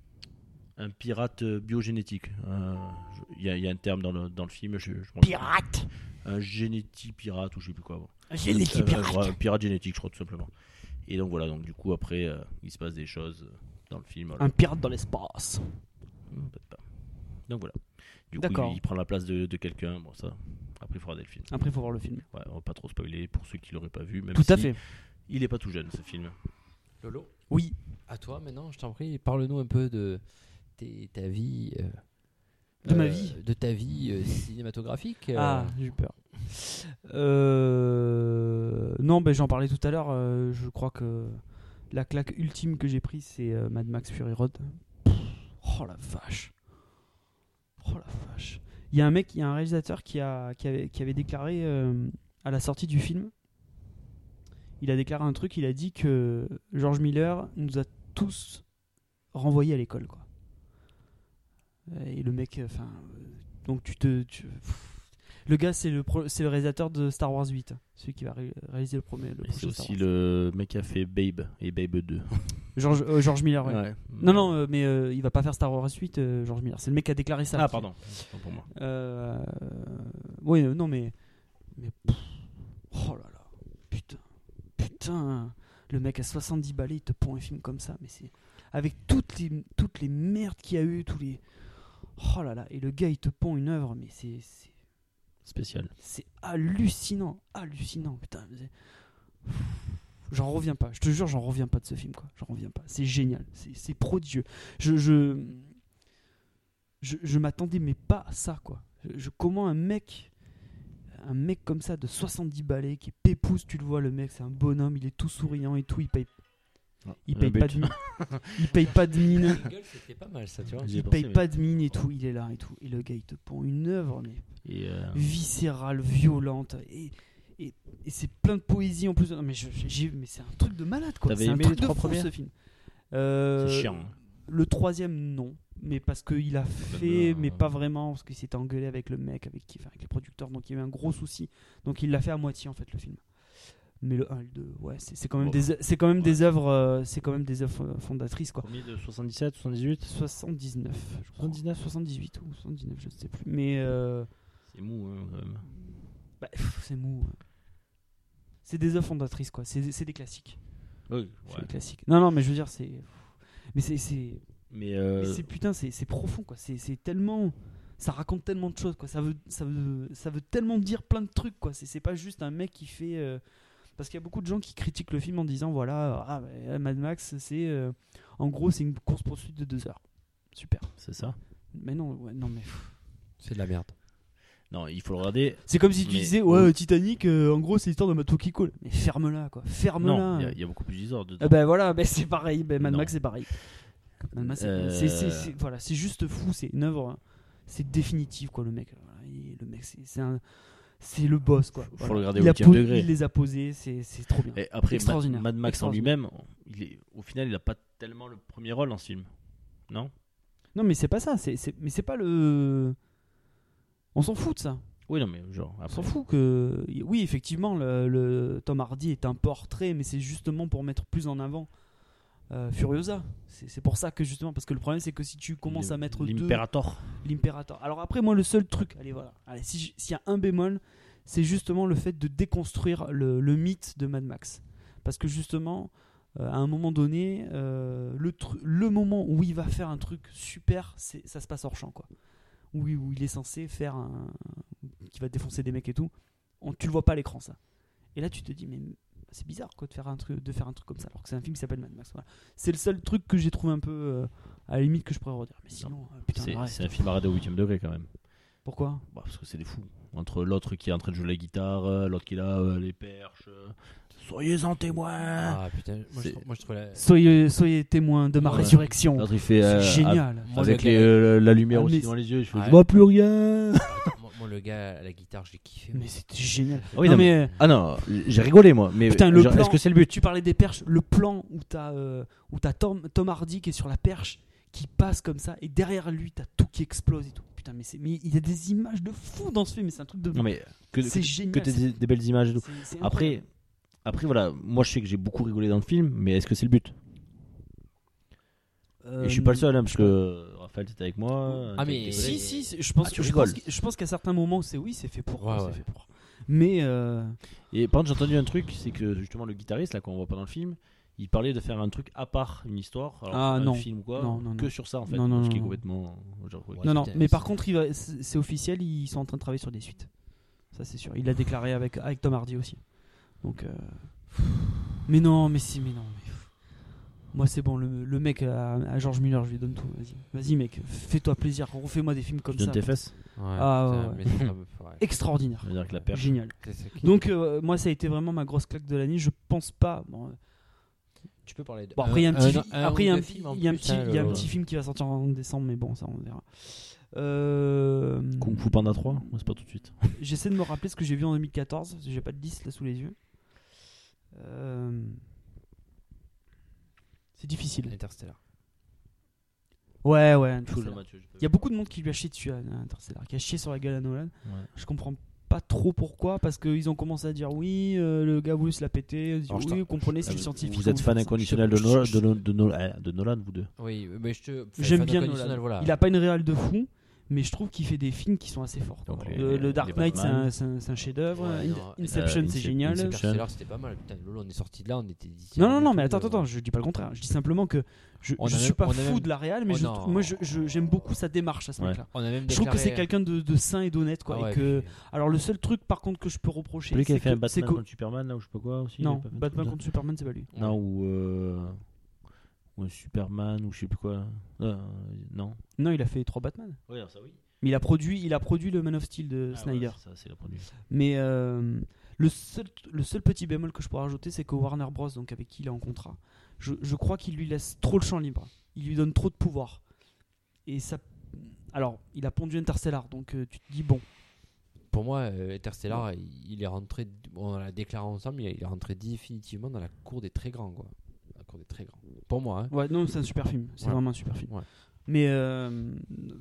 un pirate biogénétique. Euh, je- Il y, a- il y a un terme dans le, dans le film. Je, je pense- Pirate Un génétique pirate ou je sais plus quoi. Bon. Un génétique Euh, pirate. ouais, un pirate génétique, je crois, tout simplement. Et donc voilà, donc du coup, après, euh, il se passe des choses euh, dans le film. voilà. Un pirate dans l'espace. Hmm, peut-être pas. Donc voilà. Du coup, D'accord. il, il prend la place de, de quelqu'un. Bon, ça, après, il faudra regarder le film. Après, il faut voir le film. Ouais, on va pas trop spoiler pour ceux qui l'auraient pas vu. Même Tout à si fait. Il est pas tout jeune, ce film. Lolo, Oui. à toi maintenant, je t'en prie, parle-nous un peu de tes- ta vie. euh, De ma euh, vie De ta vie euh, cinématographique. euh, Ah, j'ai eu peur. Euh, Non, ben, j'en parlais tout à l'heure. euh, je crois que la claque ultime que j'ai prise, c'est euh, Mad Max Fury Road. Pff, Oh la vache. Oh la vache. Il y a un mec, il y a un réalisateur qui, a, qui, avait, qui avait déclaré euh, à la sortie du film, il a déclaré un truc, il a dit que George Miller nous a tous renvoyés à l'école, quoi. Et le mec, enfin, euh, donc tu te, tu- pff. Le gars, c'est le, pro- c'est le réalisateur de Star Wars huit, celui qui va ré- réaliser le premier. Le Et c'est prochain Star aussi Wars. le mec qui a fait Babe et Babe deux. George, euh, George Miller, ouais. Ouais. Non, non, euh, mais euh, il va pas faire Star Wars huit, euh, George Miller. C'est le mec qui a déclaré ça. Ah, qui- pardon. C'est pas pour moi. Euh, oui, euh, non, mais. mais pff, oh là là. Putain. Putain. Le mec a soixante-dix balais, il te pond un film comme ça. Mais c'est. Avec toutes les, toutes les merdes qu'il y a eu, tous les. Oh là là. Et le gars, il te pond une œuvre, mais c'est. c'est... Spécial. C'est hallucinant, hallucinant, putain. c'est- J'en reviens pas, je te jure, j'en reviens pas de ce film, quoi. J'en reviens pas. C'est génial, c'est, c'est prodigieux. Je, je, je, je m'attendais mais pas à ça, quoi. Je, je- comment un mec, un mec comme ça de soixante-dix balais qui est pépouze, tu le vois, le mec, c'est un bonhomme, il est tout souriant et tout, il paye, il un paye pas but. de mine, il paye pas de mine. La gueule, c'était pas mal ça, tu vois. J'y ai Il pensé, paye mais- pas de mine et tout, il est là et tout. Et le gars, il te pond une œuvre, mais Et, euh, viscérale, violente, et, et, et c'est plein de poésie en plus. Non, mais, je- j'ai, mais c'est un truc de malade, quoi. T'avais C'est un aimé truc les de trois fou, premiers ce film. Euh, c'est chiant. hein. Le troisième, non. Mais parce qu'il a fait, euh, mais pas vraiment, parce qu'il s'était engueulé avec le mec, avec, qui, enfin, avec les producteurs, donc il y avait un gros souci. Donc il l'a fait à moitié, en fait, le film. Mais le un et le deux, ouais, c'est, c'est quand même, Bon. des, c'est quand même Ouais. des œuvres, euh, c'est quand même des œuvres fondatrices, quoi. Premier de soixante-dix-sept, soixante-dix-huit. soixante-dix-neuf, je crois. soixante-dix-neuf soixante-dix-huit ou soixante-dix-neuf, je ne sais plus. Mais euh, C'est mou, hein, quand même. bah, pff, c'est mou. C'est des œuvres fondatrices, quoi. C'est, c'est des classiques. Oui, C'est ouais. des classiques. Non, non, mais je veux dire, c'est. Mais c'est, c'est, Mais euh, mais c'est putain, c'est, c'est profond, quoi. C'est, c'est tellement. Ça raconte tellement de choses, quoi. Ça veut, ça veut, ça veut tellement dire plein de trucs, quoi. C'est, c'est pas juste un mec qui fait. euh, Parce qu'il y a beaucoup de gens qui critiquent le film en disant voilà, ah, bah, Mad Max, c'est. euh, En gros, c'est une course-poursuite de deux heures. Super. c'est ça. Mais non, ouais, non, mais. pff. C'est de la merde. Non, il faut le regarder. C'est comme si tu Mais- disais ouais, Titanic, euh, en gros, c'est l'histoire de Mato qui coule. Mais ferme-la, quoi. Ferme-la. Non, il y a- il y, a beaucoup plus d'histoires dedans. Ah bah voilà, bah c'est pareil, bah Mad Non. Max c'est pareil. Mad Max, c'est- Euh, c'est, c'est- c'est- voilà, c'est juste fou, c'est une œuvre, c'est définitif quoi le mec. Voilà, il- le mec c'est, c'est un c'est le boss quoi. Faut Voilà. le regarder il, au a huitième po- degré. il les a posés, c'est, c'est trop bien. Et après, Extraordinaire. Mad, Mad Max en Extraordinaire. lui-même, il est, au final, il a pas tellement le premier rôle dans ce film. Non Non mais c'est pas ça, c'est, c'est mais c'est pas le. On s'en fout de ça. Oui, non, mais genre. On Après, s'en fout que. Oui, effectivement, le, le Tom Hardy est un portrait, mais c'est justement pour mettre plus en avant euh, Furiosa. C'est, c'est pour ça que justement, parce que le problème c'est que si tu commences à mettre deux. L'Imperator. L'Imperator. Alors après, moi, le seul truc, allez voilà, allez, si j- s'il y a un bémol, c'est justement le fait de déconstruire le, le mythe de Mad Max. Parce que justement, euh, à un moment donné, euh, le, tru- le moment où il va faire un truc super, c'est, ça se passe hors champ, quoi. Où, il- où il est censé faire un. qui va défoncer des mecs et tout. On, tu le vois pas à l'écran, ça. Et là, tu te dis, mais c'est bizarre, quoi, de faire un truc, de faire un truc comme ça, alors que c'est un film qui s'appelle Mad Max. Voilà. C'est le seul truc que j'ai trouvé un peu. euh, à la limite que je pourrais redire. Mais sinon, euh, putain, C'est, arrête. c'est un film à regarder au huitième degré quand même. Pourquoi? Bah, parce que c'est des fous. Entre l'autre qui est en train de jouer la guitare, euh, l'autre qui a euh, les perches. euh, Soyez-en témoins. Ah putain, moi, je, C'est- trouve- moi je trouve la. Soyez, soyez témoins de ma Ouais. résurrection. L'autre il fait. euh, C'est génial. Moi, Avec le les, gars- euh, la lumière Ah, aussi mais dans les yeux. Je fais, Ouais. je vois plus rien. Attends, moi, moi, le gars à la guitare, j'ai kiffé. Mais c'était génial. Ah oui, non, non, mais, Ah non, j'ai rigolé moi. Mais putain, le genre, plan, est-ce que c'est le but? Tu parlais des perches. Le plan où t'as, euh, où t'as Tom, Tom Hardy qui est sur la perche, qui passe comme ça, et derrière lui, t'as tout qui explose et tout. Putain, mais, c'est, mais il y a des images de fou dans ce film, mais c'est un truc de. Non mais que, C'est que, génial, que t'aies c'est- des, des belles images et tout. c'est- c'est Après, incroyable. après voilà, moi je sais que j'ai beaucoup rigolé dans le film, mais est-ce que c'est le but? Euh, Et je suis pas le seul, hein, parce que Raphaël était avec moi. Ah, t'es mais- avec tes Si, collègues. si, c'est- je pense, Ah, tu je, rigoles. pense que- je pense qu'à certains moments, c'est oui, c'est fait pour. Ouais, c'est ouais. fait pour. Mais. euh, Et par contre, j'ai entendu un truc, c'est que justement le guitariste là qu'on voit pas dans le film, il parlait de faire un truc à part, une histoire, alors, Ah, un non. film ou quoi, Non, non, que non. sur ça en fait, Non, non, ce qui est non. complètement. Genre, ouais. Non, non, putain, mais par c'est- contre, il va, c'est, c'est officiel, ils sont en train de travailler sur des suites. Ça, c'est sûr. Il l'a déclaré avec, avec Tom Hardy aussi. Donc. euh, Mais non, mais si, mais non. Mais... Moi, c'est bon, le, le mec à, à George Miller, je lui donne tout. Vas-y, vas-y mec, fais-toi plaisir, refais-moi des films comme Tu ça. donnes tes fesses. Ouais, Ah, putain, ouais, mais c'est pas- ouais. Extraordinaire. Ça veut dire que la perche. Génial. C'est ça qui- Donc, euh, moi, ça a été vraiment ma grosse claque de l'année. Je pense pas. Bon, euh, tu peux parler de. bon, après, il y a un petit, fi- un après, il y a ou un, deux films en il y a un plus, petit, hein, il y a un le- petit film qui va sortir en décembre, mais bon, ça, on verra. Euh, Kung Fu Panda trois, moi c'est pas tout de suite. J'essaie de me rappeler ce que j'ai vu en deux mille quatorze. J'ai pas de liste là sous les yeux. Euh, C'est difficile. Interstellar. Ouais, ouais. Full Interstellar. Mathieu, j'ai pas Il y a beaucoup de monde qui lui a chié dessus à Interstellar, qui a chié sur la gueule à Nolan. vu. Ouais. Je comprends pas trop pourquoi, parce qu'ils ont commencé à dire oui, euh, le gars voulait se la péter. Alors, je Oui, t'en- vous comprenez, c'est Ah, le vous- scientifique. Vous êtes fan inconditionnel de, Nolan- de, Nolan- de, Nolan- de Nolan, vous deux. Oui, mais je te. J'aime fan bien inconditionnel, Nolan. voilà. Il a pas une réale de fou, mais je trouve qu'il fait des films qui sont assez forts. Donc, les- le, le les Dark Knight, c'est Batman. un, c'est un- c'est un chef-d'œuvre. Ouais, In- non, Inception, euh, c'est Incep- génial. Inception. Interstellar, c'était pas mal. Putain, Lolo, on est sorti de là, on était d'ici. Non, non, non, mais attends, attends, attends, je dis pas le contraire. Je dis simplement que je, On je a suis même- pas on a fou même- de la réal, mais Oh je- non. moi je- je- j'aime beaucoup sa démarche à ce Ouais. mec-là. On a même Je trouve que c'est déclaré- quelqu'un de, de sain et d'honnête, quoi. Ah ouais, et que... puis- Alors le seul truc par contre que je peux reprocher, Celui qui a c'est fait un que, c'est Batman que- contre Superman là ou je sais pas quoi aussi. il a non, pas fait un Batman truc contre Superman, c'est pas lui. comme ça Non, ou, euh, ou un Superman ou je sais plus quoi. Euh, non. Non, il a fait trois Batman. Oui, ça oui. Mais il a produit, il a produit le Man of Steel de Ah, Snyder. ouais, ça c'est le produit. Mais euh, le seul, le seul petit bémol que je pourrais rajouter, c'est que Warner Bros, donc avec qui il est en contrat, je, je crois qu'il lui laisse trop le champ libre. Il lui donne trop de pouvoir. Et ça. Alors, il a pondu Interstellar, donc euh, tu te dis bon. Pour moi, euh, Interstellar, il, il est rentré. On l'a déclaré ensemble, il est rentré définitivement dans la cour des très grands, quoi. La cour des très grands. Pour moi, hein. Ouais, non, c'est un super film. C'est Ouais. vraiment un super film. Ouais. Mais euh,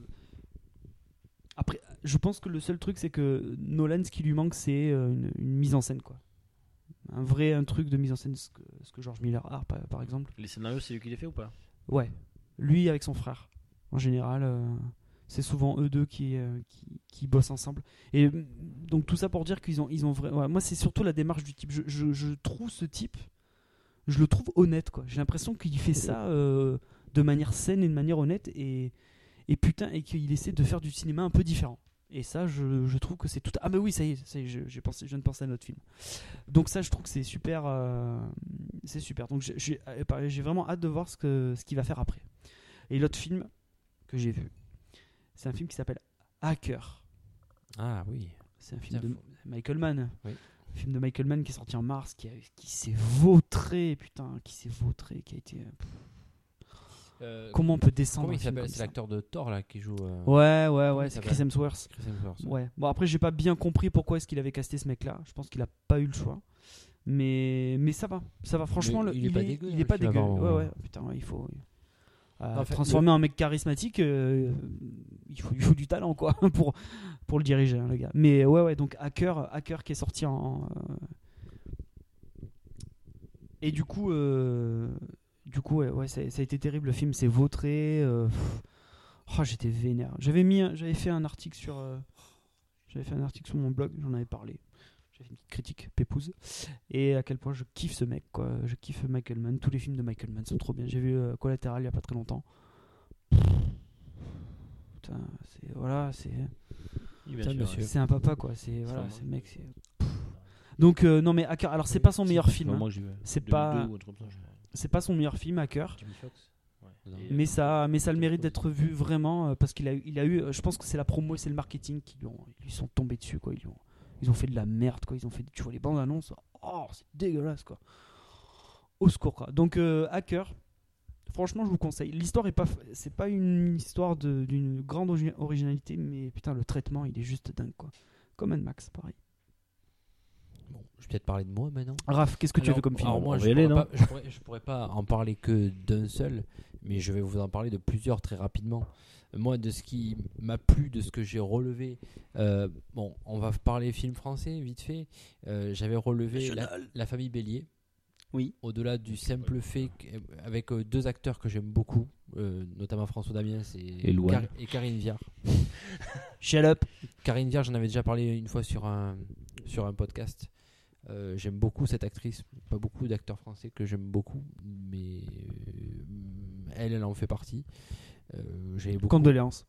après, je pense que le seul truc, c'est que Nolan, ce qui lui manque, c'est euh, une, une mise en scène, quoi. Un vrai un truc de mise en scène, ce que, ce que George Miller a, par, par exemple. Les scénarios, c'est lui qui les fait ou pas? Ouais, lui avec son frère. En général, euh, c'est souvent eux deux qui, euh, qui, qui bossent ensemble. Et euh, donc tout ça pour dire qu'ils ont, ils ont vrai. Ouais, moi, c'est surtout la démarche du type. Je, je, je trouve ce type, je le trouve honnête, quoi. J'ai l'impression qu'il fait ça euh, de manière saine et de manière honnête, et, et putain, et qu'il essaie de faire du cinéma un peu différent. Et ça, je, je trouve que c'est tout. Ah bah oui, ça y est, ça y est, je, j'ai pensé, je viens de penser à notre film. Donc ça, je trouve que c'est super, euh, c'est super. Donc j'ai, j'ai, j'ai vraiment hâte de voir ce que, ce qu'il va faire après. Et l'autre film que j'ai vu, c'est un film qui s'appelle Hacker. Ah oui. C'est un film Putain, de faut- Michael Mann. Oui. Un film de Michael Mann qui est sorti en mars, qui, a- qui s'est vautré, putain, qui s'est vautré, qui a été. Euh, Comment on peut descendre Comment un il film s'appelle? comme C'est ça l'acteur de Thor là qui joue. euh, Ouais, ouais, comment ouais, il c'est s'appelle Chris Hemsworth. Chris Hemsworth. Ouais. Bon, après, j'ai pas bien compris pourquoi est-ce qu'il avait casté ce mec-là. Je pense qu'il a pas eu le choix. Mais, mais ça va, ça va. Franchement, Mais le- il est pas dégueu, il hein, est pas le film dégueu. avant, Ouais, ouais. ouais. Putain, ouais, il faut. euh, En fait, transformer un mec charismatique, euh, il, faut, il faut du talent quoi pour, pour le diriger, hein, le gars. Mais ouais, ouais, donc Hacker, Hacker qui est sorti en. euh, Et du coup, euh, du coup ouais, ouais, ça, ça a été terrible. Le film s'est vautré. euh, pff. Oh, j'étais vénère. J'avais, mis un- j'avais fait un article sur. euh, J'avais fait un article sur mon blog, j'en avais parlé. J'avais fait une petite critique pépouse. Et à quel point je kiffe ce mec, quoi. Je kiffe Michael Mann. Tous les films de Michael Mann sont trop bien. J'ai vu euh, Collateral il y a pas très longtemps. Putain, c'est. Voilà, c'est. Oui, bien Tiens, sûr, monsieur. ouais. C'est un papa, quoi. C'est. Voilà, vraiment- c'est le mec, c'est. Pff. Donc, euh, non, mais Hacker. Alors, c'est pas son meilleur film. Vraiment hein. que j'ai vu. C'est deux mille pas- deux ou un truc comme ça, je- C'est pas son meilleur film, Hacker. Jimmy Fox. Ouais. Non. Et- Mais ça, mais ça a le mérite d'être vu vraiment euh, parce qu'il a, eu- il a eu. euh, Je pense que c'est la promo et c'est le marketing qui lui, ont, ils lui sont tombés dessus, quoi. Ils, lui ont, ils ont fait de la merde, quoi. Ils ont fait, tu vois les bandes annonces, oh, c'est dégueulasse, quoi. Au secours, quoi. Donc, euh, Hacker, franchement, je vous conseille. L'histoire est pas, f- c'est pas une histoire de- d'une grande origi- originalité, mais putain, le traitement, il est juste dingue, quoi. Comme Mad Max, pareil. Bon, je vais peut-être parler de moi maintenant. Raph, qu'est-ce que tu as Alors- vu comme film alors On moi, va je y aller, pourrais, non pas, je, pourrais, je pourrais pas en parler que d'un seul, mais je vais vous en parler de plusieurs très rapidement. Moi, de ce qui m'a plu, de ce que j'ai relevé, euh, bon, on va parler film français vite fait. Euh, J'avais relevé la, La famille Bélier. Oui. Au-delà du simple fait qu'avec euh, deux acteurs que j'aime beaucoup, euh, notamment François Damiens et, Et Louane. Car- et Karine Viard. Shut up. Karine Viard, j'en avais déjà parlé une fois sur un, sur un podcast. Euh, j'aime beaucoup cette actrice, pas beaucoup d'acteurs français que j'aime beaucoup, mais euh, elle, elle en fait partie. Euh, j'avais beaucoup... Condoléances.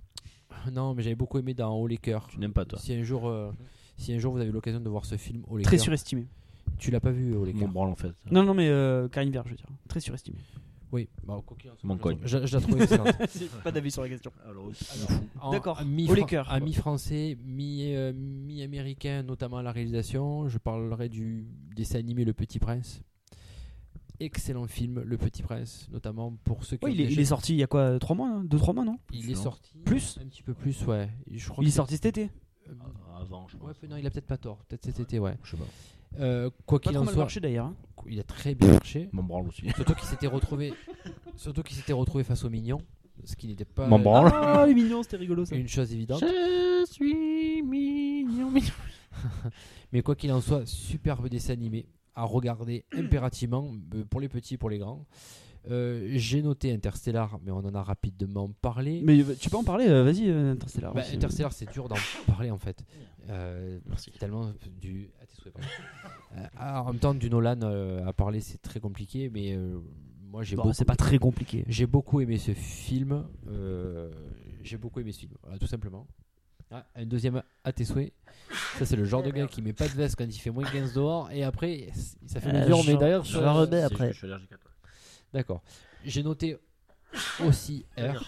Non, mais j'avais beaucoup aimé dans Haut les cœurs. Tu n'aimes pas, toi. Si un jour, euh, si un jour vous avez l'occasion de voir ce film, Haut les Très cœurs, surestimé. tu l'as pas vu, Haut les Mon cœurs? branle en fait. Non, non, mais euh, Karine Viard, je veux dire. Très surestimé. Oui, bah, quoi qu'il en soit, Mon je la cogne. trouve- je, je la trouve excellente. Pas d'avis sur la question. Alors, En- D'accord. à mi- Haut les cœurs, à quoi. mi-français, mi, euh, mi-américain, notamment à la réalisation. Je parlerai du dessin animé Le Petit Prince. Excellent film, Le Petit Prince, notamment pour ceux qui Oui, ont il est, déjà- il est sorti il y a quoi deux trois mois, deux trois mois, non Il est sorti Plus un petit peu plus, ouais. Je crois Il que est sorti cet été. c'est- euh, avant, je ouais, pense. non, il a peut-être pas tort. Peut-être cet été, ouais. Je sais pas. Euh, quoi Pas qu'il trop en mal soit, marché d'ailleurs. hein. il a très bien marché. Mon branle aussi. Surtout qu'il s'était retrouvé, surtout qu'il s'était retrouvé face aux mignons, ce qui n'était pas Mon branle. Ah, les mignons, c'était rigolo ça. une chose évidente. Je suis mignon, mignon. Mais quoi qu'il en soit, superbe dessin animé à regarder impérativement euh, pour les petits, pour les grands. Euh, j'ai noté Interstellar, mais on en a rapidement parlé. Mais euh, tu peux en parler, euh, vas-y, euh, Interstellar. Bah, aussi. Interstellar, c'est dur d'en parler en fait. Euh, tellement du. À tes souhaits, pardon. Euh, ah, en même temps, du Nolan euh, à parler, c'est très compliqué, mais euh, moi j'ai Bon, beaucoup. c'est pas très compliqué. J'ai beaucoup aimé ce film. euh, j'ai beaucoup aimé ce film, voilà, tout simplement. Ah, un deuxième à tes souhaits. Ça, c'est le genre de gars qui met pas de veste quand il fait moins quinze dehors et après ça fait Euh, le dur, mais j'en- d'ailleurs, je la remets C'est- après. Je suis allergique à toi. D'accord. J'ai noté aussi R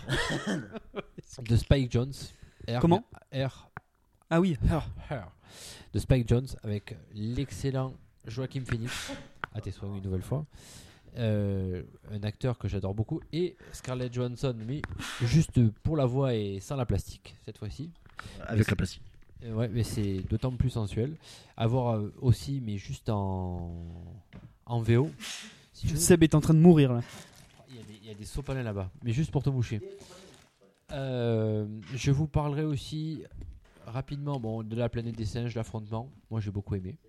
de Spike Jonze. R, Comment R, Ah oui. Ah. R de Spike Jonze avec l'excellent Joaquin Phoenix. À tes souhaits une nouvelle fois. Euh, un acteur que j'adore beaucoup et Scarlett Johansson, mais juste pour la voix et sans la plastique cette fois-ci. Avec la plastique. Euh, Ouais, mais c'est d'autant plus sensuel. À voir euh, aussi, mais juste en, en V O. Si tu veux. Seb est en train de mourir là. Il y a des, il y a des sopalins là-bas, mais juste pour te moucher. Euh, je vous parlerai aussi rapidement bon, de La planète des singes, l'affrontement. Moi, j'ai beaucoup aimé.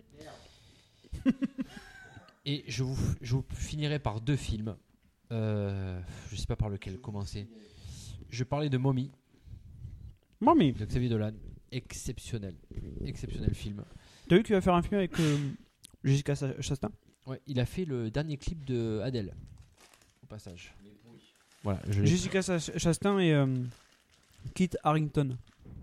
Et je vous, je vous finirai par deux films. Euh, je sais pas par lequel commencer. Je parlais de Mommy Mamie, de Xavier Dolan. Exceptionnel. Exceptionnel film. t'as vu qu'il va faire un film avec euh, Jessica Sa- Chastain? Ouais, il a fait le dernier clip de Adele. Au passage. Voilà, je l'ai- Jessica Sa- Chastain et euh, Kit Harington.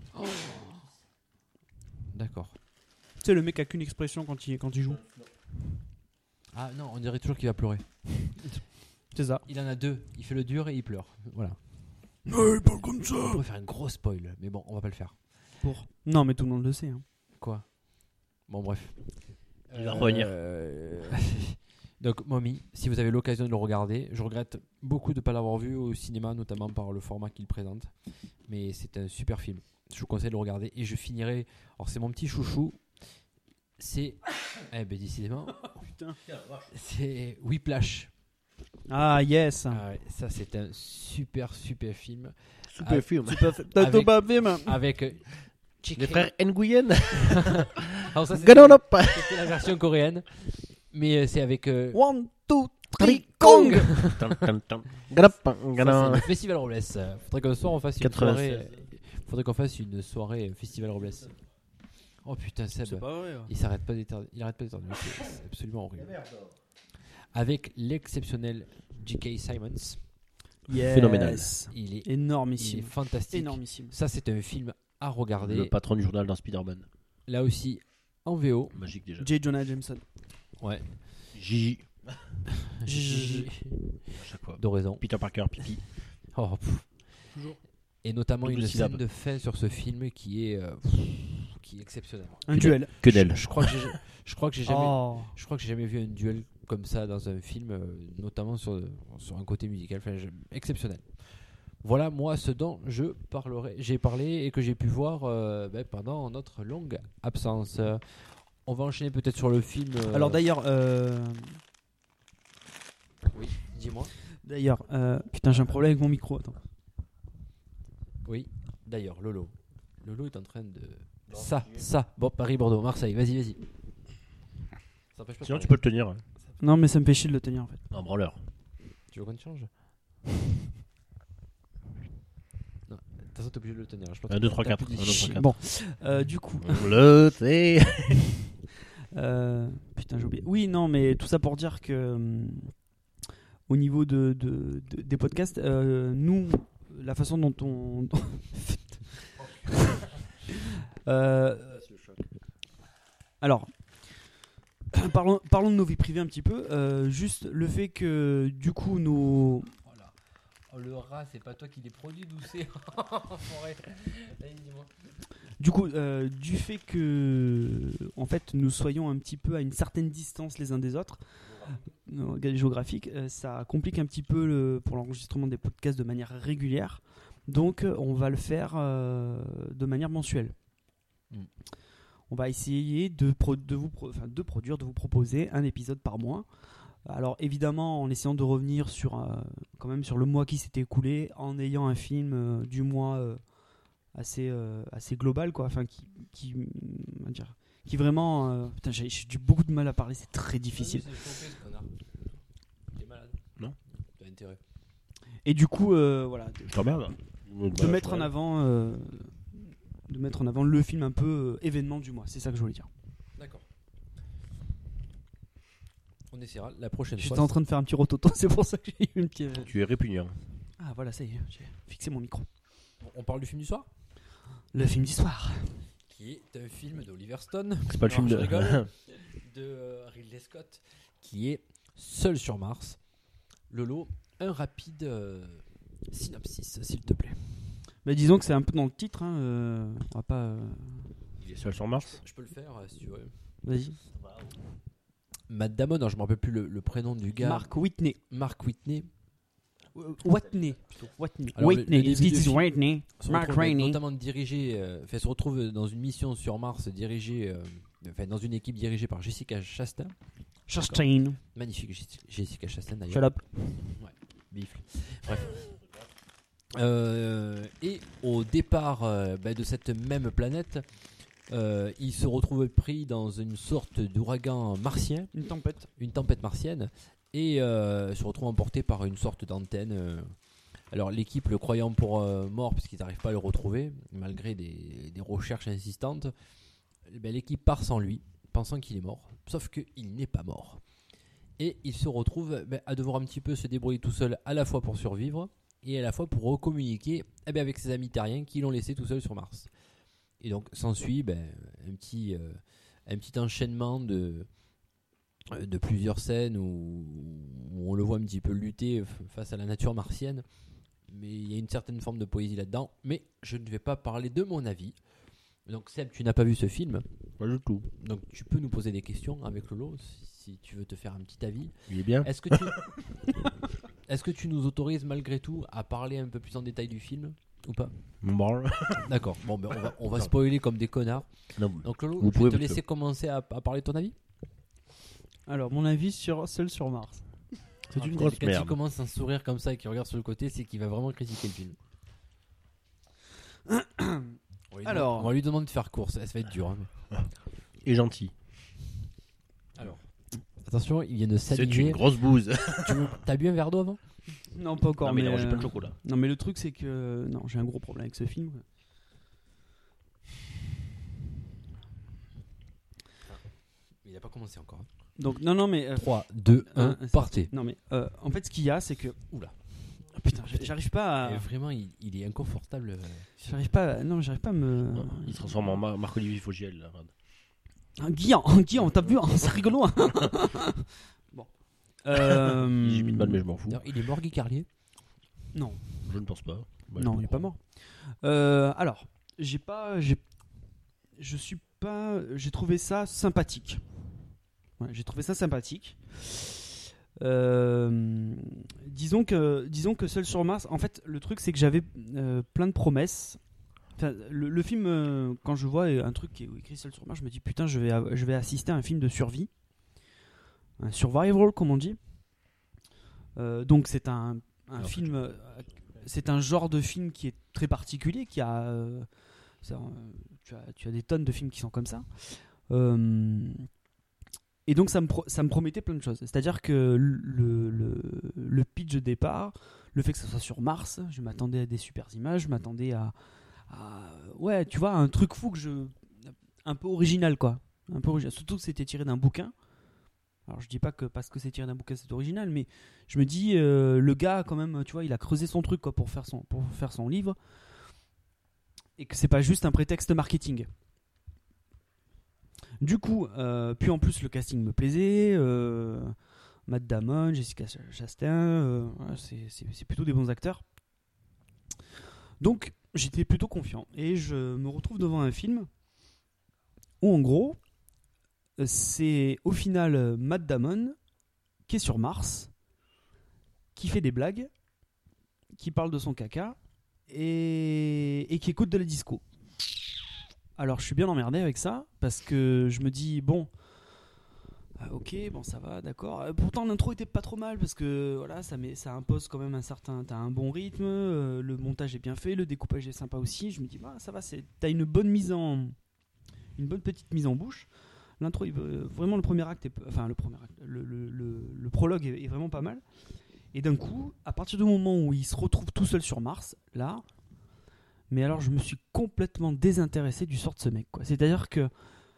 D'accord. Tu sais, le mec a qu'une expression quand il, quand il joue. Ah non, on dirait toujours qu'il va pleurer. C'est ça. Il en a deux. Il fait le dur et il pleure. Voilà. il parle comme ça. On pourrait faire une grosse spoil, mais bon, on va pas le faire. Pour. Non, mais tout le monde le sait. hein. Quoi? Bon, bref. Il va revenir. Euh, Donc, Mommy, si vous avez l'occasion de le regarder, je regrette beaucoup de ne pas l'avoir vu au cinéma, notamment par le format qu'il présente. Mais c'est un super film. Je vous conseille de le regarder. Et je finirai. Alors, c'est mon petit chouchou. C'est. Eh ben, décidément. Putain. C'est Whiplash. Ah, yes. Ah ouais, ça, c'est un super, super film. Super Ah, film. Avec- Super film. Avec. euh, Les frères Nguyen. Alors, ça, c'était, Ganonop. c'était la version coréenne. Mais euh, c'est avec. euh, One, two, Tri three, Kong. Tan, tan, tan. Ganop, Ça, c'est ganon. le Festival Robles. Faudrait qu'un soir on fasse une quatre-vingt-seize. soirée. Faudrait qu'on fasse une soirée Festival Robles. Oh putain, Seb. C'est pas vrai. ouais. Il s'arrête pas d'éternuer. Il arrête pas d'éternuer. C'est c'est absolument horrible. Avec l'exceptionnel J K. Simmons. Yes. Phénoménal. Il est, il est Énormissime. fantastique. Énormissime. Ça, c'est un film à regarder. Le patron du journal dans Spider-Man. Là aussi, en V O. Magique déjà. J. Jonah Jameson. Ouais. J. J- À chaque fois. D'oraison. Peter Parker, pipi. Oh, pff. Et notamment Double une syllabe. scène de fin sur ce film qui est, euh, pff, qui est exceptionnelle. Un duel. Que d'elle. Je crois que j'ai, je crois que j'ai jamais, Oh. je crois que j'ai jamais vu un duel comme ça dans un film, euh, notamment sur, sur un côté musical, enfin, je- exceptionnel. Voilà moi ce dont je parlerai, j'ai parlé et que j'ai pu voir euh, ben, pendant notre longue absence. Euh, on va enchaîner peut-être sur le film. euh, Alors d'ailleurs, euh, oui, dis-moi. d'ailleurs, euh, putain, j'ai un problème avec mon micro. Attends. Oui, d'ailleurs, Lolo. Lolo est en train de. Ça, ça. Bon, Paris, Bordeaux, Marseille, vas-y, vas-y. Ça empêche pas de Sinon, tu parler. peux le tenir. Non, mais ça me fait chier de le tenir en fait. En branleur. Tu veux qu'on te change? Non, de toute façon, t'es obligé de le tenir. Je pense un, que deux, t'as trois, quatre. plus de un, deux, trois, chier. quatre. Bon, euh, du coup, Le thé. euh, putain, j'ai oublié. Oui, non, mais tout ça pour dire que hum, au niveau de, de- de- des podcasts, euh, nous, la façon dont on. Euh, alors, parlons, parlons de nos vies privées un petit peu. Euh, juste le fait que du coup nos. Oh là. Oh, le rat, c'est pas toi qui les produit, d'où c'est? Enfoiré. Allez, dis-moi. Du coup, euh, du fait que, en fait, nous soyons un petit peu à une certaine distance les uns des autres, euh, géographique, euh, ça complique un petit peu le- pour l'enregistrement des podcasts de manière régulière. Donc, euh, on va le faire euh, de manière mensuelle. Mm. On va essayer de, pro- de, vous pro- enfin, de produire, de vous proposer un épisode par mois. Alors, évidemment, en essayant de revenir sur, euh, quand même sur le mois qui s'est écoulé, en ayant un film euh, du mois. euh, assez euh, assez global quoi, enfin qui qui on va dire qui vraiment euh, putain j'ai j'ai eu beaucoup de mal à parler, c'est très difficile. T'es malade? Non. T'as intérêt. Et du coup euh, voilà, de, Je t'emmerde. de mettre en avant euh, de mettre en avant le film un peu euh, événement du mois, c'est ça que je voulais dire. D'accord. On essaiera la prochaine J'étais fois. en train de faire un petit rototo, c'est pour ça que j'ai eu une petite Tu es répugnant. ah voilà, ça y est, j'ai fixé mon micro. On parle du film du soir? Le film d'histoire. Qui est un film d'Oliver Stone. C'est pas le Non, film je de. rigole. De euh, Ridley Scott, qui est Seul sur Mars. Lolo, un rapide euh, synopsis, s'il te plaît. Bah disons que c'est un peu dans le titre hein, euh, on va pas euh, Il est seul sur Mars. Je peux le faire euh, si tu veux. vas-y. Matt Damon, non, je me rappelle plus le, le prénom du gars. Mark Whitney. Mark Whitney. Euh, Whitney plutôt. Whitney. Alors, le- Whitney. le début This du is film Whitney. Se Mark retrouve Rainey. notamment dirigé, euh, enfin, se retrouve dans une mission sur Mars dirigée, euh, enfin, dans une équipe dirigée par Jessica Chastain. Chastain. Magnifique Jessica- Jessica Chastain d'ailleurs. Shut up. Bifle. Bref. Euh, et au départ euh, bah, de cette même planète, euh, il se retrouve pris dans une sorte d'ouragan martien, Une tempête. une tempête martienne, et euh, se retrouve emporté par une sorte d'antenne. euh. Alors l'équipe, le croyant pour euh, mort, puisqu'ils n'arrivent pas à le retrouver, malgré des, des recherches insistantes, eh ben, l'équipe part sans lui, pensant qu'il est mort, sauf qu'il n'est pas mort. Et il se retrouve ben, à devoir un petit peu se débrouiller tout seul, à la fois pour survivre, et à la fois pour recommuniquer eh ben, avec ses amis terriens qui l'ont laissé tout seul sur Mars. Et donc s'ensuit ben, un, petit, euh, un petit enchaînement de, de plusieurs scènes où, où on le voit un petit peu lutter face à la nature martienne. Mais il y a une certaine forme de poésie là-dedans. Mais je ne vais pas parler de mon avis. Donc Seb, tu n'as pas vu ce film. Pas du tout. Donc tu peux nous poser des questions avec Lolo si, si tu veux te faire un petit avis. Il est bien. Est-ce que tu, est-ce que tu nous autorises malgré tout à parler un peu plus en détail du film ou pas? Bon. D'accord. Bon, ben on va, on va Non. spoiler comme des connards. Non, Donc Lolo, vous je pouvez vais te parce laisser que- commencer à, à parler de ton avis. Alors, mon avis sur Seul sur Mars. C'est Ah, une putain, grosse Quand merde. il commence à sourire comme ça et qu'il regarde sur le côté, c'est qu'il va vraiment critiquer le film. On va lui Alors. demander- on va lui demander de faire course. Ça va être dur. hein. Et gentil. Alors, attention, il vient de C'est saliver. une grosse bouse. Tu veux- T'as bu un verre d'eau avant? Non, pas encore. Non, mais mais non, j'ai euh, pas de chocolat. Non, mais le truc, c'est que. Non, j'ai un gros problème avec ce film. Il n'a pas commencé encore. Donc, non, non, mais. euh, trois, deux, un, un, c'est partez. Non, mais euh, en fait, ce qu'il y a, c'est que. Oula. Ah, putain, j'- j'arrive pas Et à. vraiment, il, il est inconfortable. euh. J'arrive pas. À... Non, j'arrive pas à me. Non, il se transforme en Mar- Marc-Olivier Fogiel. Là. Un Guillaume, un Guillaume, t'as vu, hein, c'est rigolo. Hein. Bon. Euh... J'ai mis de mal, mais je m'en fous. D'ailleurs, il est mort, Guy Carlier? Non, Je ne pense pas. Bah, non, je il est peux pas mort. Euh, alors, j'ai pas, j'ai, je suis pas, j'ai trouvé ça sympathique. Ouais, j'ai trouvé ça sympathique. Euh, disons que, disons que Seul sur Mars. En fait, le truc c'est que j'avais euh, plein de promesses. Enfin, le, le film, euh, quand je vois un truc qui est écrit Seul sur Mars, je me dis putain, je vais, av- je vais assister à un film de survie, un survival comme on dit. Euh, donc c'est un, un Alors, film, euh, c'est un genre de film qui est très particulier, qui a, euh, ça, euh, tu as, tu as des tonnes de films qui sont comme ça. Euh, et donc ça me, pro- ça me promettait plein de choses. C'est-à-dire que le, le, le pitch de départ, le fait que ça soit sur Mars, je m'attendais à des super images, je m'attendais à, à- ouais, tu vois, un truc fou que je, un peu original quoi, un peu original. Surtout que c'était tiré d'un bouquin. Alors je dis pas que parce que c'est tiré d'un bouquin c'est original, mais je me dis euh, le gars quand même, tu vois, il a creusé son truc quoi pour faire son pour faire son livre, et que c'est pas juste un prétexte marketing. Du coup, euh, puis en plus le casting me plaisait, euh, Matt Damon, Jessica Chastain, euh, ouais, c'est, c'est, c'est plutôt des bons acteurs. Donc j'étais plutôt confiant et je me retrouve devant un film où en gros c'est au final euh, Matt Damon qui est sur Mars, qui fait des blagues, qui parle de son caca et, et qui écoute de la disco. Alors je suis bien emmerdé avec ça parce que je me dis bon, euh, ok, bon ça va, d'accord. Euh, pourtant l'intro était pas trop mal parce que voilà, ça, met, ça impose quand même un certain, t'as un bon rythme, euh, le montage est bien fait, le découpage est sympa aussi. Je me dis bah ça va, c'est, t'as une bonne mise en, une bonne petite mise en bouche. L'intro, il, euh, vraiment le premier acte, est, enfin le premier acte, le, le, le, le prologue est, est vraiment pas mal. Et d'un coup, à partir du moment où il se retrouve tout seul sur Mars, là, mais alors je me suis complètement désintéressé du sort de ce mec, quoi. C'est-à-dire que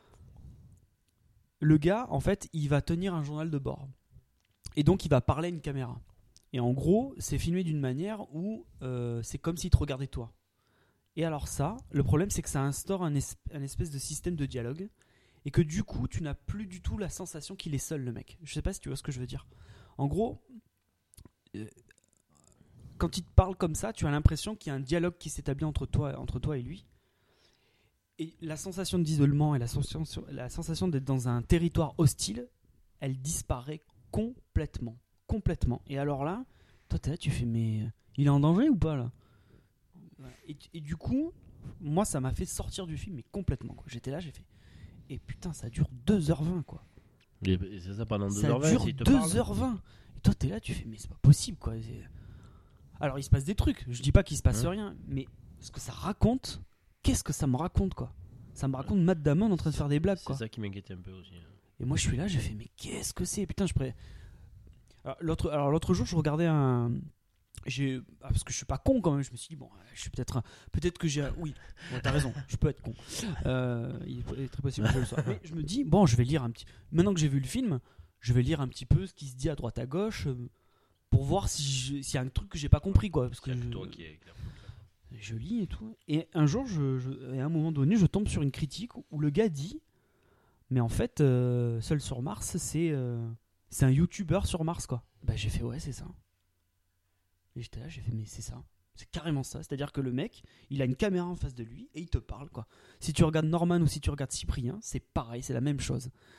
le gars, en fait, il va tenir un journal de bord. Et donc, il va parler à une caméra. Et en gros, c'est filmé d'une manière où euh, c'est comme s'il te regardait toi. Et alors ça, le problème, c'est que ça instaure un, es- un espèce de système de dialogue. Et que du coup, tu n'as plus du tout la sensation qu'il est seul, le mec. Je sais pas si tu vois ce que je veux dire. En gros, euh, quand il te parle comme ça, tu as l'impression qu'il y a un dialogue qui s'établit entre toi, entre toi et lui. Et la sensation d'isolement et la sensation, la sensation d'être dans un territoire hostile, elle disparaît complètement. Complètement. Et alors là, toi, t'es là, tu fais, mais euh, il est en danger ou pas, là ? et, et du coup, moi, ça m'a fait sortir du film, mais complètement, quoi. J'étais là, j'ai fait... Et putain, ça dure deux heures vingt, quoi. Et c'est ça pendant deux Ça heures vingt. dure s'il te deux parle. heures vingt. Et toi, t'es là, tu fais, mais c'est pas possible, quoi. C'est- Alors, il se passe des trucs. Je dis pas qu'il se passe Hein rien, mais ce que ça raconte, qu'est-ce que ça me raconte, quoi. Ça me raconte Matt Damon en train de faire des blagues, C'est quoi. ça qui m'inquiétait un peu aussi. hein. Et moi, je suis là, j'ai fait, mais qu'est-ce que c'est ? Putain, je pourrais. Alors, l'autre, alors, l'autre jour, je regardais un. J'ai... Ah, parce que je suis pas con quand même, je me suis dit, bon, je suis peut-être. un- Peut-être que j'ai. un- Oui, ouais, t'as raison, je peux être con. Euh, il est très possible que je le sois. Mais je me dis, bon, je vais lire un petit. Maintenant que j'ai vu le film, je vais lire un petit peu ce qui se dit à droite à gauche euh, pour voir si je- s'il y a un truc que j'ai pas compris, quoi. Parce que Il y a que je... toi qui est clair. je lis et tout. Et un jour, je, je- et à un moment donné, je tombe sur une critique où le gars dit, mais en fait, euh, Seul sur Mars, c'est euh, c'est un YouTuber sur Mars, quoi. Bah j'ai fait, ouais, c'est ça. Et j'étais là, j'ai fait, mais c'est ça. C'est carrément ça. C'est-à-dire que le mec, il a une caméra en face de lui et il te parle, quoi. Si tu regardes Norman ou si tu regardes Cyprien, c'est pareil, c'est la même chose.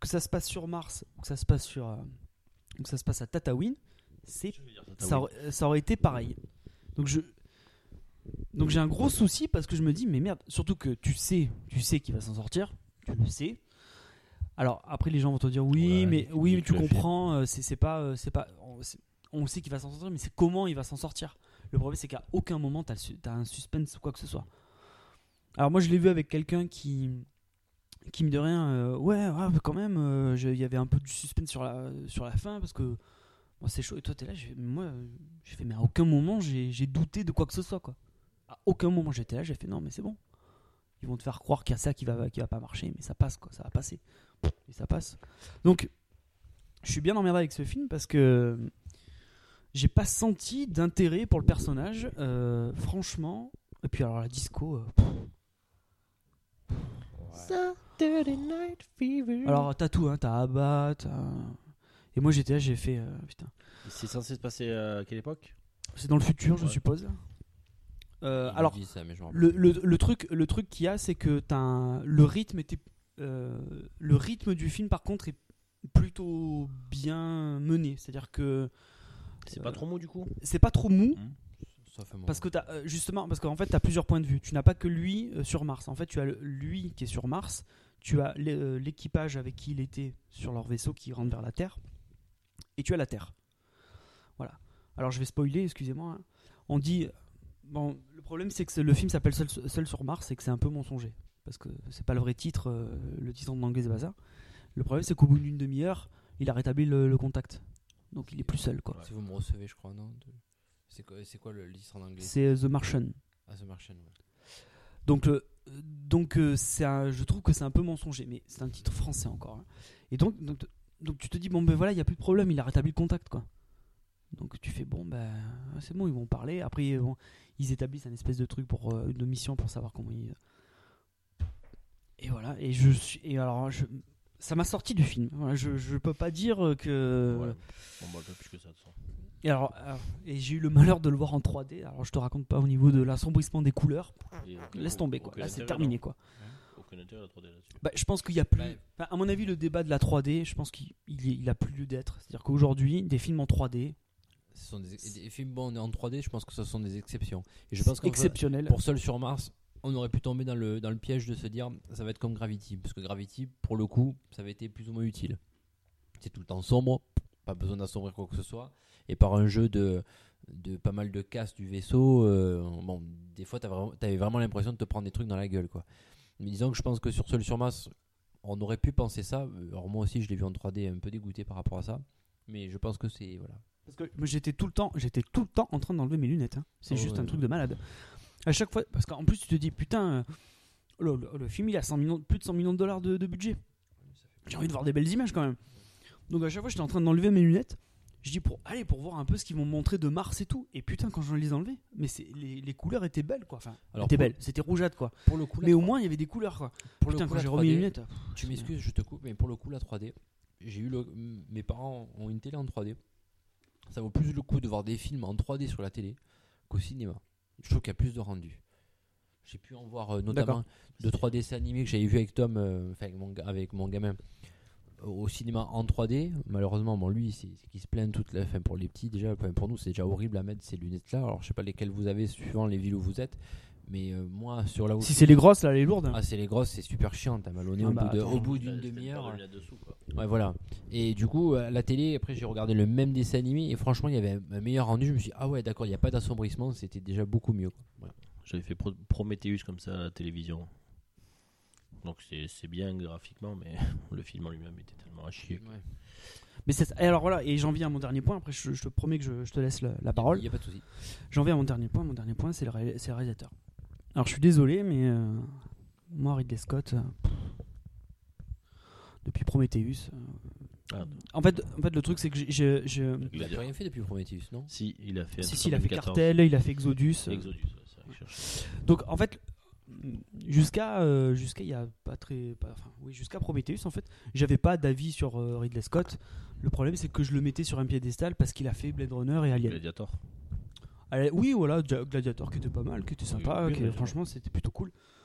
que ça se passe sur Mars ou que ça se passe sur, euh, ou que ça se passe à Tatooine, c'est ça, aurait- ça aurait été pareil. Donc je, donc j'ai un gros souci parce que je me dis mais merde, surtout que tu sais, tu sais qu'il va s'en sortir, tu le sais. Alors après les gens vont te dire oui, Ouais, mais tu oui, dis mais que tu tu l'as comprends, euh, c'est, c'est pas, euh, c'est pas, on, c'est- on sait qu'il va s'en sortir, mais c'est comment il va s'en sortir. Le problème c'est qu'à aucun moment t'as, le su- t'as un suspense ou quoi que ce soit. Alors moi je l'ai vu avec quelqu'un qui, qui me de rien, euh, ouais, ouais, mais quand même, euh, je- il y avait un peu du suspense sur la, sur la fin parce que moi c'est chaud. Et toi t'es là, j'ai, moi euh, j'ai fait mais à aucun moment j'ai, j'ai douté de quoi que ce soit quoi. À aucun moment j'étais là, j'ai fait non mais c'est bon. Ils vont te faire croire qu'il y a ça qui va, qui va pas marcher, mais ça passe quoi, ça va passer. Et ça passe. Donc, je suis bien emmerdé avec ce film parce que j'ai pas senti d'intérêt pour le personnage, euh, franchement. Et puis alors la disco. euh, Saturday Night Fever. Alors t'as tout, hein, t'as Abba, t'as... Et moi j'étais là, j'ai fait euh, putain. C'est censé se passer à quelle époque? C'est dans le futur, je Ouais. suppose. Euh, Il alors dit ça, mais je m'en rappelle. le, le, le truc, le truc qu'il y a, c'est que t'as un- le rythme était, euh, le rythme du film par contre est plutôt bien mené. C'est-à-dire que C'est Euh, pas trop mou du coup? c'est pas trop mou. Sauf un moment. Parce que t'as, euh, justement, parce qu'en fait, tu as plusieurs points de vue. Tu n'as pas que lui euh, sur Mars. En fait, tu as le- lui qui est sur Mars. Tu as l'é- euh, l'équipage avec qui il était sur leur vaisseau qui rentre vers la Terre. Et tu as la Terre. Voilà. Alors, je vais spoiler, excusez-moi. hein. On dit. Bon, le problème, c'est que c'est- le film s'appelle Seul, Seul sur Mars et que c'est un peu mensonger. Parce que c'est pas le vrai titre. euh, le titre en anglais, c'est pas ça. Le problème, c'est qu'au bout d'une demi-heure, il a rétabli le, le contact. Donc, il est plus seul, quoi. Si vous me recevez, je crois, non de- C'est quoi, c'est quoi le le titre en anglais? C'est euh, The Martian. Ah, The Martian, ouais. Donc, euh, donc euh, c'est un- je trouve que c'est un peu mensonger, mais c'est un titre français encore. hein. Et donc, donc, donc tu te dis, bon ben voilà, il n'y a plus de problème, il a rétabli le contact, quoi. Donc tu fais, bon ben c'est bon, ils vont parler. Après, bon, ils établissent un espèce de truc, pour euh, une mission pour savoir comment ils. Et voilà, et je suis. Et alors, je, ça m'a sorti du film. Voilà, je, je peux pas dire que. Ouais. Bon, bah, pas plus que ça de toute façon. Et, alors, alors, et j'ai eu le malheur de le voir en trois D. Alors, je te raconte pas au niveau de l'assombrissement des couleurs. Et Laisse au- tomber, quoi. aucun Là, c'est intérêt, terminé, non. quoi. Aucun intérêt la trois D là-dessus. Bah, je pense qu'il y a plus. Ouais. Enfin, à mon avis, le débat de la trois D, je pense qu'il il, est- il a plus lieu d'être. C'est-à-dire qu'aujourd'hui, des films en trois D, Ce sont des, des films bons en trois D, je pense que ce sont des exceptions. Et je pense c'est que exceptionnel. pour Seul sur Mars, on aurait pu tomber dans le, dans le piège de se dire ça va être comme Gravity. Parce que Gravity, pour le coup, ça avait été plus ou moins utile. C'est tout le temps sombre, pas besoin d'assombrir quoi que ce soit. Et par un jeu de, de pas mal de casse du vaisseau, euh, bon, des fois, t'avais vraiment, t'avais vraiment l'impression de te prendre des trucs dans la gueule, quoi. Mais disons que je pense que sur Seul sur Mars, on aurait pu penser ça. Alors moi aussi, je l'ai vu en trois D, un peu dégoûté par rapport à ça. Mais je pense que c'est. Voilà. Parce que moi, j'étais tout le temps, j'étais tout le temps en train d'enlever mes lunettes. hein. C'est Oh, juste ouais, un ouais. truc de malade. À chaque fois, parce qu'en plus, tu te dis, putain, euh, le, le- le film, il a cent millions, plus de cent millions de dollars de, de budget. J'ai envie de voir des belles images quand même. Donc à chaque fois, j'étais en train d'enlever mes lunettes. Je dis pour allez pour voir un peu ce qu'ils vont montrer de Mars et tout. Et putain, quand je les ai enlevées, mais c'est les, les couleurs étaient belles quoi. Enfin, Alors, étaient pour- belles. C'était rougeâtre quoi. Pour le coup, la Mais au trois- moins, il y avait des couleurs quoi. pour le Putain, coup, quand la j'ai trois remis D, les lunettes. Tu m'excuses, je te coupe, mais pour le coup, la trois D, j'ai eu le, mes parents ont une télé en trois D. Ça vaut plus le coup de voir des films en trois D sur la télé qu'au cinéma. Je trouve qu'il y a plus de rendu. J'ai pu en voir euh, notamment D'accord. deux trois dessins animés que j'avais vu avec Tom, euh, enfin avec, mon, ga- avec mon gamin euh, au cinéma en trois D. Malheureusement, bon, lui, c'est c'est qu'il se plaint toute la fin pour les petits déjà. Enfin, pour nous, c'est déjà horrible à mettre ces lunettes-là. Alors, je sais pas lesquelles vous avez suivant les villes où vous êtes, mais euh, moi, sur là où Si je- c'est les grosses là, les lourdes. ah, c'est les grosses, c'est super chiant. T'as mal au nez Ah au, bah, bout de- attends. au bout d'une C'était demi-heure. pas de là-dessous, quoi. Ouais, voilà. Et du coup, à la télé, après, j'ai regardé le même dessin animé et franchement, il y avait un meilleur rendu. Je me suis dit, ah ouais, d'accord, il n'y a pas d'assombrissement, c'était déjà beaucoup mieux, quoi. Voilà. J'avais fait Pro- Prometheus comme ça à la télévision. Donc c'est c'est bien graphiquement, mais le film en lui-même était tellement à chier. Ouais. Mais c'est ça. Et alors voilà, et j'en viens à mon dernier point. Après, je, je te promets que je, je te laisse la, la parole. Il n'y a pas de souci. J'en viens à mon dernier point. Mon dernier point, c'est le, ré- c'est le réalisateur. Alors, je suis désolé, mais euh, moi, Ridley Scott, euh, pff, depuis Prometheus. euh, Ah, en, fait, en fait, le truc, c'est que j'ai. j'ai- j'ai- Il a plus rien fait depuis Prometheus, non? si, il a fait un Si, truc si, il en a fait deux mille quatorze. Cartel, il a fait Exodus. euh, Exodus, ouais, c'est vrai que je cherchais. Donc en fait, jusqu'à euh, jusqu'à il y a pas très, pas- enfin oui, jusqu'à Prometheus en fait, j'avais pas d'avis sur euh, Ridley Scott. Le problème c'est que je le mettais sur un piédestal parce qu'il a fait Blade Runner et Alien. Gladiator. Allez, oui, voilà, Dia- Gladiator qui était pas mal, qui était sympa, Oui, qui- bien sûr. franchement c'était plutôt cool.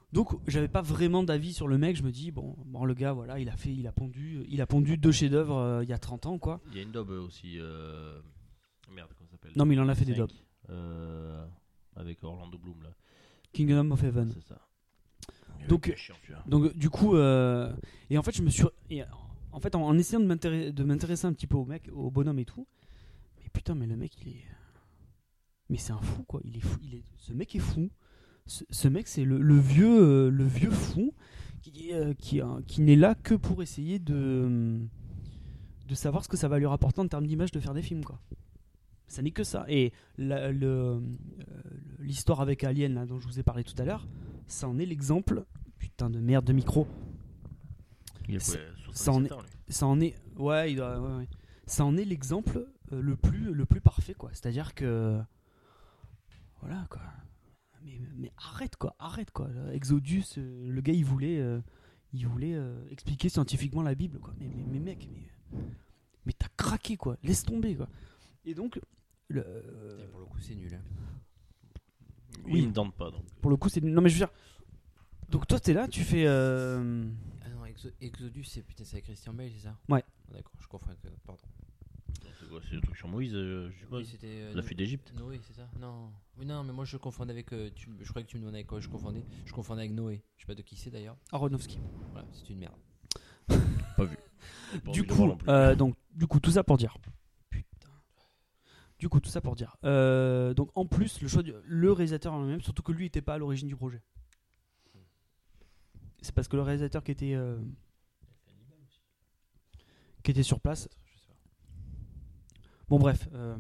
Donc j'avais pas vraiment d'avis sur le mec. Je me dis bon, bon le gars voilà, il a fait, il a pondu, il a pondu deux chefs-d'œuvre euh, il y a trente ans quoi. Il y a une daube aussi. Euh... Merde, comment ça s'appelle? Non mais il en a fait des cinq, daubes. Euh... Avec Orlando Bloom là. Kingdom of Heaven. C'est ça. Donc, chiant, donc du coup, euh, et en fait je me suis, et, en fait en, en essayant de m'intéresser, de m'intéresser un petit peu au mec, au bonhomme et tout. Mais putain, mais le mec il est, mais c'est un fou quoi. Il est fou. Il est, ce mec est fou. Ce, ce mec, c'est le, le vieux, euh, le vieux fou qui, euh, qui, euh, qui n'est là que pour essayer de, de savoir ce que ça va lui rapporter en termes d'image de faire des films, quoi. Ça n'est que ça. Et la, le, euh, l'histoire avec Alien, là, dont je vous ai parlé tout à l'heure, ça en est l'exemple. Putain de merde de micro. Il ça, a ça en est, ans, lui. ça en est, ouais, il doit, ouais, ouais. Ça en est l'exemple euh, le plus, le plus parfait, quoi. C'est-à-dire que, voilà, quoi. Mais, mais arrête quoi, arrête quoi. Exodus, euh, le gars il voulait, euh, il voulait euh, expliquer scientifiquement la Bible quoi. Mais, mais, mais mec, mais, mais t'as craqué quoi, laisse tomber quoi. Et donc, le, euh, Et pour le coup c'est nul. Hein. Oui, il ne tente pas donc. Pour le coup c'est nul. Non mais je veux dire, donc toi t'es là, tu fais. Euh... Ah non, Exo- Exodus c'est putain c'est avec Christian Bale c'est ça? Ouais. Ah, d'accord, je confonds. Avec... Pardon. C'est quoi, c'est le truc sur Moïse, euh, je sais pas. Oui, c'était euh, la fuite d'Égypte. Noé, c'est ça? Non. Oui, non, mais moi je confondais avec. Euh, tu, je croyais que tu me demandais avec quoi je confondais. Je confondais avec Noé. Je sais pas de qui c'est d'ailleurs. Aronofsky. Voilà, c'est une merde. Pas vu. Pas Du envie de voir coup, non plus. euh, donc, du coup, tout ça pour dire. Putain. Du coup, tout ça pour dire. Euh, donc, en plus, le choix du, le réalisateur en lui-même, surtout que lui n'était pas à l'origine du projet. C'est parce que le réalisateur qui était, euh, qui était sur place. Bon, bref. Euh,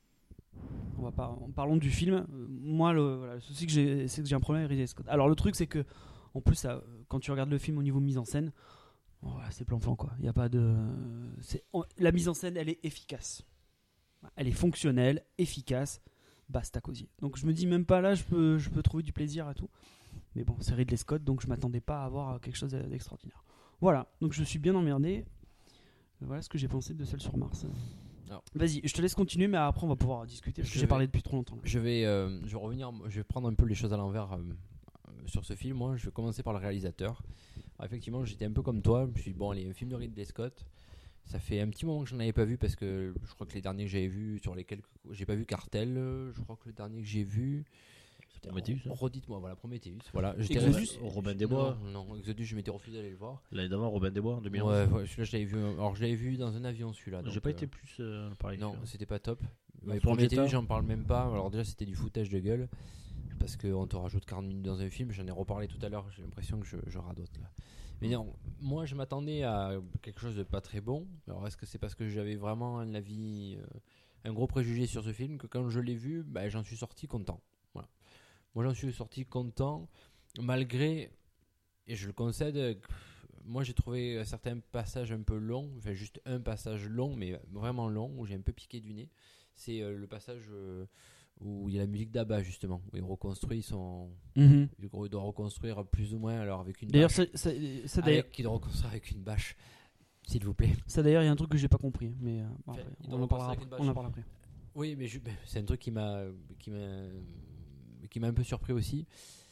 on va pas. En parlons du film. Euh, moi, le, voilà, le souci que j'ai, c'est que j'ai un problème avec Ridley Scott. Alors, le truc, c'est que, en plus, ça, quand tu regardes le film au niveau mise en scène. Voilà, c'est plan-plan quoi. Il y a pas de. C'est... La mise en scène, elle est efficace. Elle est fonctionnelle, efficace. Basta cosy. Donc je me dis même pas là, je peux, je peux trouver du plaisir à tout. Mais bon, c'est Ridley Scott, donc je m'attendais pas à avoir quelque chose d'extraordinaire. Voilà, donc je suis bien emmerdé. Voilà ce que j'ai pensé de Seul sur Mars. Alors, vas-y, je te laisse continuer, mais après on va pouvoir discuter parce que je j'ai vais, parlé depuis trop longtemps. Là. Je vais, euh, je vais revenir, je vais prendre un peu les choses à l'envers. Euh, sur ce film, moi, je vais commencer par le réalisateur. Alors, effectivement, j'étais un peu comme toi. Je me suis dit, bon, allez, un film de Ridley Scott. Ça fait un petit moment que je n'en avais pas vu parce que je crois que les derniers que j'avais vus, sur lesquels j'ai pas vu Cartel. Je crois que le dernier que j'ai vu. C'est Prometheus. Hein. Redites-moi, voilà, Prometheus. Voilà, j'étais Exodus, resté- Robin des Bois. Non, non, Exodus, je m'étais refusé d'aller le voir. L'année d'avant, Robin des Bois en deux mille onze. Ouais, ouais, celui-là, je l'avais vu. Alors, je l'avais vu dans un avion, celui-là. J'ai donc, pas euh, été plus euh, pareil. Non, que- c'était pas top. Dans Ouais, son Prometheus, état. j'en parle même pas. Alors déjà, c'était du foutage de gueule. Parce qu'on te rajoute quarante minutes dans un film. J'en ai reparlé tout à l'heure. J'ai l'impression que je, je radote là. Mais non, moi, je m'attendais à quelque chose de pas très bon. Alors, est-ce que c'est parce que j'avais vraiment un avis, euh, un gros préjugé sur ce film que quand je l'ai vu, bah, j'en suis sorti content. Voilà. Moi, j'en suis sorti content, malgré, et je le concède, euh, moi, j'ai trouvé certains passages un peu longs. Enfin, juste un passage long, mais vraiment long, où j'ai un peu piqué du nez. C'est euh, le passage euh, où il y a la musique d'Abba, justement, où il reconstruit son. Mhm. Il doit reconstruire plus ou moins, alors avec une D'ailleurs, bâche. ça, ça, ça, d'ailleurs, Avec, il doit reconstruire avec une bâche, s'il vous plaît. ça, d'ailleurs, il y a un truc que j'ai pas compris, mais euh, bon, Enfin, après, il on, doit en reconstruire parlera avec une après. bâche. on en parle après. Oui, mais je- ben, c'est un truc qui m'a, qui m'a, qui m'a un peu surpris aussi.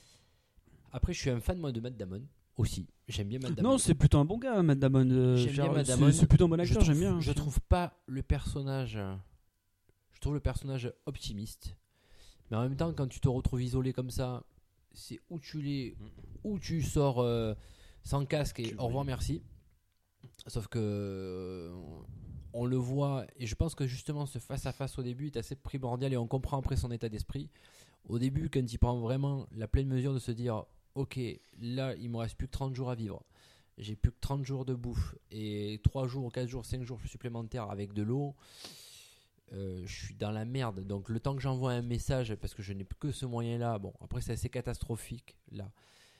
Après, je suis un fan moi de Matt Damon aussi. J'aime bien Matt Damon. Non, c'est plutôt un bon gars, Matt Damon. euh, J'aime bien genre, Matt c'est- Damon. C'est plutôt un bon Je acteur, trouve- j'aime bien. Je hein. trouve pas le personnage. Je trouve le personnage optimiste, mais en même temps, quand tu te retrouves isolé comme ça, c'est où tu les, où tu sors euh, sans casque et au revoir merci. Sauf que euh, on le voit et je pense que justement ce face à face au début est assez primordial et on comprend après son état d'esprit. Au début, quand il prend vraiment la pleine mesure de se dire, ok, là il me reste plus que trente jours à vivre. J'ai plus que trente jours de bouffe et trois jours, quatre jours, cinq jours supplémentaires avec de l'eau. Euh, je suis dans la merde. Donc le temps que j'envoie un message, parce que je n'ai que ce moyen-là, bon, après c'est assez catastrophique là.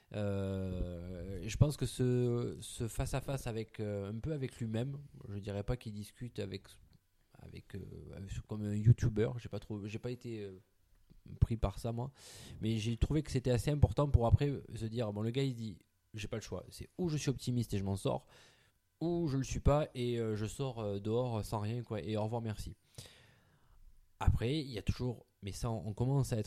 Euh, je pense que ce, ce face-à-face avec euh, un peu avec lui-même, je dirais pas qu'il discute avec, avec, euh, avec- comme un YouTuber. J'ai pas trop, j'ai pas été euh, pris par ça moi, mais j'ai trouvé que c'était assez important pour après se dire bon, le gars il dit j'ai pas le choix, c'est ou je suis optimiste et je m'en sors, ou je le suis pas et euh, je sors euh, dehors sans rien quoi et au revoir merci. Après il y a toujours, mais ça on, on commence à être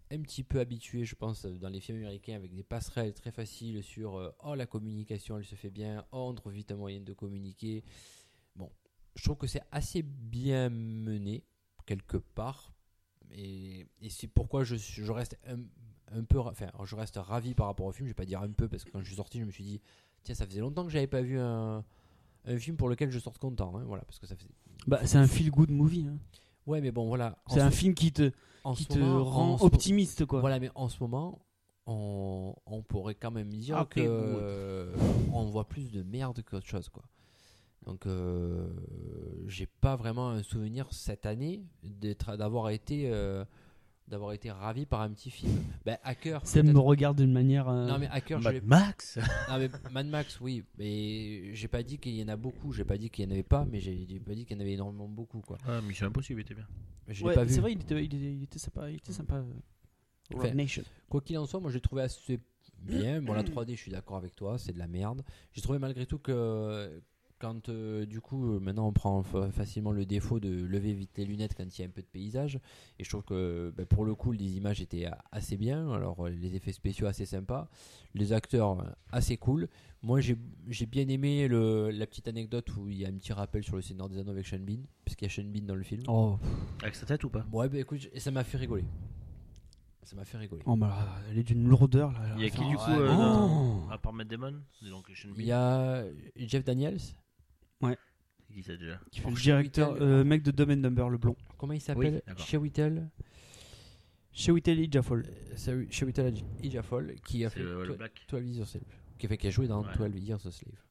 un petit peu habitué, je pense, dans les films américains avec des passerelles très faciles sur euh, oh la communication elle se fait bien, oh on trouve vite un moyen de communiquer. Bon, je trouve que c'est assez bien mené quelque part, et, et c'est pourquoi je, je reste un, un peu, enfin je reste ravi par rapport au film. Je vais pas dire un peu parce que quand je suis sorti, je me suis dit tiens, ça faisait longtemps que j'avais pas vu un, un film pour lequel je sorte content, hein, voilà, parce que ça faisait. Bah, c'est un feel good movie. Hein. Ouais, mais bon, voilà. C'est un film qui te, qui te moment, rend ce optimiste, quoi. Voilà, mais en ce moment, on, on pourrait quand même dire Ah, que okay, euh, on voit plus de merde qu'autre chose, quoi. Donc, euh, j'ai pas vraiment un souvenir cette année d'être, d'avoir été, euh, d'avoir été ravi par un petit film. Ben, Hacker. Ça me regarde d'une manière. Euh... Non, mais Hacker, Mad je l'ai... Max. Non, mais Mad Max, oui, mais j'ai pas dit qu'il y en a beaucoup. J'ai pas dit qu'il y en avait pas, mais j'ai, j'ai pas dit qu'il y en avait énormément beaucoup, quoi. Ah, Mission Impossible était bien. Mais je l'ai Ouais, pas vu. c'est vrai, il était, il était, il était sympa. Il était sympa. euh, Enfin, Rogue Nation. Quoi qu'il en soit, moi j'ai trouvé assez bien. Bon, la trois D, je suis d'accord avec toi, c'est de la merde. J'ai trouvé malgré tout que quand euh, du coup, euh, maintenant on prend fa- facilement le défaut de lever vite les lunettes quand il y a un peu de paysage. Et je trouve que bah, pour le coup, les images étaient a- assez bien. Alors, euh, les effets spéciaux assez sympas. Les acteurs euh, assez cool. Moi j'ai, j'ai bien aimé le, la petite anecdote où il y a un petit rappel sur le Seigneur des Anneaux avec Sean Bean, puisqu'il y a Sean Bean dans le film. Oh, Avec sa tête ou pas? Ouais, bah écoute, et ça m'a fait rigoler. Ça m'a fait rigoler. oh bah là, elle est d'une lourdeur. Là, Il y a qui Enfin, du coup ouais. euh, Oh. dans- à part Matt Damon? Donc Sean Il Bean. y a Jeff Daniels. C'est qui ça déjà? qui fait Alors, le directeur, Whittle- euh, mec de Dumb and Dumber, le blond. Comment il s'appelle? Oui, d'accord. Chez Whittle. Chez Whittle Ejafol. Euh, Chez Whittle Ejafol, qui a C'est fait le, le Twe- Black. twelve Years a Slave, qui a, fait, qui a joué dans Ouais. twelve Years a Slave.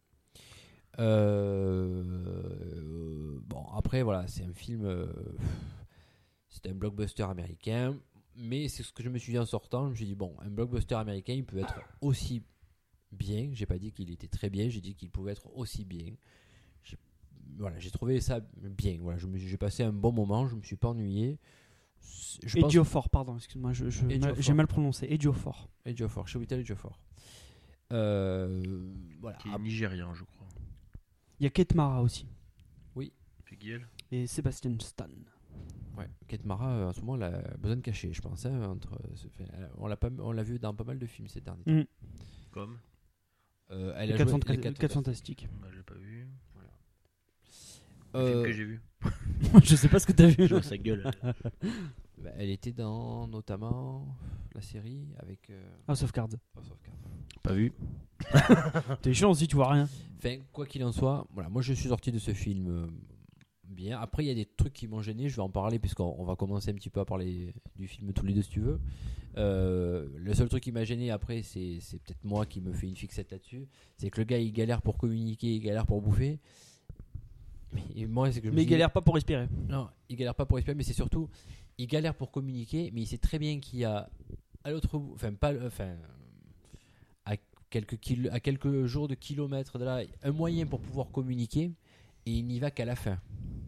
Euh, bon, après, voilà, c'est un film. Euh, c'est un blockbuster américain, mais c'est ce que je me suis dit en sortant. Je me suis dit, bon, un blockbuster américain, il peut être aussi bien. J'ai pas dit qu'il était très bien, j'ai dit qu'il pouvait être aussi bien. J'ai, voilà, j'ai trouvé ça bien. Voilà, je me, j'ai passé un bon moment, je me suis pas ennuyé. Je pense- Ejiofor, pardon, excuse-moi, je, je- Ejiofor. mal- j'ai mal prononcé. Ejiofor. Ejiofor, chez Whittle Ejiofor. Euh, voilà. Qui est Ah, nigérian, je crois. Il y a Kate Mara aussi. C'est qui elle? Et Sebastian Stan. ouais. Kate Mara, euh, en ce moment, elle a besoin de cacher, je pense. hein, entre, ce fait- elle- on, l'a pas, on l'a vu dans pas mal de films ces derniers temps. Mm. Comme? Euh, elle Les a 4 joué Fanta- les quatre quatre Fantastiques. Fantastiques. Bah, j'ai pas vu. Euh, Le film que j'ai vu. Je sais pas ce que t'as vu. Je vois sa gueule. bah, elle était dans notamment la série avec euh, House of Cards. House of Cards. Pas vu. T'es chiant aussi, tu vois rien. Enfin, quoi qu'il en soit, voilà, moi je suis sorti de ce film euh, bien. Après, il y a des trucs qui m'ont gêné, je vais en parler puisqu'on on va commencer un petit peu à parler du film tous les deux si tu veux. Euh, le seul truc qui m'a gêné après, c'est, c'est peut-être moi qui me fais une fixette là-dessus, c'est que le gars il galère pour communiquer, il galère pour bouffer. Mais moi, c'est que je me Mais il dis- galère pas pour respirer. Non, il galère pas pour respirer, mais c'est surtout, il galère pour communiquer, mais il sait très bien qu'il y a à l'autre bout, enfin pas, enfin à quelques kilo, à quelques jours de kilomètres de là, un moyen pour pouvoir communiquer, et il n'y va qu'à la fin.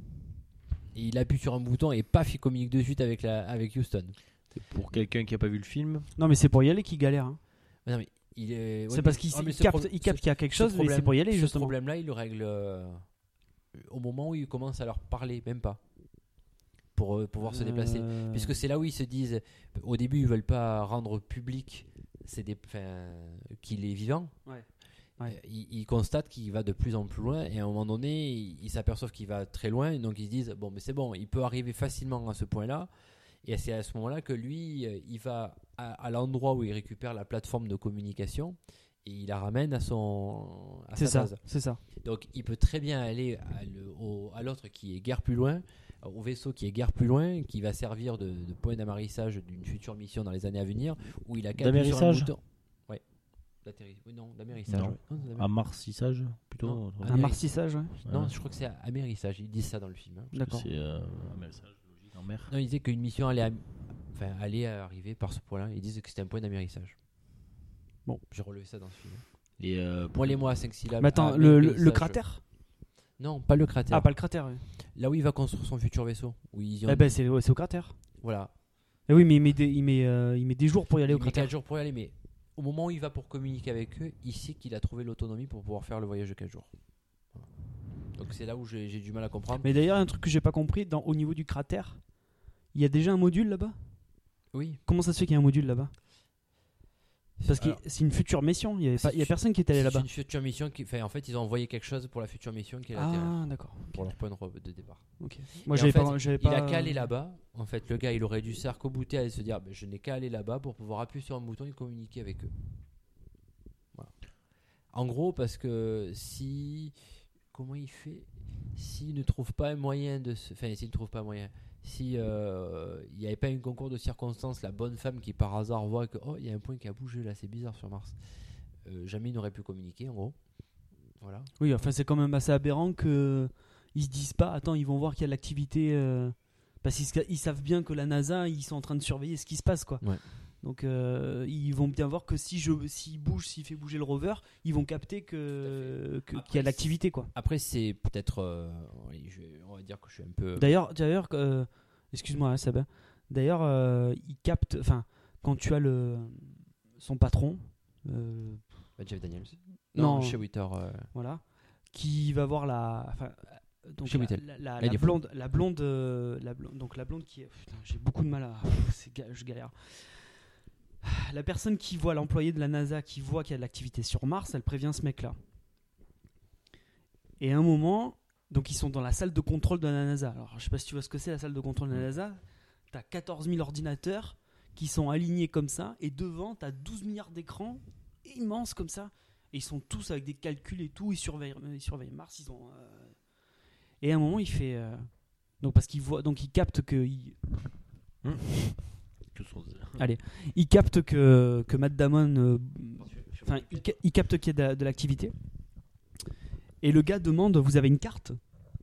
Et il appuie sur un bouton et paf, il communique de suite avec la, avec Houston. C'est pour quelqu'un qui a pas vu le film. Non, mais c'est pour y aller qu'il galère. hein. Non, mais il est, ouais, c'est mais- parce qu'il oh, mais il ce capte, pro- il capte ce- qu'il y a quelque ce chose, mais c'est problème- pour y aller ce justement. problème-là, il le règle euh, au moment où il commence à leur parler, même pas. Pour euh, pouvoir se déplacer. Euh, Puisque c'est là où ils se disent, au début ils veulent pas rendre public c'est des, enfin, qu'il est vivant. Ouais. Ouais. Euh, Ils, ils constatent qu'il va de plus en plus loin et à un moment donné ils, ils s'aperçoivent qu'il va très loin et donc ils se disent bon mais c'est bon, il peut arriver facilement à ce point là et c'est à ce moment là que lui euh, il va à, à l'endroit où il récupère la plateforme de communication et il la ramène à son à C'est sa ça, base. c'est ça. Donc il peut très bien aller à, le- au- à l'autre qui est guère plus loin, au vaisseau qui est guère plus loin, qui va servir de, de point d'amarrissage d'une future mission dans les années à venir, où il a qu'à appuyer sur un D'amérissage bouton. Ouais. D'atterri- oui, non, d'amérissage. Non. ouais. Non, c'est d'amérissage. Amarcissage plutôt. Non. autre- Un Améri- marcissage, ouais. Non, Ouais. je crois que c'est amérissage. Ils disent ça dans le film. hein. D'accord. C'est euh, amérissage logique en mer. Non, ils disaient qu'une mission allait, am- enfin, allait arriver par ce point-là. Ils disaient que c'était un point d'amérissage. Bon. J'ai relevé ça dans ce film. Et euh, Moi, les mots à cinq syllabes. Mais attends, ah, le, le- amérissage. le cratère Non, pas le cratère. Ah, pas le cratère, ouais. Là où il va construire son futur vaisseau. Où ils y ont- Eh ben, c'est ouais, c'est au cratère. Voilà. Eh oui, mais il met des, il met, euh, il met des jours pour y aller Il au met cratère. quatre jours pour y aller, mais au moment où il va pour communiquer avec eux, il sait qu'il a trouvé l'autonomie pour pouvoir faire le voyage de quatre jours. Voilà. Donc c'est là où j'ai j'ai du mal à comprendre. Mais d'ailleurs, un truc que j'ai pas compris, dans, au niveau du cratère, il y a déjà un module là-bas. Oui. Comment ça se fait qu'il y a un module là-bas? Parce que Alors, c'est une future mission. Il y avait pas, c'est il y a une- personne qui est allé c'est là-bas. une future mission qui, enfin, en fait, ils ont envoyé quelque chose pour la future mission qui est la Terre, Ah, d'accord. pour leur point de, re- de départ. Ok. Moi, Et j'avais en fait, pas, j'avais il pas. a qu'à aller là-bas. En fait, le gars, il aurait dû s'arc-bouter et se dire ben, je n'ai qu'à aller là-bas pour pouvoir appuyer sur un bouton et communiquer avec eux. Voilà. En gros, parce que si. Comment il fait? S'il ne trouve pas un moyen de se. Enfin, s'il ne trouve pas un moyen. Si euh, il n'y avait pas un concours de circonstances, la bonne femme qui par hasard voit que oh, il y a un point qui a bougé là, c'est bizarre sur Mars. Euh, jamais il n'aurait pu communiquer, en gros. Voilà. Oui, enfin, c'est quand même assez aberrant que ils se disent pas. Attends, ils vont voir qu'il y a de l'activité. euh, Parce qu'ils se- ils savent bien que la NASA, ils sont en train de surveiller ce qui se passe, quoi. Ouais. Donc, euh, ils vont bien voir que si je, s'il bouge, s'il fait bouger le rover, ils vont capter que que- Après, qu'il y a de l'activité, quoi. Après, c'est peut-être. euh, oui, je- on va dire que je suis un peu. D'ailleurs, d'ailleurs, euh, excuse-moi, hein, Sabin. D'ailleurs, euh, il capte. Enfin, quand tu as le son patron, euh, Bah, Jeff Daniels. Non. Non, chez Witter. euh, voilà, qui va voir la. Enfin, euh, donc Chez la, Whittle. la, la- Là, la il est fou. blonde, la blonde, euh, la blonde, donc la blonde qui est. Putain, j'ai beaucoup de mal à. pff, c'est ga- je galère. La personne qui voit l'employé de la NASA qui voit qu'il y a de l'activité sur Mars, elle prévient ce mec-là. Et à un moment, donc ils sont dans la salle de contrôle de la NASA. Alors, je sais pas si tu vois ce que c'est la salle de contrôle de la NASA. T'as quatorze mille ordinateurs qui sont alignés comme ça, et devant, t'as douze milliards d'écrans immenses comme ça. Et ils sont tous avec des calculs et tout. Ils surveillent, ils surveillent Mars. Ils ont. euh, Et à un moment, il fait. euh, Donc parce qu'il voit, donc il capte que. Il... Que sont- Allez, il capte que que Matt Damon. euh, Enfin, il, ca- il capte qu'il y a de, de l'activité. Et le gars demande, vous avez une carte?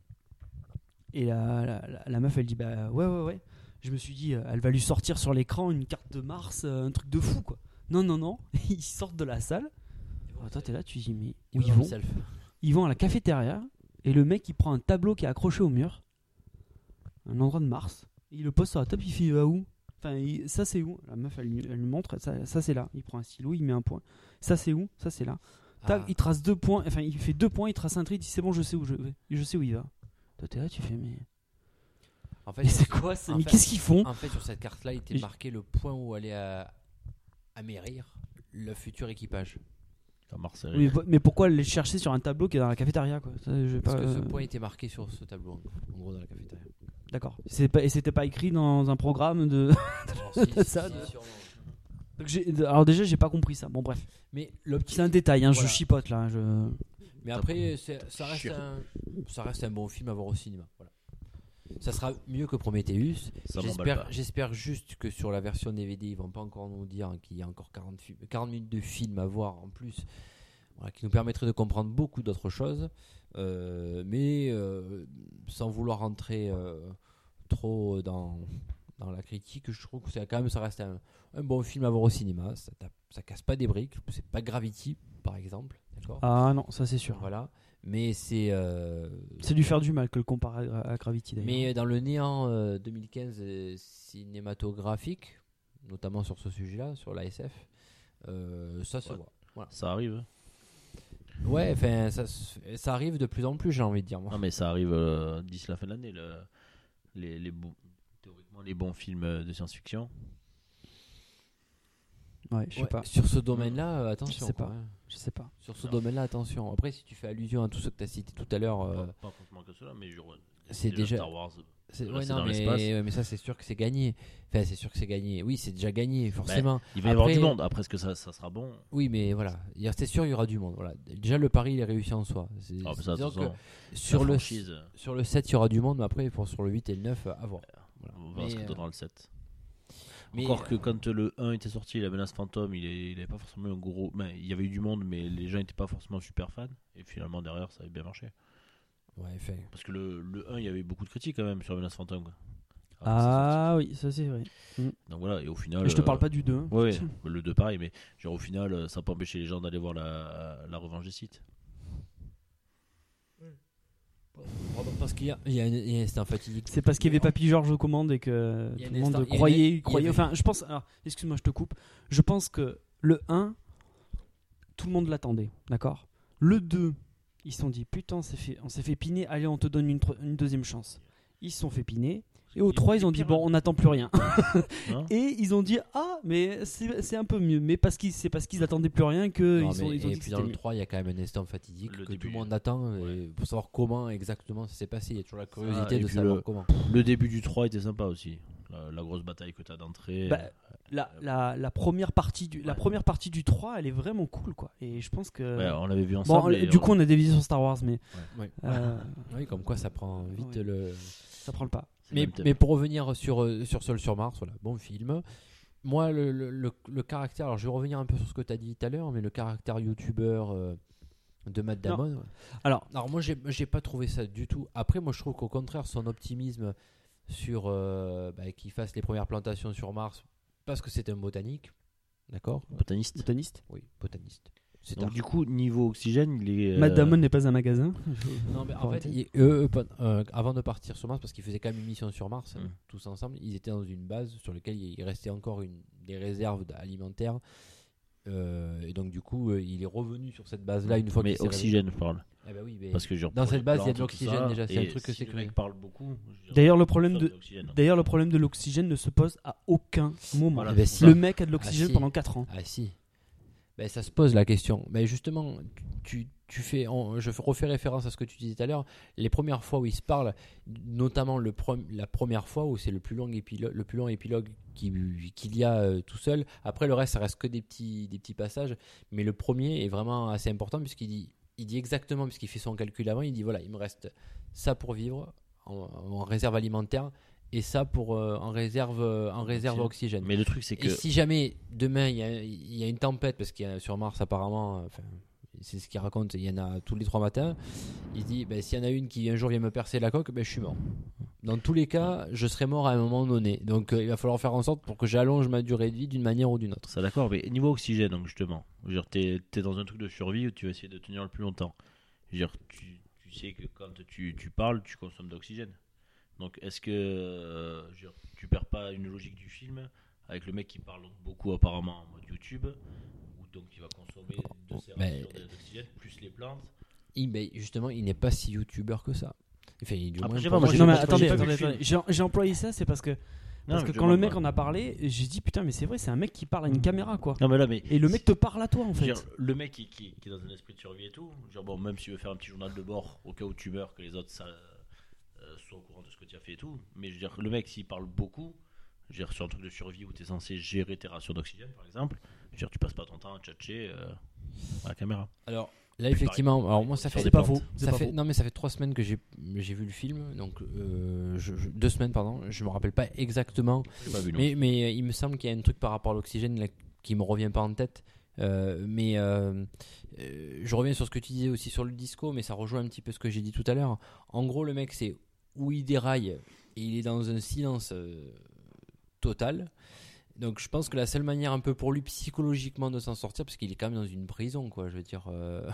Et la, la, la- la meuf, elle dit, bah ouais, ouais, ouais. Je me suis dit, euh, elle va lui sortir sur l'écran une carte de Mars, euh, un truc de fou, quoi. Non, non, non. Ils sortent de la salle. Alors, toi, t'es là, tu dis, mais où ils dans le vont? self. Ils vont à la cafétéria. Et le mec, il prend un tableau qui est accroché au mur. Un endroit de Mars. Il le pose sur la table, il fait, ah où? Enfin, il- ça c'est où? La meuf, elle, lui- elle lui montre, ça, ça c'est là. Il prend un stylo, il met un point. Ça c'est où? Ça c'est là. Tac, Ah. il trace deux points, enfin il fait deux points, il trace un trait, il dit c'est bon, je sais où je vais, je sais où il va. Toi t'es là, tu fais mais, En fait, mais c'est quoi ça? en Mais fait- qu'est-ce qu'ils font? En fait, sur cette carte-là, il était Et- marqué le point où allait à, amérir le futur équipage. À Marseille. mais, mais pourquoi aller le chercher sur un tableau qui est dans la cafétéria, quoi? Ça, je vais Parce pas, que ce euh, point était marqué sur ce tableau, en gros, dans la cafétéria. D'accord. C'est pas, et c'était pas écrit dans un programme de. Alors, si, Ça, si, de- sûrement. Donc, j'ai- alors déjà j'ai pas compris ça. Bon bref, Mais le petit c'est un détail, hein, Voilà. je chipote là. Je... Mais après, c'est- ça reste, Chiant. un, ça reste un bon film à voir au cinéma. Voilà. Ça sera mieux que Prometheus. Ça m'emballe J'espère, pas. j'espère juste que sur la version D V D, ils vont pas encore nous dire qu'il y a encore quarante, fi- quarante minutes de film à voir en plus, voilà, qui nous permettrait de comprendre beaucoup d'autres choses. Euh, mais euh, sans vouloir rentrer euh, trop dans, dans la critique, je trouve que c'est quand même, ça reste un, un bon film à voir au cinéma. Ça, tape- ça casse pas des briques. C'est pas Gravity, par exemple. D'accord. Ah non, ça c'est sûr. Voilà. Mais c'est. euh, C'est lui faire du mal que le comparer à, à Gravity d'ailleurs. Mais dans le néant euh, deux mille quinze euh, cinématographique, notamment sur ce sujet-là, sur l'A S F, euh, ça se Ouais. voit. Voilà. Ça arrive. Ouais, enfin, ça, se- ça arrive de plus en plus, j'ai envie de dire. Moi. Non, mais ça arrive euh, d'ici la fin de l'année. le- Les, les bons, théoriquement, les bons films euh, de science-fiction. Ouais, je sais Ouais, pas. sur ce domaine-là, euh, attention. Je sais quoi, pas. hein. Je sais pas. Sur ce Non. domaine-là, attention. Après, si tu fais allusion à tout ce que tu as cité tout à l'heure, euh, Pas, pas forcément que cela, mais je, c'est déjà. Star Wars. c'est- Là, ouais, c'est non, dans mais, l'espace. ouais, mais ça, c'est sûr que c'est gagné. Enfin, c'est sûr que c'est gagné. Oui, c'est déjà gagné, forcément. Il va y avoir Après- du monde. Après, est-ce que ça, ça sera bon? Oui, mais voilà, Il y a- c'est sûr il y aura du monde. Voilà. Déjà le pari il est réussi en soi. C'est, Ah, bah, c'est- ça, de disons toute façon, que sur la le franchise, sur le sept il y aura du monde, mais après pour sur le huit et le neuf à voir. Voilà. on verra Mais, ce que euh, donnera le sept. mais, Encore que quand le un était sorti, la menace fantôme, il est- il avait pas forcément un gros. Ben, il y avait eu du monde, mais les gens n'étaient pas forcément super fans. Et finalement, derrière, ça avait bien marché. ouais, enfin, Parce que le, le un, il y avait beaucoup de critiques quand même sur la menace fantôme. Quoi. Après, Ah oui, ça c'est vrai. c'est sorti. Donc voilà, et au final. Mais je te euh, parle pas du deux. hein. Ouais, ouais, le deux pareil, mais genre au final, euh, ça n'a pas empêché les gens d'aller voir la, la revanche des sites. parce qu'il y a, il y a, une- il y a- c'est un fatidique. C'est parce qu'il y avait Papy Georges aux commandes et que Il y a tout une le monde instant- il y a une- croyait, il y croyait. avait- Enfin, je pense. Alors, excuse-moi, je te coupe. Je pense que le un, tout le monde l'attendait, d'accord. Le deux, ils se sont dit putain, on s'est fait, on s'est fait piner. Allez, on te donne une, tro- une deuxième chance. Ils se sont fait piner. Et au trois, ils ont pire, dit bon, on n'attend plus rien. Non Et ils ont dit ah, mais c'est, c'est un peu mieux. Mais parce qu'ils, c'est parce qu'ils attendaient plus rien que Non, ils, ont, mais- ils ont et dit que puis dans c'était le mieux. trois, il y a quand même un instant fatidique Le que début. tout le monde attend Ouais. et pour savoir comment exactement ça s'est passé. Il y a toujours la curiosité et de puis savoir le- comment. Le début du trois était sympa aussi. La, la grosse bataille que t'as d'entrée. Bah, La, la, la première partie du, la Ouais. première partie du trois, elle est vraiment cool, quoi. Et je pense que. Ouais, on l'avait vu Bon, ensemble. et du on- coup, on a dévisé sur Star Wars, mais Ouais. euh, Oui, comme quoi ça prend vite Ouais. le. ça prend le pas. c'est Mais, le même thème. mais pour revenir sur, euh, sur Seul sur Mars, voilà, bon film. Moi, le, le, le, le caractère, alors je vais revenir un peu sur ce que tu as dit tout à l'heure, mais le caractère youtubeur euh, de Matt Non. Damon. Alors, Alors moi, j'ai, j'ai pas trouvé ça du tout. Après, moi, je trouve qu'au contraire, son optimisme sur euh, bah, qu'il fasse les premières plantations sur Mars, parce que c'est un botanique, d'accord Botaniste. botaniste. Oui, botaniste. C'est Donc un- du coup, niveau oxygène, il est. euh, Matt Damon n'est pas un magasin. Non, mais Faut en fait, arrêter. il- eux, eux, pen- euh, avant de partir sur Mars, parce qu'ils faisaient quand même une mission sur Mars, Mm. euh, tous ensemble, ils étaient dans une base sur laquelle il restait encore une, des réserves alimentaires. Euh, et donc, du coup, euh, il est revenu sur cette base-là une fois Mais qu'il s'est oxygène, je parle. réveillé. Eh ben oui, mais Parce que genre, dans pour cette les base, il y a de plantes, tout l'oxygène ça, déjà, c'est et un truc que si c'est le créé. mec parle beaucoup. je veux dire, D'ailleurs, le il problème sauve de- l'oxygène. D'ailleurs, le problème de l'oxygène ne se pose à aucun moment. Voilà, Eh ben, c'est si. Le mec a de l'oxygène Ah, si. pendant quatre ans. Ah si. Ben, ça se pose la question. Ben, justement, tu, tu fais, on- je refais référence à ce que tu disais tout à l'heure. Les premières fois où ils se parlent, notamment le pre- la première fois où c'est le plus long épilogue, le plus long épilogue qui- qu'il y a euh, tout seul. Après le reste, ça reste que des petits, des petits passages. Mais le premier est vraiment assez important puisqu'il dit, il dit exactement, puisqu'il fait son calcul avant, il dit voilà, il me reste ça pour vivre en, en réserve alimentaire et ça pour euh, en réserve, euh, en réserve oxygène. Mais le truc, c'est que. Et si jamais demain il y a, il y a une tempête, parce qu'il y a sur Mars apparemment, euh, enfin, c'est ce qu'il raconte, il y en a tous les trois matins, il dit ben, s'il y en a une qui un jour vient me percer la coque, ben, je suis mort. Dans tous les cas, je serai mort à un moment donné. Donc euh, il va falloir faire en sorte pour que j'allonge ma durée de vie d'une manière ou d'une autre. Ça d'accord, mais niveau oxygène, donc justement, je veux dire, t'es, t'es dans un truc de survie où tu vas essayer de tenir le plus longtemps. Je veux dire, tu, tu sais que quand tu, tu parles, tu consommes d'oxygène. Donc est-ce que euh, je veux dire, tu perds pas une logique du film avec le mec qui parle donc beaucoup apparemment en mode YouTube, où donc il va consommer de ses Mais- rations d'oxygène plus les plantes. Il, ben, justement, il n'est pas si youtubeur que ça. Enfin, du Après, moins, je sais pour pas, moi, moi, j'ai Non mais pas- attendez, j'ai pas vu attendez, le film. attendez. J'ai, j'ai employé ça, c'est parce que parce Non, que je quand le demande mec pas. en a parlé, j'ai dit putain mais c'est vrai, c'est un mec qui parle à une caméra quoi. Non mais là, mais Et le mec te parle à toi en je veux fait. dire, le mec qui, qui, qui est dans un esprit de survie et tout, genre bon, même s'il veut faire un petit journal de bord au cas où tu meurs, que les autres ça, euh, soient au courant de ce que tu as fait et tout, mais je veux dire, le mec s'il parle beaucoup, je veux dire, sur un truc de survie où tu es censé gérer tes rations d'oxygène par exemple, je veux dire, tu passes pas ton temps à tchatcher euh, à la caméra. Alors là, effectivement, alors moi ça Sur fait des pas plantes. faux. C'est Ça pas fait, faux. non mais ça fait trois semaines que j'ai j'ai vu le film, donc euh, je- je- deux semaines pardon, je me rappelle pas exactement, J'ai pas vu, non. mais, mais euh, il me semble qu'il y a un truc par rapport à l'oxygène là, qui me revient pas en tête. Euh, mais euh, euh, je reviens sur ce que tu disais aussi sur le disco, mais ça rejoint un petit peu ce que j'ai dit tout à l'heure. En gros, le mec c'est où il déraille et il est dans un silence euh, total. Donc je pense que la seule manière un peu pour lui psychologiquement de s'en sortir, parce qu'il est quand même dans une prison quoi, je veux dire. Euh,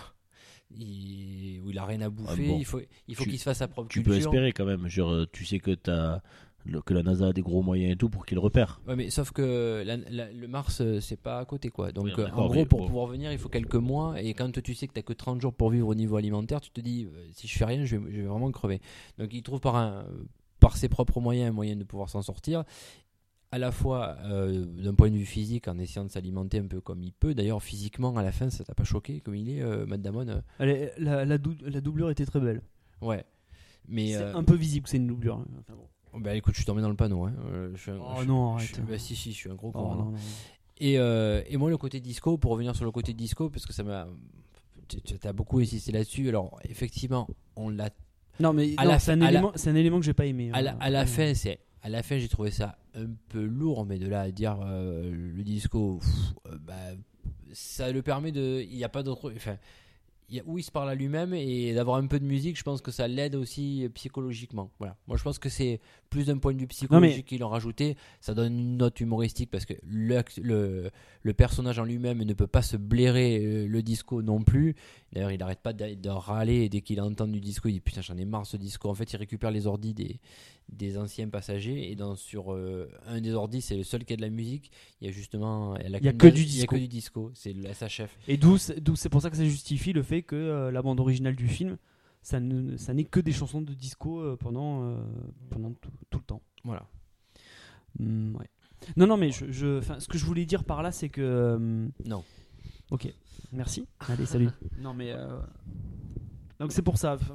il, où il a rien à bouffer, Ah bon. il faut, il faut Tu- qu'il se fasse sa propre Tu peux culture. espérer quand même, genre euh, tu sais que t'as le- que la NASA a des gros moyens et tout pour qu'il repère. Ouais, mais sauf que la- la- le Mars, euh, c'est pas à côté quoi. Donc Oui, euh, en d'accord, gros, mais pour bon. pouvoir venir, il faut quelques mois. Et quand tu sais que t'as que trente jours pour vivre au niveau alimentaire, tu te dis euh, si je fais rien, je vais, je vais vraiment crever. Donc il trouve par, un, par ses propres moyens un moyen de pouvoir s'en sortir. À la fois euh, d'un point de vue physique, en essayant de s'alimenter un peu comme il peut. D'ailleurs, physiquement, à la fin, ça t'a pas choqué comme il est, euh, Matt Damon euh, Allez, la, la, dou- la doublure était très belle. Ouais. Mais C'est euh, un peu visible que c'est une doublure. hein. Enfin, bon. bah écoute, je suis tombé dans le panneau. Hein. Euh, je suis un- Oh je- non, je arrête. suis- bah, si, si, je suis un gros Oh, con. non, non. Et, euh, et moi, le côté disco, pour revenir sur le côté disco, parce que ça m'a. Tu tu as beaucoup insisté là-dessus. Alors, effectivement, on l'a. Non, mais À non, la c'est, un fin- à la- élément, c'est un élément que j'ai pas aimé. À la, hein. à la fin, c'est. À la fin, j'ai trouvé ça un peu lourd, mais de là à dire euh, le disco, pff, euh, bah, ça le permet de. Il n'y a pas d'autre. Enfin, il y a, où il se parle à lui-même et d'avoir un peu de musique, je pense que ça l'aide aussi psychologiquement. Voilà. Moi, je pense que c'est plus d'un point de vue psychologique qu'ils l'ont rajouté. Ça donne une note humoristique parce que le, le, le personnage en lui-même ne peut pas se blairer euh, le disco non plus. D'ailleurs, il n'arrête pas de, de râler et dès qu'il entend du disco, il dit putain, j'en ai marre ce disco. En fait, il récupère les ordis des, des anciens passagers et dans, sur euh, un des ordis, c'est le seul qui a de la musique. Il y a justement. Elle a Il y a qu'une que base- du Il y a disco. que du disco. C'est le S H F. Et d'où c'est, d'où c'est pour ça que ça justifie le fait que euh, la bande originale du film ça, ne, ça n'est que des chansons de disco euh, pendant, euh, pendant tout, tout le temps. Voilà. Mm, ouais. Non, non, mais je, je, ce que je voulais dire par là, c'est que. Euh, non. Ok, merci. Allez, salut. Non, mais. Euh, donc, c'est pour ça.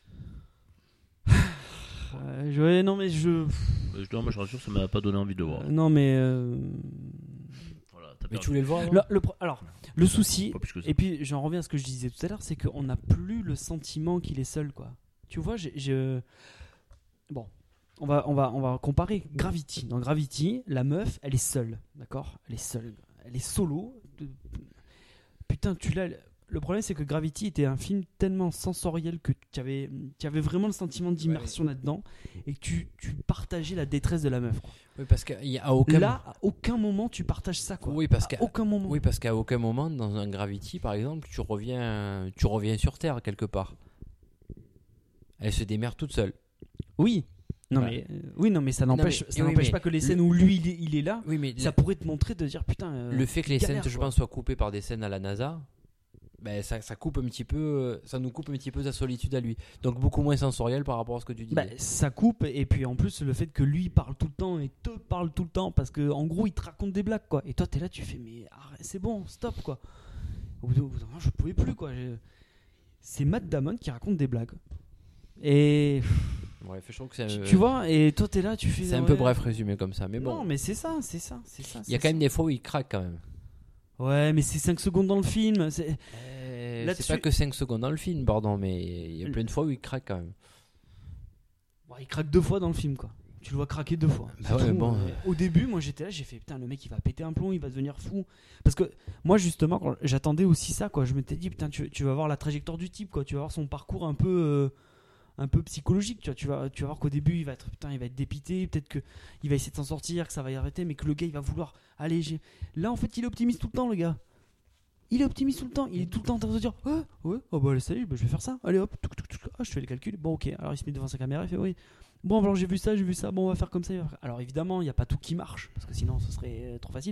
Euh, je, ouais, non, mais je. Je dois, moi, je rassure, ça m'a pas donné envie de le voir. Euh, non, mais. Euh, voilà, mais tu voulais le voir le, le, Alors, le souci. Et puis, j'en reviens à ce que je disais tout à l'heure, c'est qu'on n'a plus le sentiment qu'il est seul, quoi. Tu vois, j'ai. j'ai... Bon. On va, on, va, on va comparer Gravity. Dans Gravity, la meuf, elle est seule, d'accord ? Elle est seule. Elle est solo. Putain, tu l'as. Le problème, c'est que Gravity était un film tellement sensoriel que tu avais, tu avais vraiment le sentiment d'immersion ouais, là-dedans et que tu, tu partageais la détresse de la meuf. Quoi. Oui, parce qu'à aucun Là, à aucun moment, tu partages ça. Quoi. Oui, parce à qu'à aucun moment. Oui, parce qu'à aucun moment, dans un Gravity, par exemple, tu reviens, tu reviens sur Terre quelque part. Elle se démerde toute seule. Oui. Non ouais. mais euh, oui non mais ça n'empêche mais, ça oui, n'empêche mais pas que les le, scènes où lui il est, il est là oui, mais ça le, pourrait te montrer de dire putain euh, le fait que les galère, scènes je pense soient coupées par des scènes à la NASA ben ça, ça coupe un petit peu ça nous coupe un petit peu sa solitude à lui donc beaucoup moins sensoriel par rapport à ce que tu dis. Bah, ça coupe et puis en plus le fait que lui il parle tout le temps et te parle tout le temps parce que en gros il te raconte des blagues quoi et toi t'es là tu fais mais arrête, c'est bon stop quoi au bout d'un moment je pouvais plus quoi je... c'est Matt Damon qui raconte des blagues et ouais, je trouve que c'est tu, euh... tu vois et toi t'es là tu fais c'est un ouais. peu bref résumé comme ça mais bon non mais c'est ça c'est ça c'est ça il y a quand même des fois où il craque quand même ouais mais c'est cinq secondes dans le film c'est euh, c'est pas que cinq secondes dans le film pardon mais il y a plein de fois où il craque quand même ouais, il craque deux fois dans le film quoi tu le vois craquer deux fois. Bah ouais, bon, euh, au début, moi j'étais là, j'ai fait putain, le mec il va péter un plomb, il va devenir fou. Parce que moi justement, quand j'attendais aussi ça, quoi. Je m'étais dit putain, tu, tu vas voir la trajectoire du type, quoi. Tu vas voir son parcours un peu, euh, un peu psychologique. Tu vois, tu vas, tu vas voir qu'au début il va être putain, il va être dépité, peut-être que il va essayer de s'en sortir, que ça va y arrêter, mais que le gars il va vouloir. Allez, j'ai... là en fait il est optimiste tout le temps, le gars. Il est optimiste tout le temps. Il est tout le temps en train de se dire ouais, ouais, oh bah allez, salut, bah, je vais faire ça. Allez hop, touc, touc, touc. Ah, je fais les calculs. Bon ok, alors il se met devant sa caméra, il fait oui. Bon, alors j'ai vu ça, j'ai vu ça, bon, on va faire comme ça. Alors évidemment, il n'y a pas tout qui marche, parce que sinon ce serait trop facile.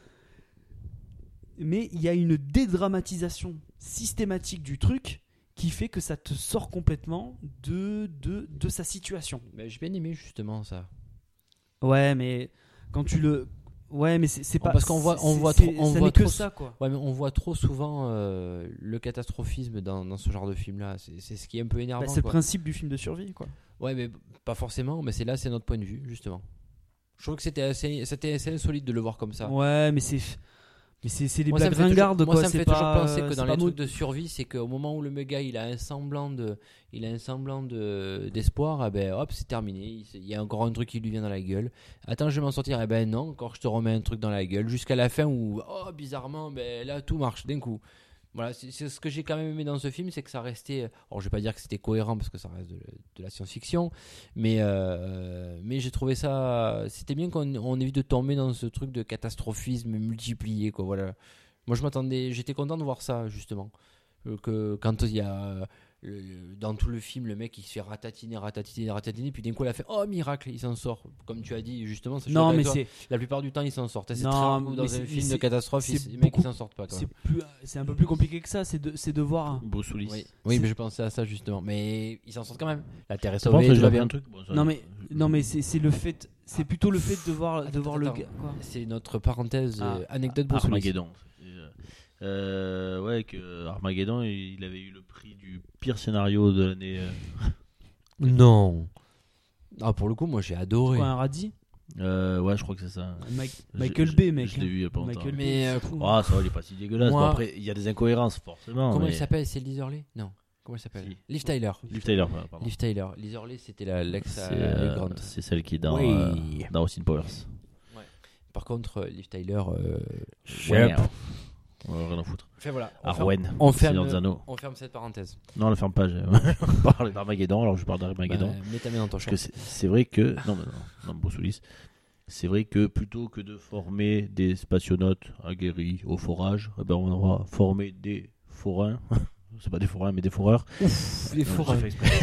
Mais il y a une dédramatisation systématique du truc qui fait que ça te sort complètement de, de, de sa situation. Mais j'ai bien aimé justement ça. Ouais, mais quand tu le... Ouais, mais c'est, c'est pas... Parce qu'on voit, on c'est, voit c'est, trop... On ça voit n'est que trop, ça, quoi. Ouais, mais on voit trop souvent euh, le catastrophisme dans, dans ce genre de film-là. C'est, c'est ce qui est un peu énervant. Bah, c'est quoi. Le principe du film de survie, quoi. Ouais, mais pas forcément, mais c'est là, c'est notre point de vue, justement. Je trouve que c'était assez, c'était assez insolite de le voir comme ça. Ouais, mais c'est... Mais c'est, c'est des moi, blagues ringardes, quoi. Moi, ça me c'est fait pas, toujours penser que dans les trucs mode... de survie, c'est qu'au moment où le méga il a un semblant de, il a un semblant de d'espoir, eh ben hop, c'est terminé. Il y a encore un truc qui lui vient dans la gueule. Attends, je vais m'en sortir. Eh ben non, encore je te remets un truc dans la gueule jusqu'à la fin où, oh bizarrement, ben là tout marche d'un coup. Voilà, c'est, c'est ce que j'ai quand même aimé dans ce film, c'est que ça restait. Alors, je vais pas dire que c'était cohérent parce que ça reste de, de la science-fiction, mais euh, mais j'ai trouvé ça. C'était bien qu'on on évite de tomber dans ce truc de catastrophisme multiplié, quoi. Voilà. Moi, je m'attendais, j'étais content de voir ça justement. Que quand il y a le, dans tout le film, le mec il se fait ratatiner, ratatiner, ratatiner, puis d'un coup, il a fait oh miracle, il s'en sort. Comme tu as dit justement, c'est non mais c'est la plupart du temps il s'en sort. C'est non, très rare dans un c'est, film de catastrophe, c'est les beaucoup, mecs ils s'en sortent pas. Quand c'est, même. plus, c'est un peu plus compliqué que ça. C'est de, c'est de voir. Bruce Willis. Oui, oui mais je pensais à ça justement. Mais ils s'en sortent quand même. La Terre est sauvée. Je tout va bien. un truc. Bon, ça, non mais non mais c'est, c'est le fait. C'est plutôt le fait de voir attends, de voir attends, le gars. Quoi. C'est notre parenthèse ah, euh, anecdote Bruce Willis. Armageddon. Euh, ouais, que Armageddon, il avait eu le prix du pire scénario de l'année. Euh... Non. Ah, pour le coup, moi j'ai adoré. Quoi, un radis euh, Ouais, je crois que c'est ça. Mike, je, Michael je, Bay, mec. Je l'ai vu il y a pas longtemps. Michael mais euh, ah, ça va, il est pas si dégueulasse. Moi... Bon, après, il y a des incohérences, forcément. Comment mais... il s'appelle? C'est Liz Hurley? Non. Comment elle s'appelle? si. Liv Tyler. Liv Tyler, pardon. Liv Tyler. Liz Hurley, c'était la l'ex c'est, euh, euh, c'est celle qui est dans, oui. euh, dans Austin Powers. Ouais. Par contre, Liv Tyler. Euh... Ouais. On va rien en foutre. Enfin, voilà. Arwen, on ferme, on ferme, on ferme cette parenthèse. Non, on ne ferme pas. On parle d'Armageddon, alors je parle d'Armageddon. Bah, mets ta main dans ton champ. C'est, c'est vrai que. Non, mais non, non, Bruce Willis. C'est vrai que plutôt que de former des spationautes aguerris au forage, eh ben on va former des forains. C'est pas des forains, mais des foreurs. Ouf, des forains.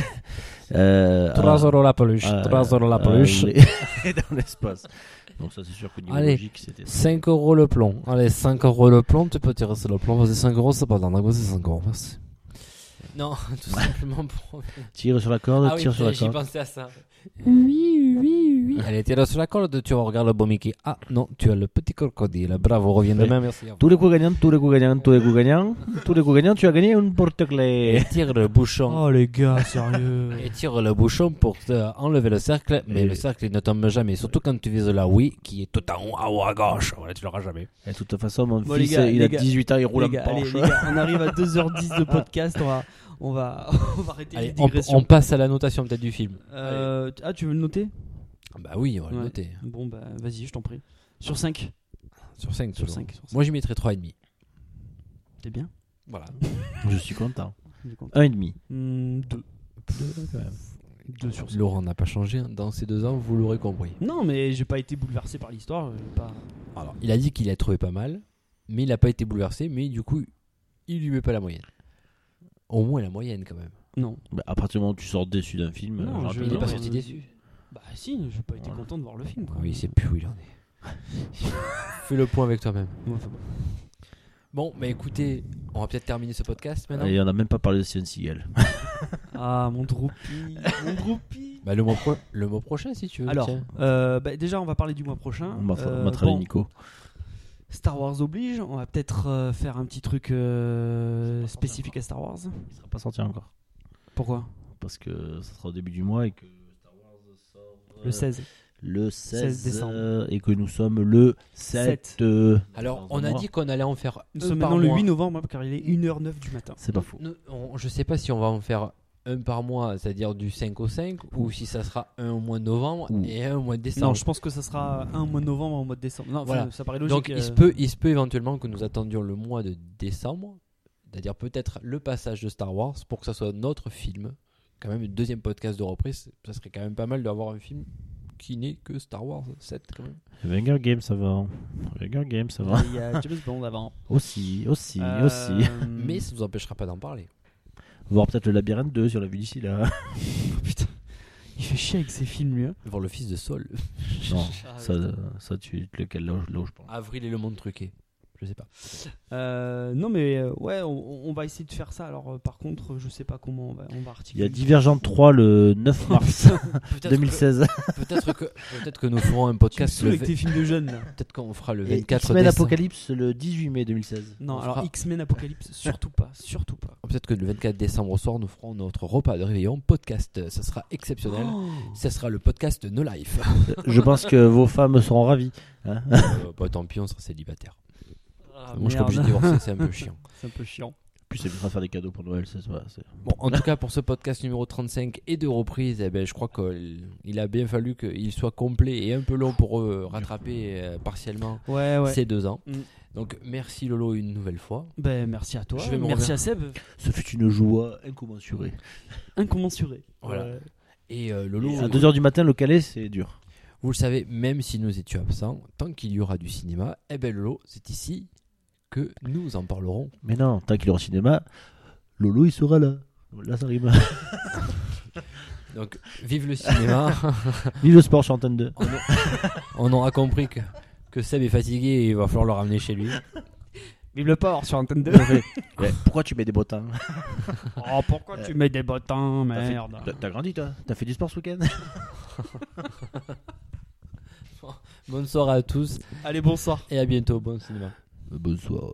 euh, trois euros la peluche. Euh, trois euros la peluche. Euh, dans l'espace. Donc ça c'est sûr qu'au niveau allez, logique c'était... cinq euros le plomb. Allez, cinq euros le plomb, tu peux tirer sur le plomb. Vas-y, cinq euros, c'est pas dingue. Vas-y, cinq euros, merci. Non, tout simplement pour. Tire sur la corde, Ah oui, tire sur la j'ai corde. pensé à ça. Oui, oui, oui. Allez, tire sur la corde, tu regardes le beau Mickey. Ah non, tu as le petit crocodile. Bravo, reviens demain, merci. Tous les coups gagnants, tous les coups gagnants, tous les coups gagnants, tous les coups gagnants, tu as gagné un porte-clés. Et tire le bouchon. Oh les gars, sérieux. Et tire le bouchon pour te enlever le cercle, mais Et- le cercle il ne tombe jamais, surtout quand tu vises la Wii qui est tout en haut, en haut à gauche. Voilà, tu l'auras jamais. Et de toute façon, mon Bon, les fils, gars, il les a gars, dix-huit ans, il roule Les en gars, allez, Porsche. les gars, on arrive à deux heures dix de podcast, on va, on va, on va arrêter Allez, les on, digressions. on passe à la notation peut-être du film. Euh, ah, tu veux le noter? Bah oui, on va le Ouais. noter. Bon, bah vas-y, je t'en prie. Sur cinq. Sur cinq. Sur toujours. cinq. Sur cinq. Moi j'y mettrais trois virgule cinq. T'es bien? Voilà. Je suis content. Je suis content. Un et demi. Hmm, deux. Deux sur cinq. Laurent n'a pas changé hein. Dans ces deux ans, vous l'aurez compris. Non, mais j'ai pas été bouleversé par l'histoire. j'ai Pas... Alors, il a dit qu'il a trouvé pas mal, mais il n'a pas été bouleversé, mais du coup, il lui met pas la moyenne. Au moins la moyenne quand même. Non. Bah, à partir du moment où tu sors déçu d'un film, Non, genre, je- Il n'est non, pas euh, sorti déçu. Bah si, j'ai pas été Voilà. content de voir le film. Quoi. Oui, il sait plus où il en est. Fais le point avec toi-même. Ouais, enfin, bon. Bon, bah écoutez, on va peut-être terminer ce podcast maintenant. Et on n'a même pas parlé de Steven Seagal. Ah, mon droupi. Mon droupi. Bah, le, mois pro- le mois prochain, si tu veux. Alors, tiens. euh, bah, déjà, on va parler du mois prochain. On va Euh, on va travailler bon, Nico. Star Wars oblige. On va peut-être euh, faire un petit truc euh, spécifique à Star Wars. Il sera pas sorti encore. Pourquoi? Parce que ça sera au début du mois et que Star Wars sort euh, Le seize. le seize seize décembre. euh, et que nous sommes le sept. euh, Alors, dans on un a mois. dit qu'on allait en faire Nous un sommes par maintenant le mois. huit novembre car il est une heure neuf du matin. C'est pas faux. Nous- on- je sais pas si on va en faire un par mois, c'est-à-dire du cinq au cinq, ou si ça sera un au mois de novembre Ouh. et un au mois de décembre. Non, je pense que ça sera un au mois de novembre, un au mois de décembre. Non, enfin, Voilà. ça paraît logique. Donc il se, euh, peut, il se peut éventuellement que nous attendions le mois de décembre, c'est-à-dire peut-être le passage de Star Wars pour que ça soit notre film. Quand même, une deuxième podcast de reprise, ça serait quand même pas mal d'avoir un film qui n'est que Star Wars sept quand même. Wenger Games, ça va. Wenger Games, ça va. Il y a James Bond avant. Aussi, aussi, Euh, aussi. Mais ça ne nous empêchera pas d'en parler. Voir peut-être le Labyrinthe deux si on l'a vu d'ici là. Oh, putain, il fait chier avec ses films, lui. hein. Voir le fils de Saul. Non, Ah, ça, ça tu lequel là, où- là où je pense. Avril et le monde truqué. Je sais pas. Euh, non, mais euh, ouais, on, on va essayer de faire ça. Alors, euh, par contre, je sais pas comment on va, on va Il y articuler. a Divergent trois le neuf mars Peut-être deux mille seize. Que, peut-être, que, peut-être que nous ferons un Tu me podcast saoules le avec tes films de jeunes, là. Peut-être qu'on fera le Et vingt-quatre X-Men décembre. Apocalypse le dix-huit mai deux mille seize. Non, On alors fera- X-Men Apocalypse, surtout pas, surtout pas. Peut-être que le vingt-quatre décembre au soir, nous ferons notre repas de réveillon podcast. Ça sera exceptionnel. Oh. Ça sera le podcast No Life. Je pense que vos femmes seront ravies. Hein. euh, bah, tant pis, on sera célibataire. Ah, Moi, je suis merde. obligé de divorcer, c'est un peu chiant. C'est un peu chiant. Puis c'est bien de faire des cadeaux pour Noël, c'est ça. c'est- Bon, en tout cas, pour ce podcast numéro trente-cinq et de reprise, eh ben, je crois qu'il a bien fallu qu'il soit complet et un peu long pour euh, rattraper euh, partiellement Ouais, ouais. ces deux ans. Mm. Donc, merci Lolo une nouvelle fois. Ben, merci à toi. Je vais me Merci remer- à Seb. Ce fut une joie incommensurée. Incommensuré. Voilà. Ouais. Et euh, Lolo, À deux heures du matin, le Calais, c'est dur. vous le savez, même si nous étions absents, tant qu'il y aura du cinéma, eh ben Lolo, c'est ici que nous en parlerons. Mais non, tant qu'il est au cinéma, Lolo il sera là. Là, ça rime. Donc, vive le cinéma. Vive le sport sur Antenne deux. on, a- on aura compris que, que Seb est fatigué et il va falloir le ramener chez lui. Vive le port sur Antenne deux. Ouais, pourquoi tu mets des bottins? Oh, pourquoi tu mets des bottins, T'as fait- merde. T'as t'as grandi toi? T'as fait du sport ce week-end? Bonne soirée à tous Allez, bonsoir. et à bientôt. Bon cinéma. Bonsoir.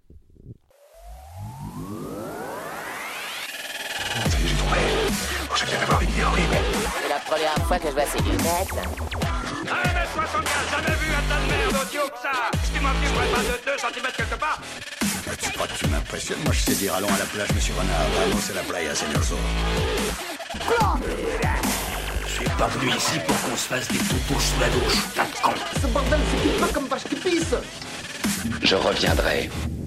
C'est la première fois que je vois ces lunettes. un mètre soixante-quinze, jamais vu un tas de merde aussi haut que ça. Tu m'en filmerais pas de deux centimètres quelque part. Tu crois que tu m'impressionnes? Moi, je sais dire allons à la plage, monsieur Renard. Vamos a la playa, señor Zorro. Je suis pas venu ici pour qu'on se fasse des toutous sous la douche, tas de cons. Ce bordel, c'est pas comme vache qui pisse. Je reviendrai.